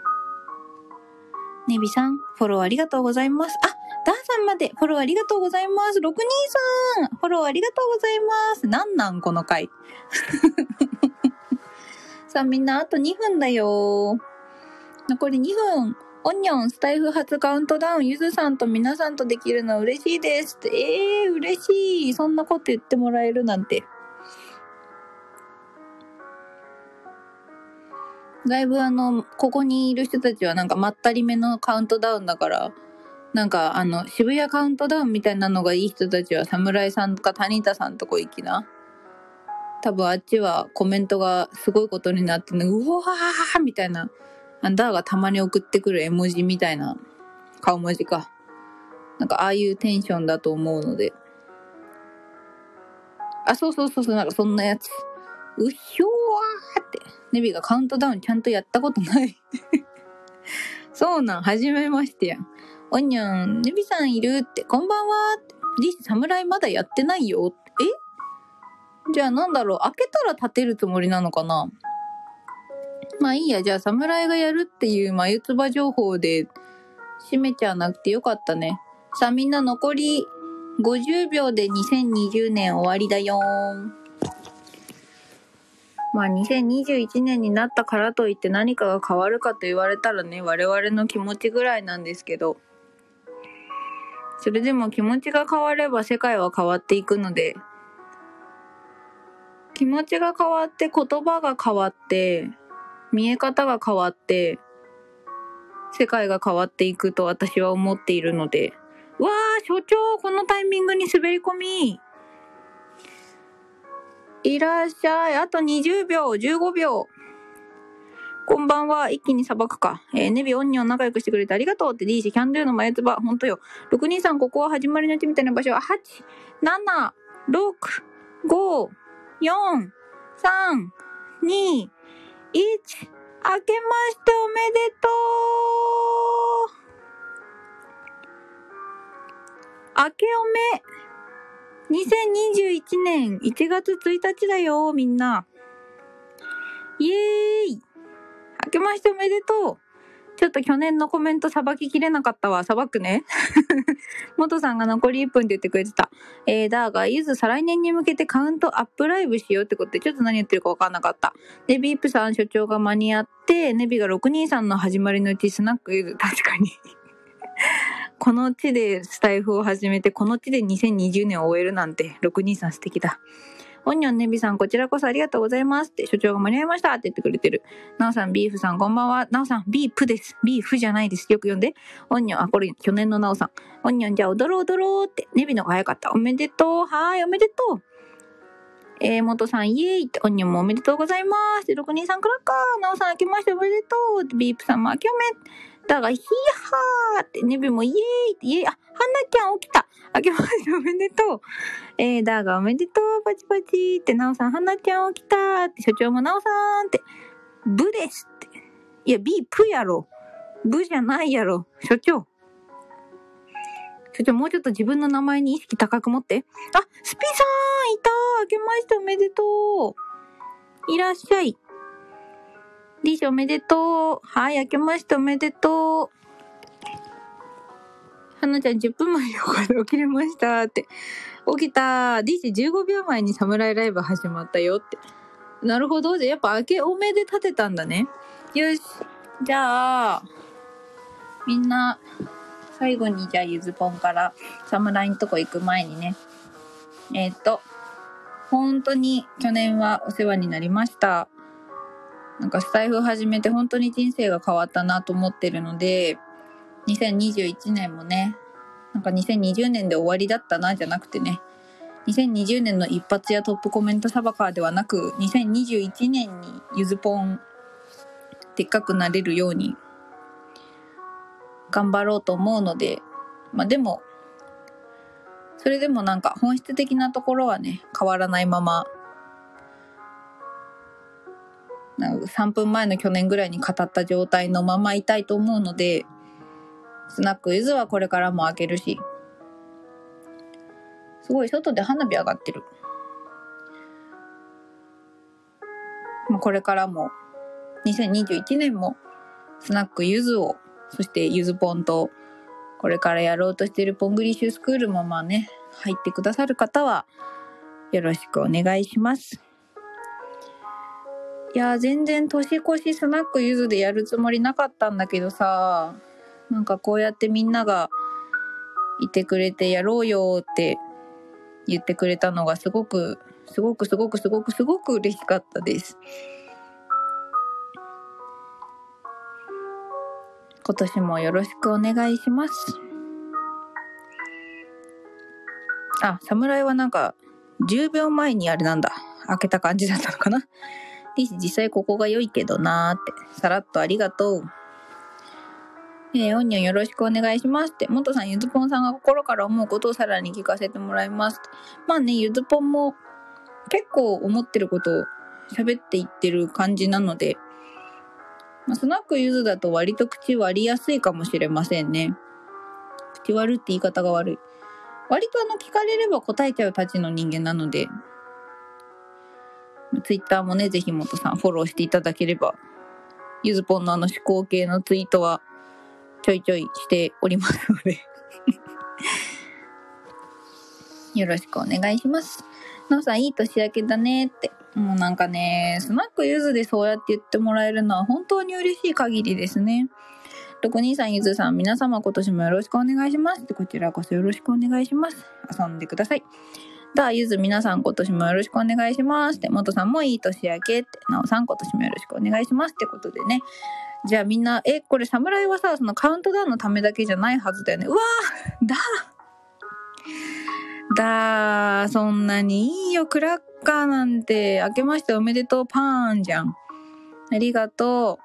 S1: ネビさん、フォローありがとうございます。あ、ダーさんまでフォローありがとうございます。ろくにーさん、フォローありがとうございます。なんなんこの回。さあみんなあとにふんだよ。残りにふん。オニョン、スタイフ初カウントダウン、ゆずさんと皆さんとできるの嬉しいですって。えー、嬉しい。そんなこと言ってもらえるなんて。だいぶあの、ここにいる人たちはなんかまったりめのカウントダウンだから、なんかあの、渋谷カウントダウンみたいなのがいい人たちは侍さんとか谷田さんとこ行きな。多分あっちはコメントがすごいことになってね、うわーみたいな。あんダーがたまに送ってくる絵文字みたいな顔文字か。なんかああいうテンションだと思うので。あ、そうそうそうそう、なんかそんなやつ。うひょーって。ネビがカウントダウンちゃんとやったことない。そうなん、はじめましてやん。おにゃん、ネビさんいるって、こんばんはって。リス、侍まだやってないよ。え？じゃあなんだろう、開けたら立てるつもりなのかな？まあいいや、じゃあ侍がやるっていう眉唾情報で閉めちゃわなくてよかったね。さあみんな残りごじゅうびょうでにせんにじゅうねん終わりだよーん。まあにせんにじゅういちねんになったからといって何かが変わるかと言われたらね、我々の気持ちぐらいなんですけど、それでも気持ちが変われば世界は変わっていくので、気持ちが変わって言葉が変わって見え方が変わって世界が変わっていくと私は思っているので、わー所長このタイミングに滑り込みいらっしゃい。あとにじゅうびょうじゅうごびょう。こんばんは。一気にさばくか。えー、ネビオンニョン仲良くしてくれてありがとうって D 氏キャンドゥの前つば。ほんとよ。ろくにーさんここは始まりの地みたいな場所ははち、なな、ろく、ご、よん、さん、に、いち。明けましておめでとう。明けおめ。にせんにじゅういちねんいちがつついたちだよ、みんな。イエーイ。明けましておめでとう。ちょっと去年のコメントさばききれなかったわ。さばくね。元さんが残りいっぷんって言ってくれてた。えー、だが、ゆず再来年に向けてカウントアップライブしようってことで、ちょっと何言ってるか分かんなかった。で、ビープさん所長が間に合って、ネビがろくにーさんの始まりのうちスナックゆず、確かに。この地でスタイフを始めて、この地でにせんにじゅうねんを終えるなんて、ろくにーさん素敵だ。オニョンネビさんこちらこそありがとうございますって所長が間に合いましたって言ってくれてる。ナオさんビーフさんこんばんは。ナオさんビープです。ビーフじゃないです。よく読んで。オニョン、あ、これ去年のナオさん。オニョンじゃあ踊ろう踊ろうって。ネビのが早かった。おめでとう。はーい、おめでとう。えー、元さんイエーイって。オニョンもおめでとうございます。ろくにーさんクラッカー。ナオさん明けましておめでとうって。ビープさんも明けおめ。だがヒーハーって。ネビもイエーイって。イエーイ。あ、ハンナちゃん起きた。明けましておめでとう。えー、だがおめでとう、パチパチって、なおさん、はなちゃん起きたーって、所長もなおさんって、ブですって。いや、ビープやろ。ブじゃないやろ。所長。所長、もうちょっと自分の名前に意識高く持って。あ、スピさんいたー。明けましておめでとう。いらっしゃい。リーシおめでとう。はい、明けましておめでとう。はなちゃんじゅっぷんまえよかで起きれましたって。起きた。ディーシーじゅうごびょうまえにサムライライブ始まったよって。なるほど。じゃあやっぱ明けおめで立てたんだね。よし。じゃあ、みんな、 最後にじゃあゆずぽんから侍のとこ行く前にね、えっと本当に去年はお世話になりました。なんかスタイフ始めて本当に人生が変わったなと思ってるので、にせんにじゅういちねんもね、なんかにせんにじゅうねんで終わりだったなじゃなくてね、にせんにじゅうねんの一発やトップコメントサバカーではなく、にせんにじゅういちねんにゆずぽんでっかくなれるように頑張ろうと思うので、まあでもそれでもなんか本質的なところはね変わらないまま、なんかさんぷんまえの去年ぐらいに語った状態のままいたいと思うので、スナックゆずはこれからも開けるし、すごい外で花火上がってる。まあ、これからもにせんにじゅういちねんもスナックゆずを、そしてゆずぽんとこれからやろうとしているポングリッシュスクールもまあね入ってくださる方はよろしくお願いします。いや全然年越しスナックゆずでやるつもりなかったんだけどさ、なんかこうやってみんながいてくれてやろうよって言ってくれたのがすごくすごくすごくすごくすごく嬉しかったです。今年もよろしくお願いします。あ、侍はなんかじゅうびょうまえにあれなんだ開けた感じだったのかな。実際ここが良いけどなーって、さらっとありがとう。えー、おんにょんよろしくお願いしますって、元さんゆずぽんさんが心から思うことをさらに聞かせてもらいますって。まあね、ゆずぽんも結構思ってることを喋っていってる感じなので、まあ、スナックゆずだと割と口割りやすいかもしれませんね。口割るって言い方が悪い。割とあの聞かれれば答えちゃうたちの人間なので、ツイッターもねぜひ元さんフォローしていただければ、ゆずぽんのあの思考系のツイートはちょいちょいしておりますのでよろしくお願いします。なおさんいい年明けだねって、もうなんかねスナックゆずでそうやって言ってもらえるのは本当に嬉しい限りですね。ろくにーさんゆずさん皆様今年もよろしくお願いしますって、こちらこそよろしくお願いします。遊んでください。だゆず皆さん今年もよろしくお願いしますって、元さんもいい年明けって、なおさん今年もよろしくお願いしますってことでね。じゃあみんな、えこれ侍はさそのカウントダウンのためだけじゃないはずだよね。うわーだだーそんなにいいよ、クラッカーなんて明けましておめでとうパーンじゃん。ありがと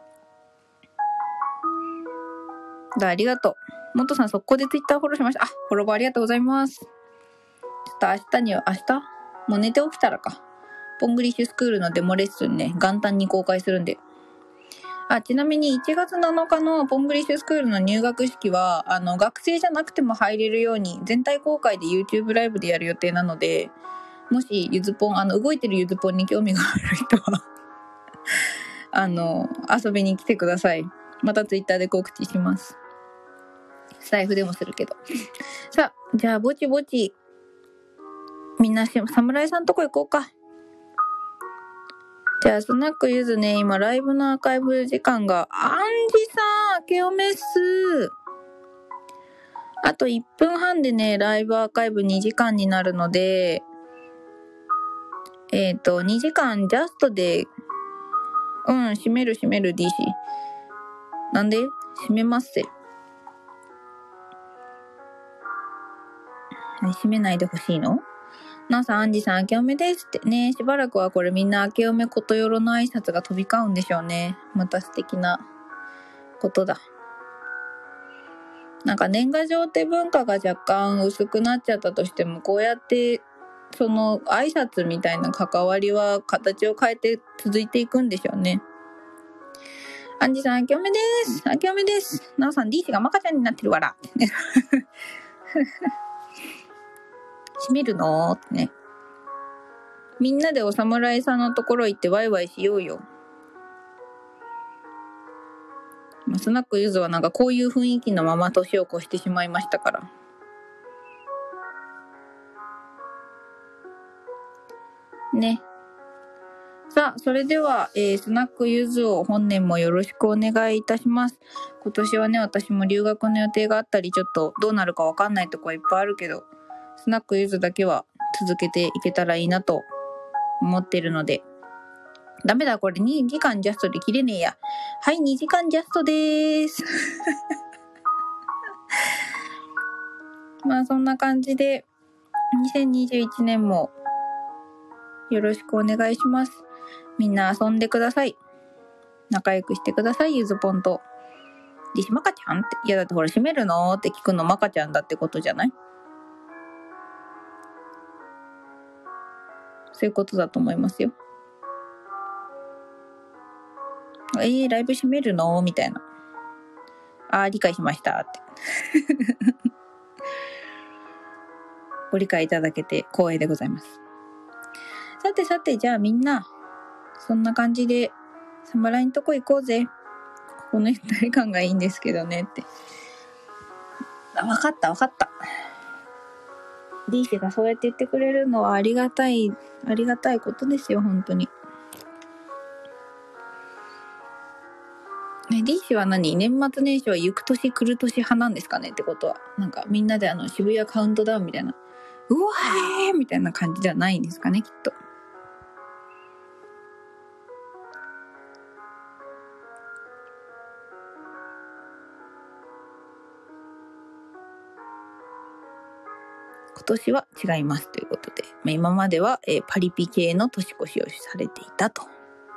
S1: うだ、ありがとう。元さん速攻でツイッターフォローしました。あ、フォローありがとうございます。ちょっと明日には、明日もう寝て起きたらか、ポングリッシュスクールのデモレッスンね元旦に公開するんで。あ、ちなみにいちがつなのかのポングリッシュスクールの入学式はあの学生じゃなくても入れるように全体公開で YouTube ライブでやる予定なので、もしゆずぽんあの動いてるゆずぽんに興味がある人はあの遊びに来てください。またツイッターで告知します。スタイフでもするけど。さあじゃあぼちぼちみんな侍さんとこ行こうか。じゃあスナックゆずね今ライブのアーカイブ時間がアンジさん明けおめっす。あといっぷんはんでねライブアーカイブにじかんになるので、えっとにじかんジャストでうん閉める閉める ディーシー なんで閉めますせ。閉めないでほしいの？なおさん、アンジさん、明けおめですってね。しばらくはこれみんな明けおめことよろの挨拶が飛び交うんでしょうね。また素敵なことだ。なんか年賀状って文化が若干薄くなっちゃったとしても、こうやってその挨拶みたいな関わりは形を変えて続いていくんでしょうね。アンジさん、明けおめです。明けおめです。なおさん、D 氏がマカちゃんになってるわら。閉めるのってね。みんなでお侍さんのところ行ってワイワイしようよ。まあ、スナックゆずはなんかこういう雰囲気のまま年を越してしまいましたからね。 さあ、それでは、えー、スナックゆずを本年もよろしくお願いいたします。今年はね、私も留学の予定があったり、ちょっとどうなるかわかんないとこはいっぱいあるけど、スナックゆずだけは続けていけたらいいなと思ってるので、ダメだ、これにじかんジャストで切れねえや。はい、にじかんジャストでーす。まあそんな感じで、にせんにじゅういちねんもよろしくお願いします。みんな遊んでください。仲良くしてください、ゆずぽんと。でし、まかちゃんって。いやだってほら、閉めるのって聞くのまかちゃんだってことじゃない？そういうことだと思いますよ。えー、ライブ閉めるのみたいな。あー、理解しましたって。ご理解いただけて光栄でございます。さてさて、じゃあみんな、そんな感じで、侍んとこ行こうぜ。ここの一体感がいいんですけどねって。あ、わかったわかった。D 氏がそうやって言ってくれるのはありがたい、ありがたいことですよ、本当に。ね、D 氏は何？年末年始は行く年来る年派なんですかねってことは。なんかみんなであの渋谷カウントダウンみたいな、うわーみたいな感じじゃないんですかね、きっと。今年は違いますということで、まあ、今までは、えー、パリピ系の年越しをされていたと。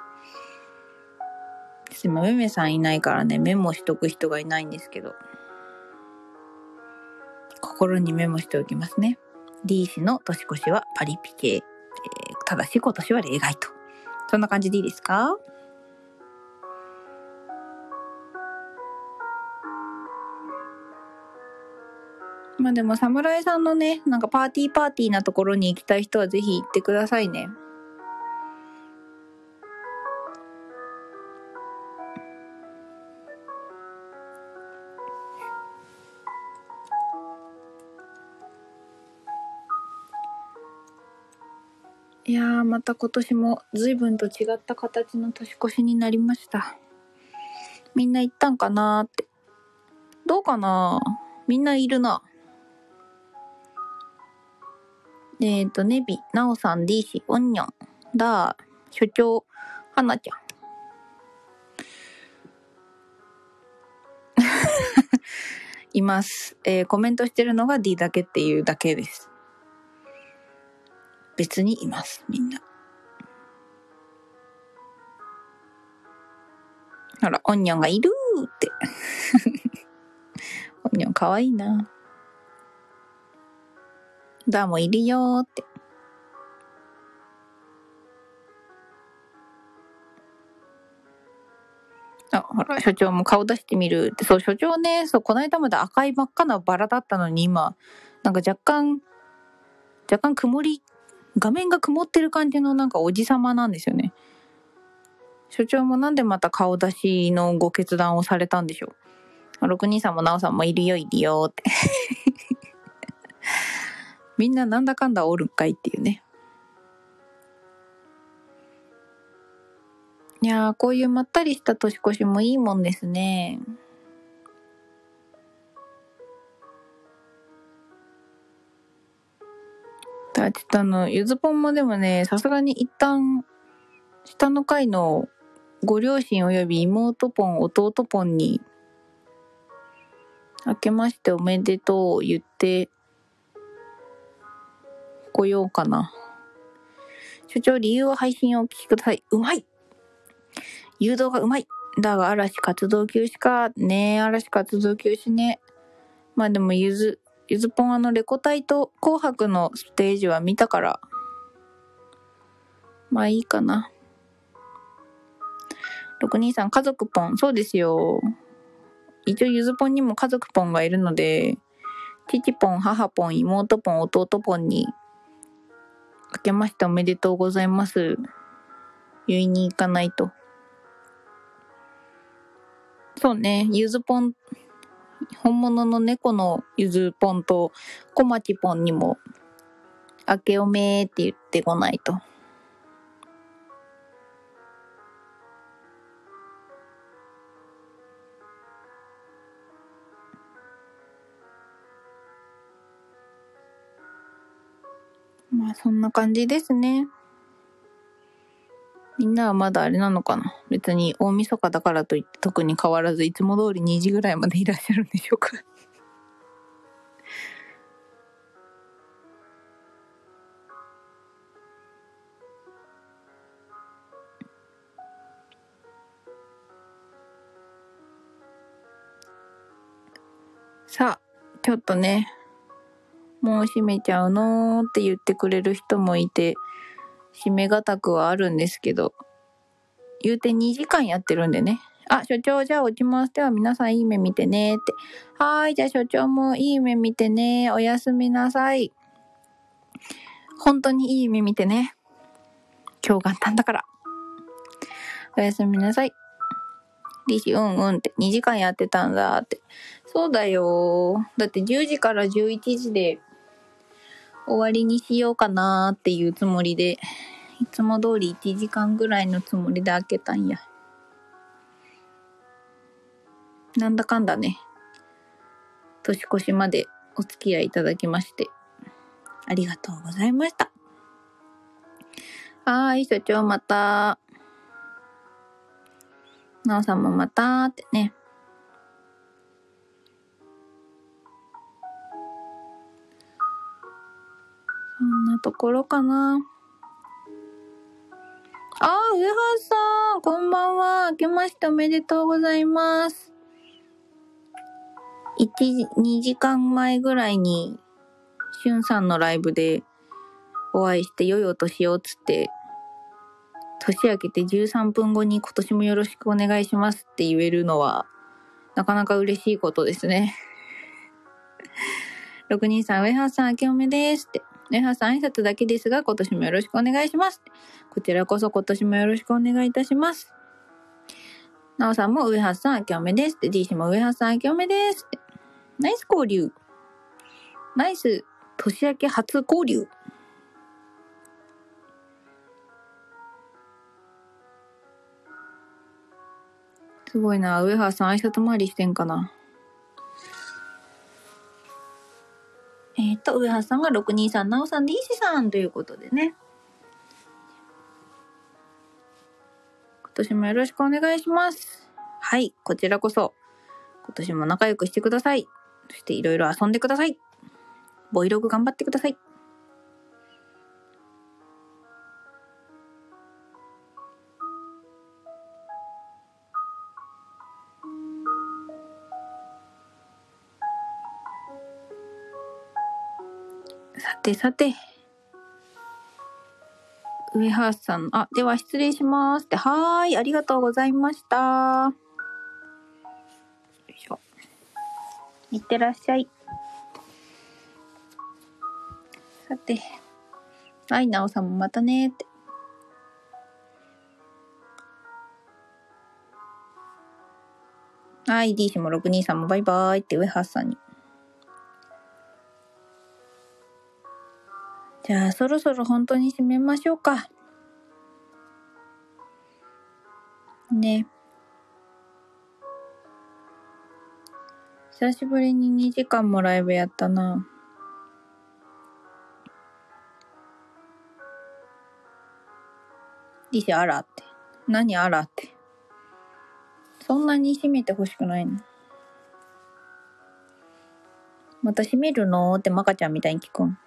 S1: 今めめさんいないからね、メモしとく人がいないんですけど、心にメモしておきますね。 D 氏の年越しはパリピ系、えー、ただし今年は例外と。そんな感じでいいですか？まあでも侍さんのね、なんかパーティーパーティーなところに行きたい人はぜひ行ってくださいね。いやー、また今年も随分と違った形の年越しになりました。みんな行ったんかなーって。どうかなー？みんないるな。えーと、ネビ、ナオさん、D 氏、オンニョン、ダー、所長、はなちゃん。います。えー、コメントしてるのが D だけっていうだけです。別にいます、みんな。ほら、オンニョンがいるーって。オンニョンかわいいな。ダーもいるよーって。あ、ほら、所長も顔出してみるって。そう、所長ね、そう、この間まで赤い真っ赤なバラだったのに、今、なんか若干、若干曇り、画面が曇ってる感じのなんかおじさまなんですよね。所長もなんでまた顔出しのご決断をされたんでしょう。ろくにんさんもなおさんもいるよいるよってみんななんだかんだおるんかいっていうね。いやー、こういうまったりした年越しもいいもんですね。だちょっとあのゆずぽんもでもね、さすがに一旦下の階のご両親および妹ポン弟ポンに明けましておめでとう言ってこようかな。所長、理由は配信をお聞きください。うまい、誘導がうまい。だが嵐活動休止かね。嵐活動休止ね。まあでもゆずゆずぽんあのレコ大と紅白のステージは見たからまあいいかな。ろくにんさん家族ポン、そうですよ。一応ゆずぽんにも家族ポンがいるので、父ポン、母ポン、妹ポン、弟ポンに明けましておめでとうございます言いに行かないと。そうね、ゆずぽん、本物の猫のゆずぽんとこまちぽんにも明けおめって言ってこないと。 まあそんな感じですね。みんなはまだあれなのかな。別に大晦日だからといって特に変わらずいつも通りにじぐらいまでいらっしゃるんでしょうか。さあ、ちょっとね、もう閉めちゃうのって言ってくれる人もいて、閉めがたくはあるんですけど、言うてにじかんやってるんでね。あ、所長じゃあ落ちます。では皆さんいい夢見てねって。はーい、じゃあ所長もいい夢見てね。おやすみなさい。本当にいい夢見てね。今日元旦だから。おやすみなさい。リシうんうんってにじかんやってたんだって。そうだよ。だってじゅうじからじゅういちじで終わりにしようかなーっていうつもりで、いつも通りいちじかんぐらいのつもりで開けたんや。なんだかんだね。年越しまでお付き合いいただきましてありがとうございました。はーい、所長また。なおさんもまたってね。そんなところかな。あー、上原さん、こんばんは。明けましておめでとうございます。いち、にじかんまえぐらいに、しゅんさんのライブでお会いして、良いお年をつって、年明けてじゅうさんぷんごに今年もよろしくお願いしますって言えるのは、なかなか嬉しいことですね。ろくにーさん、上原さん、明けおめですって。上原さん、挨拶だけですが、今年もよろしくお願いします。こちらこそ今年もよろしくお願いいたします。なおさんも上原さん、明けおめですって。D 氏も上原さん、明けおめですって。ナイス交流。ナイス、年明け初交流。すごいな、上原さん挨拶回りしてんかな。えっと、上原さんがろくにーさん、なおさん、D 氏さんということでね。今年もよろしくお願いします。はい、こちらこそ、今年も仲良くしてください。そしていろいろ遊んでください。ボイログ頑張ってください。さてさて。上原さん、あ、では失礼しますって。はーい、ありがとうございました。よいしょ。いってらっしゃい。さて。はい、なおさんもまたねって。はい、D 氏もろくにーさんもバイバーイって上原さんに。じゃあ、そろそろ本当に締めましょうか。ね。久しぶりににじかんもライブやったな。D 氏あらって。何あらって。そんなに締めてほしくないの。また締めるのってマカちゃんみたいに聞くん。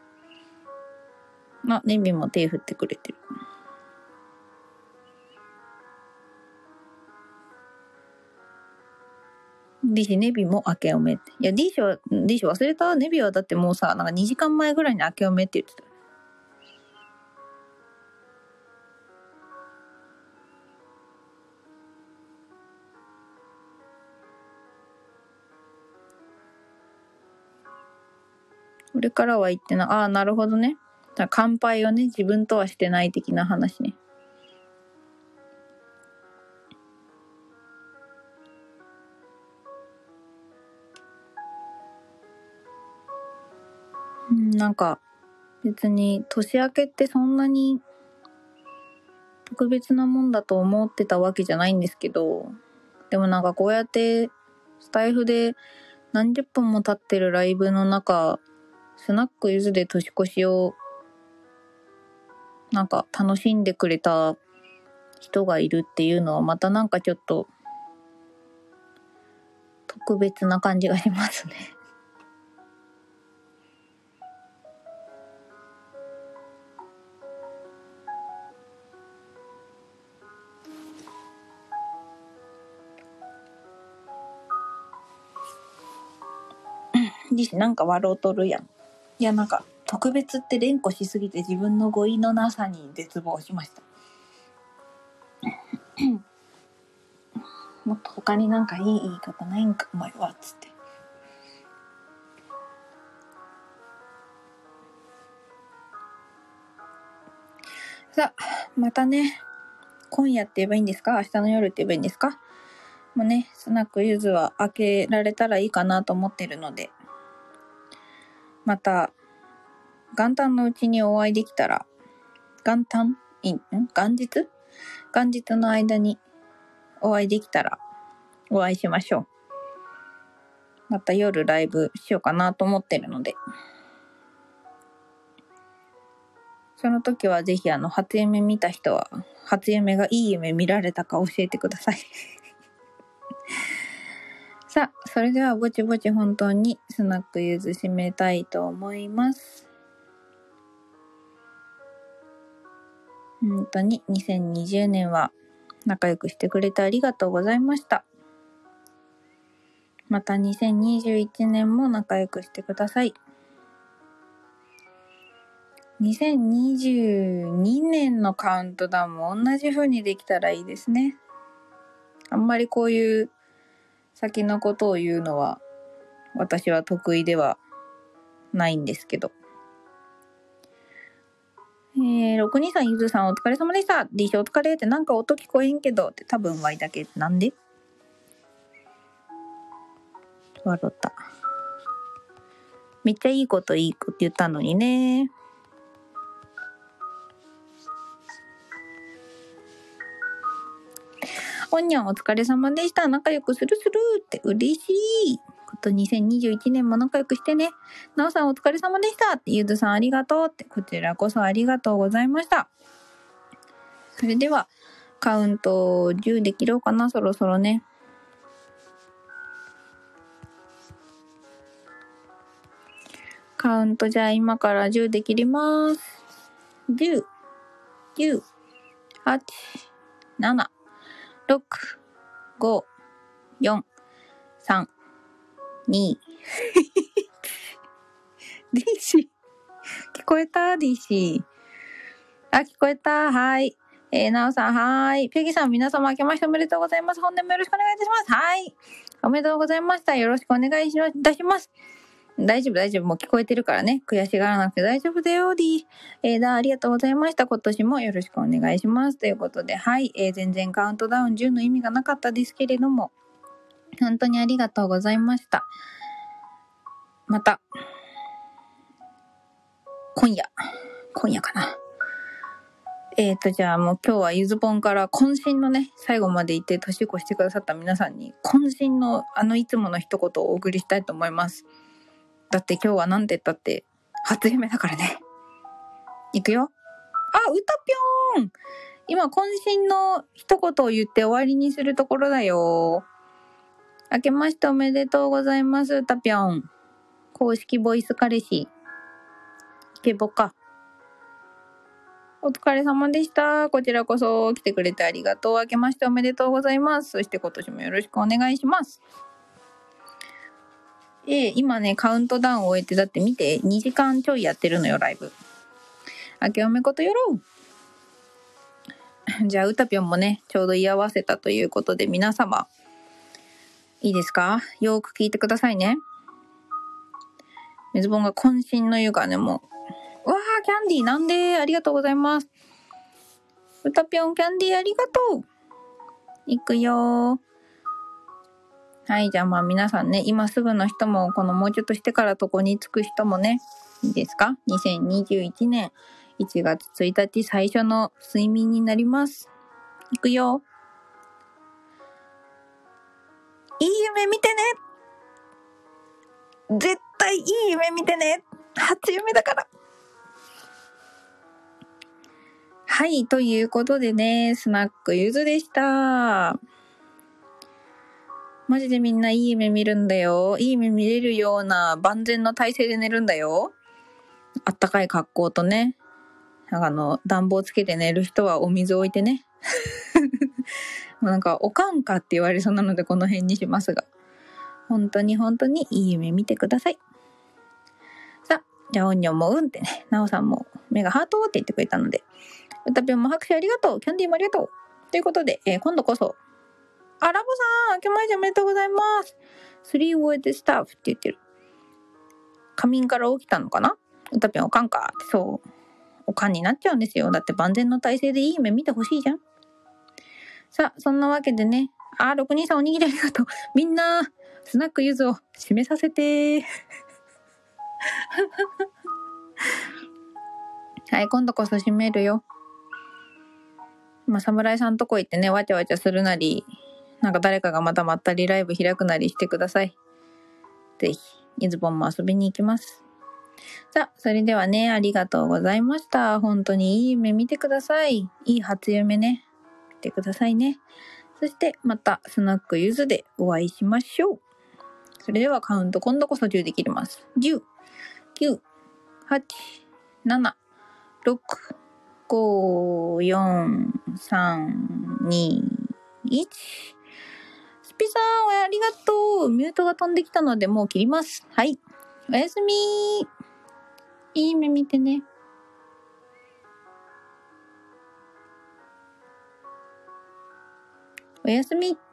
S1: あ、ネビも手振ってくれてる。D 氏ネビも明けおめって。いや D 氏は D 氏忘れた。ネビはだってもうさ、なんかにじかんまえぐらいに明けおめって言ってた。俺からは言ってな、ああ、なるほどね。乾杯をね、自分とはしてない的な話ね。うん、なんか、別に年明けってそんなに特別なもんだと思ってたわけじゃないんですけど、でもなんかこうやってスタイフで何十分も経ってるライブの中、スナックゆずで年越しをなんか楽しんでくれた人がいるっていうのはまたなんかちょっと特別な感じがしますね。リシなんか笑うとるやん。いやなんか特別って連呼しすぎて自分の語彙のなさに絶望しました。もっと他になんかいい言い方ないんかお前はつって。さあまたね、今夜って言えばいいんですか、明日の夜って言えばいいんですか。もうね、スナックゆずは開けられたらいいかなと思ってるので、また元旦のうちにお会いできたら、元旦いん元日元日の間にお会いできたらお会いしましょう。また夜ライブしようかなと思ってるので、その時はぜひあの初夢見た人は初夢がいい夢見られたか教えてください。さあそれではぼちぼち本当にスナックゆず締めたいと思います。本当ににせんにじゅうねんは仲良くしてくれてありがとうございました。またにせんにじゅういちねんも仲良くしてください。にせんにじゅうにねんのカウントダウンも同じ風にできたらいいですね。あんまりこういう先のことを言うのは私は得意ではないんですけど。えー、ろくにさんゆずさんお疲れ様でした。D シお疲れってなんか音聞こえんけどって多分ワイだけなんで笑った。めっちゃいいこといいこと言ったのにね。おんにゃんお疲れ様でした。仲良くするするって嬉しい。ことにせんにじゅういちねんも仲良くしてね。なおさんお疲れ様でしたってゆずさんありがとうってこちらこそありがとうございました。それではカウントじゅうで切ろうかな、そろそろね。カウントじゃあ今からじゅうで切ります。じゅう、きゅう、はち、なな、ろく、ご、よん、さん、に、ディーシー。聞こえた ディーシー。あ、聞こえた。はい。えー、なおさん、はい。ペギさん、皆様明けましておめでとうございます。本年もよろしくお願いいたします。はい。おめでとうございました。よろしくお願いいたします。大丈夫、大丈夫。もう聞こえてるからね。悔しがらなくて大丈夫だよ、ディー。えー、だ、ありがとうございました。今年もよろしくお願いします。ということで、はい。えー、全然カウントダウンじゅうの意味がなかったですけれども、本当にありがとうございました。また、今夜、今夜かな。えーと、じゃあもう今日はゆずぽんから渾身のね、最後までいて年越してくださった皆さんに、渾身のあのいつもの一言をお送りしたいと思います。だって今日はなんて言ったって、初夢だからね。いくよ。あ、うたぴょーん。今、渾身の一言を言って終わりにするところだよ。明けましておめでとうございます、うたぴょん。公式ボイス彼氏。イケボか。お疲れ様でした。こちらこそ来てくれてありがとう。明けましておめでとうございます。そして今年もよろしくお願いします。えー、今ね、カウントダウンを終えて、だって見て、にじかんちょいやってるのよ、ライブ。明けおめことよろう。じゃあ、うたぴょんもね、ちょうど居合わせたということで、皆様、いいですか？よーく聞いてくださいね。水本が渾身の言うからね、もう。わー、キャンディーなんでありがとうございます。うたぴょんキャンディーありがとう。いくよー。はい、じゃあまあ皆さんね、今すぐの人も、このもうちょっとしてからとこに着く人もね、いいですか？ にせんにじゅういちねんいちがつついたち最初の睡眠になります。いくよ。いい夢見てね。絶対いい夢見てね。初夢だから。 はい、ということでね、スナックゆずでした。マジでみんないい夢見るんだよ。いい夢見れるような万全の体勢で寝るんだよ。あったかい格好とね、あの、暖房つけて寝る人はお水置いてね。もうなんか、おかんかって言われそうなのでこの辺にしますが。本当に本当にいい夢見てください。さあ、じゃあおんにょんもうんってね、なおさんも目がハートって言ってくれたので、うたぴょんも拍手ありがとう、キャンディーもありがとう。ということで、えー、今度こそ、あ、ラボさん、明けましておめでとうございます。スリーウォードスタッフって言ってる。仮眠から起きたのかな？うたぴょんおかんかって、そう。おかんになっちゃうんですよ。だって万全の体制でいい夢見てほしいじゃん。さあ、そんなわけでね。あ、ろくにさんおにぎりありがとう。みんな、スナックゆずを締めさせて。はい、今度こそ締めるよ。まあ、侍さんとこ行ってね、わちゃわちゃするなり、なんか誰かがまたまったりライブ開くなりしてください。ぜひ、ゆずぽんも遊びに行きます。さあ、それではね、ありがとうございました。本当にいい夢見てください。いい初夢ね。見てくださいね。そしてまたスナックゆずでお会いしましょう。それではカウント今度こそじゅうで切ります。じゅう、きゅう、はち、なな、ろく、ご、よん、さん、に、いち。スピさんありがとう。ミュートが飛んできたのでもう切ります。はい。おやすみ。いい夢見てね。おやすみ。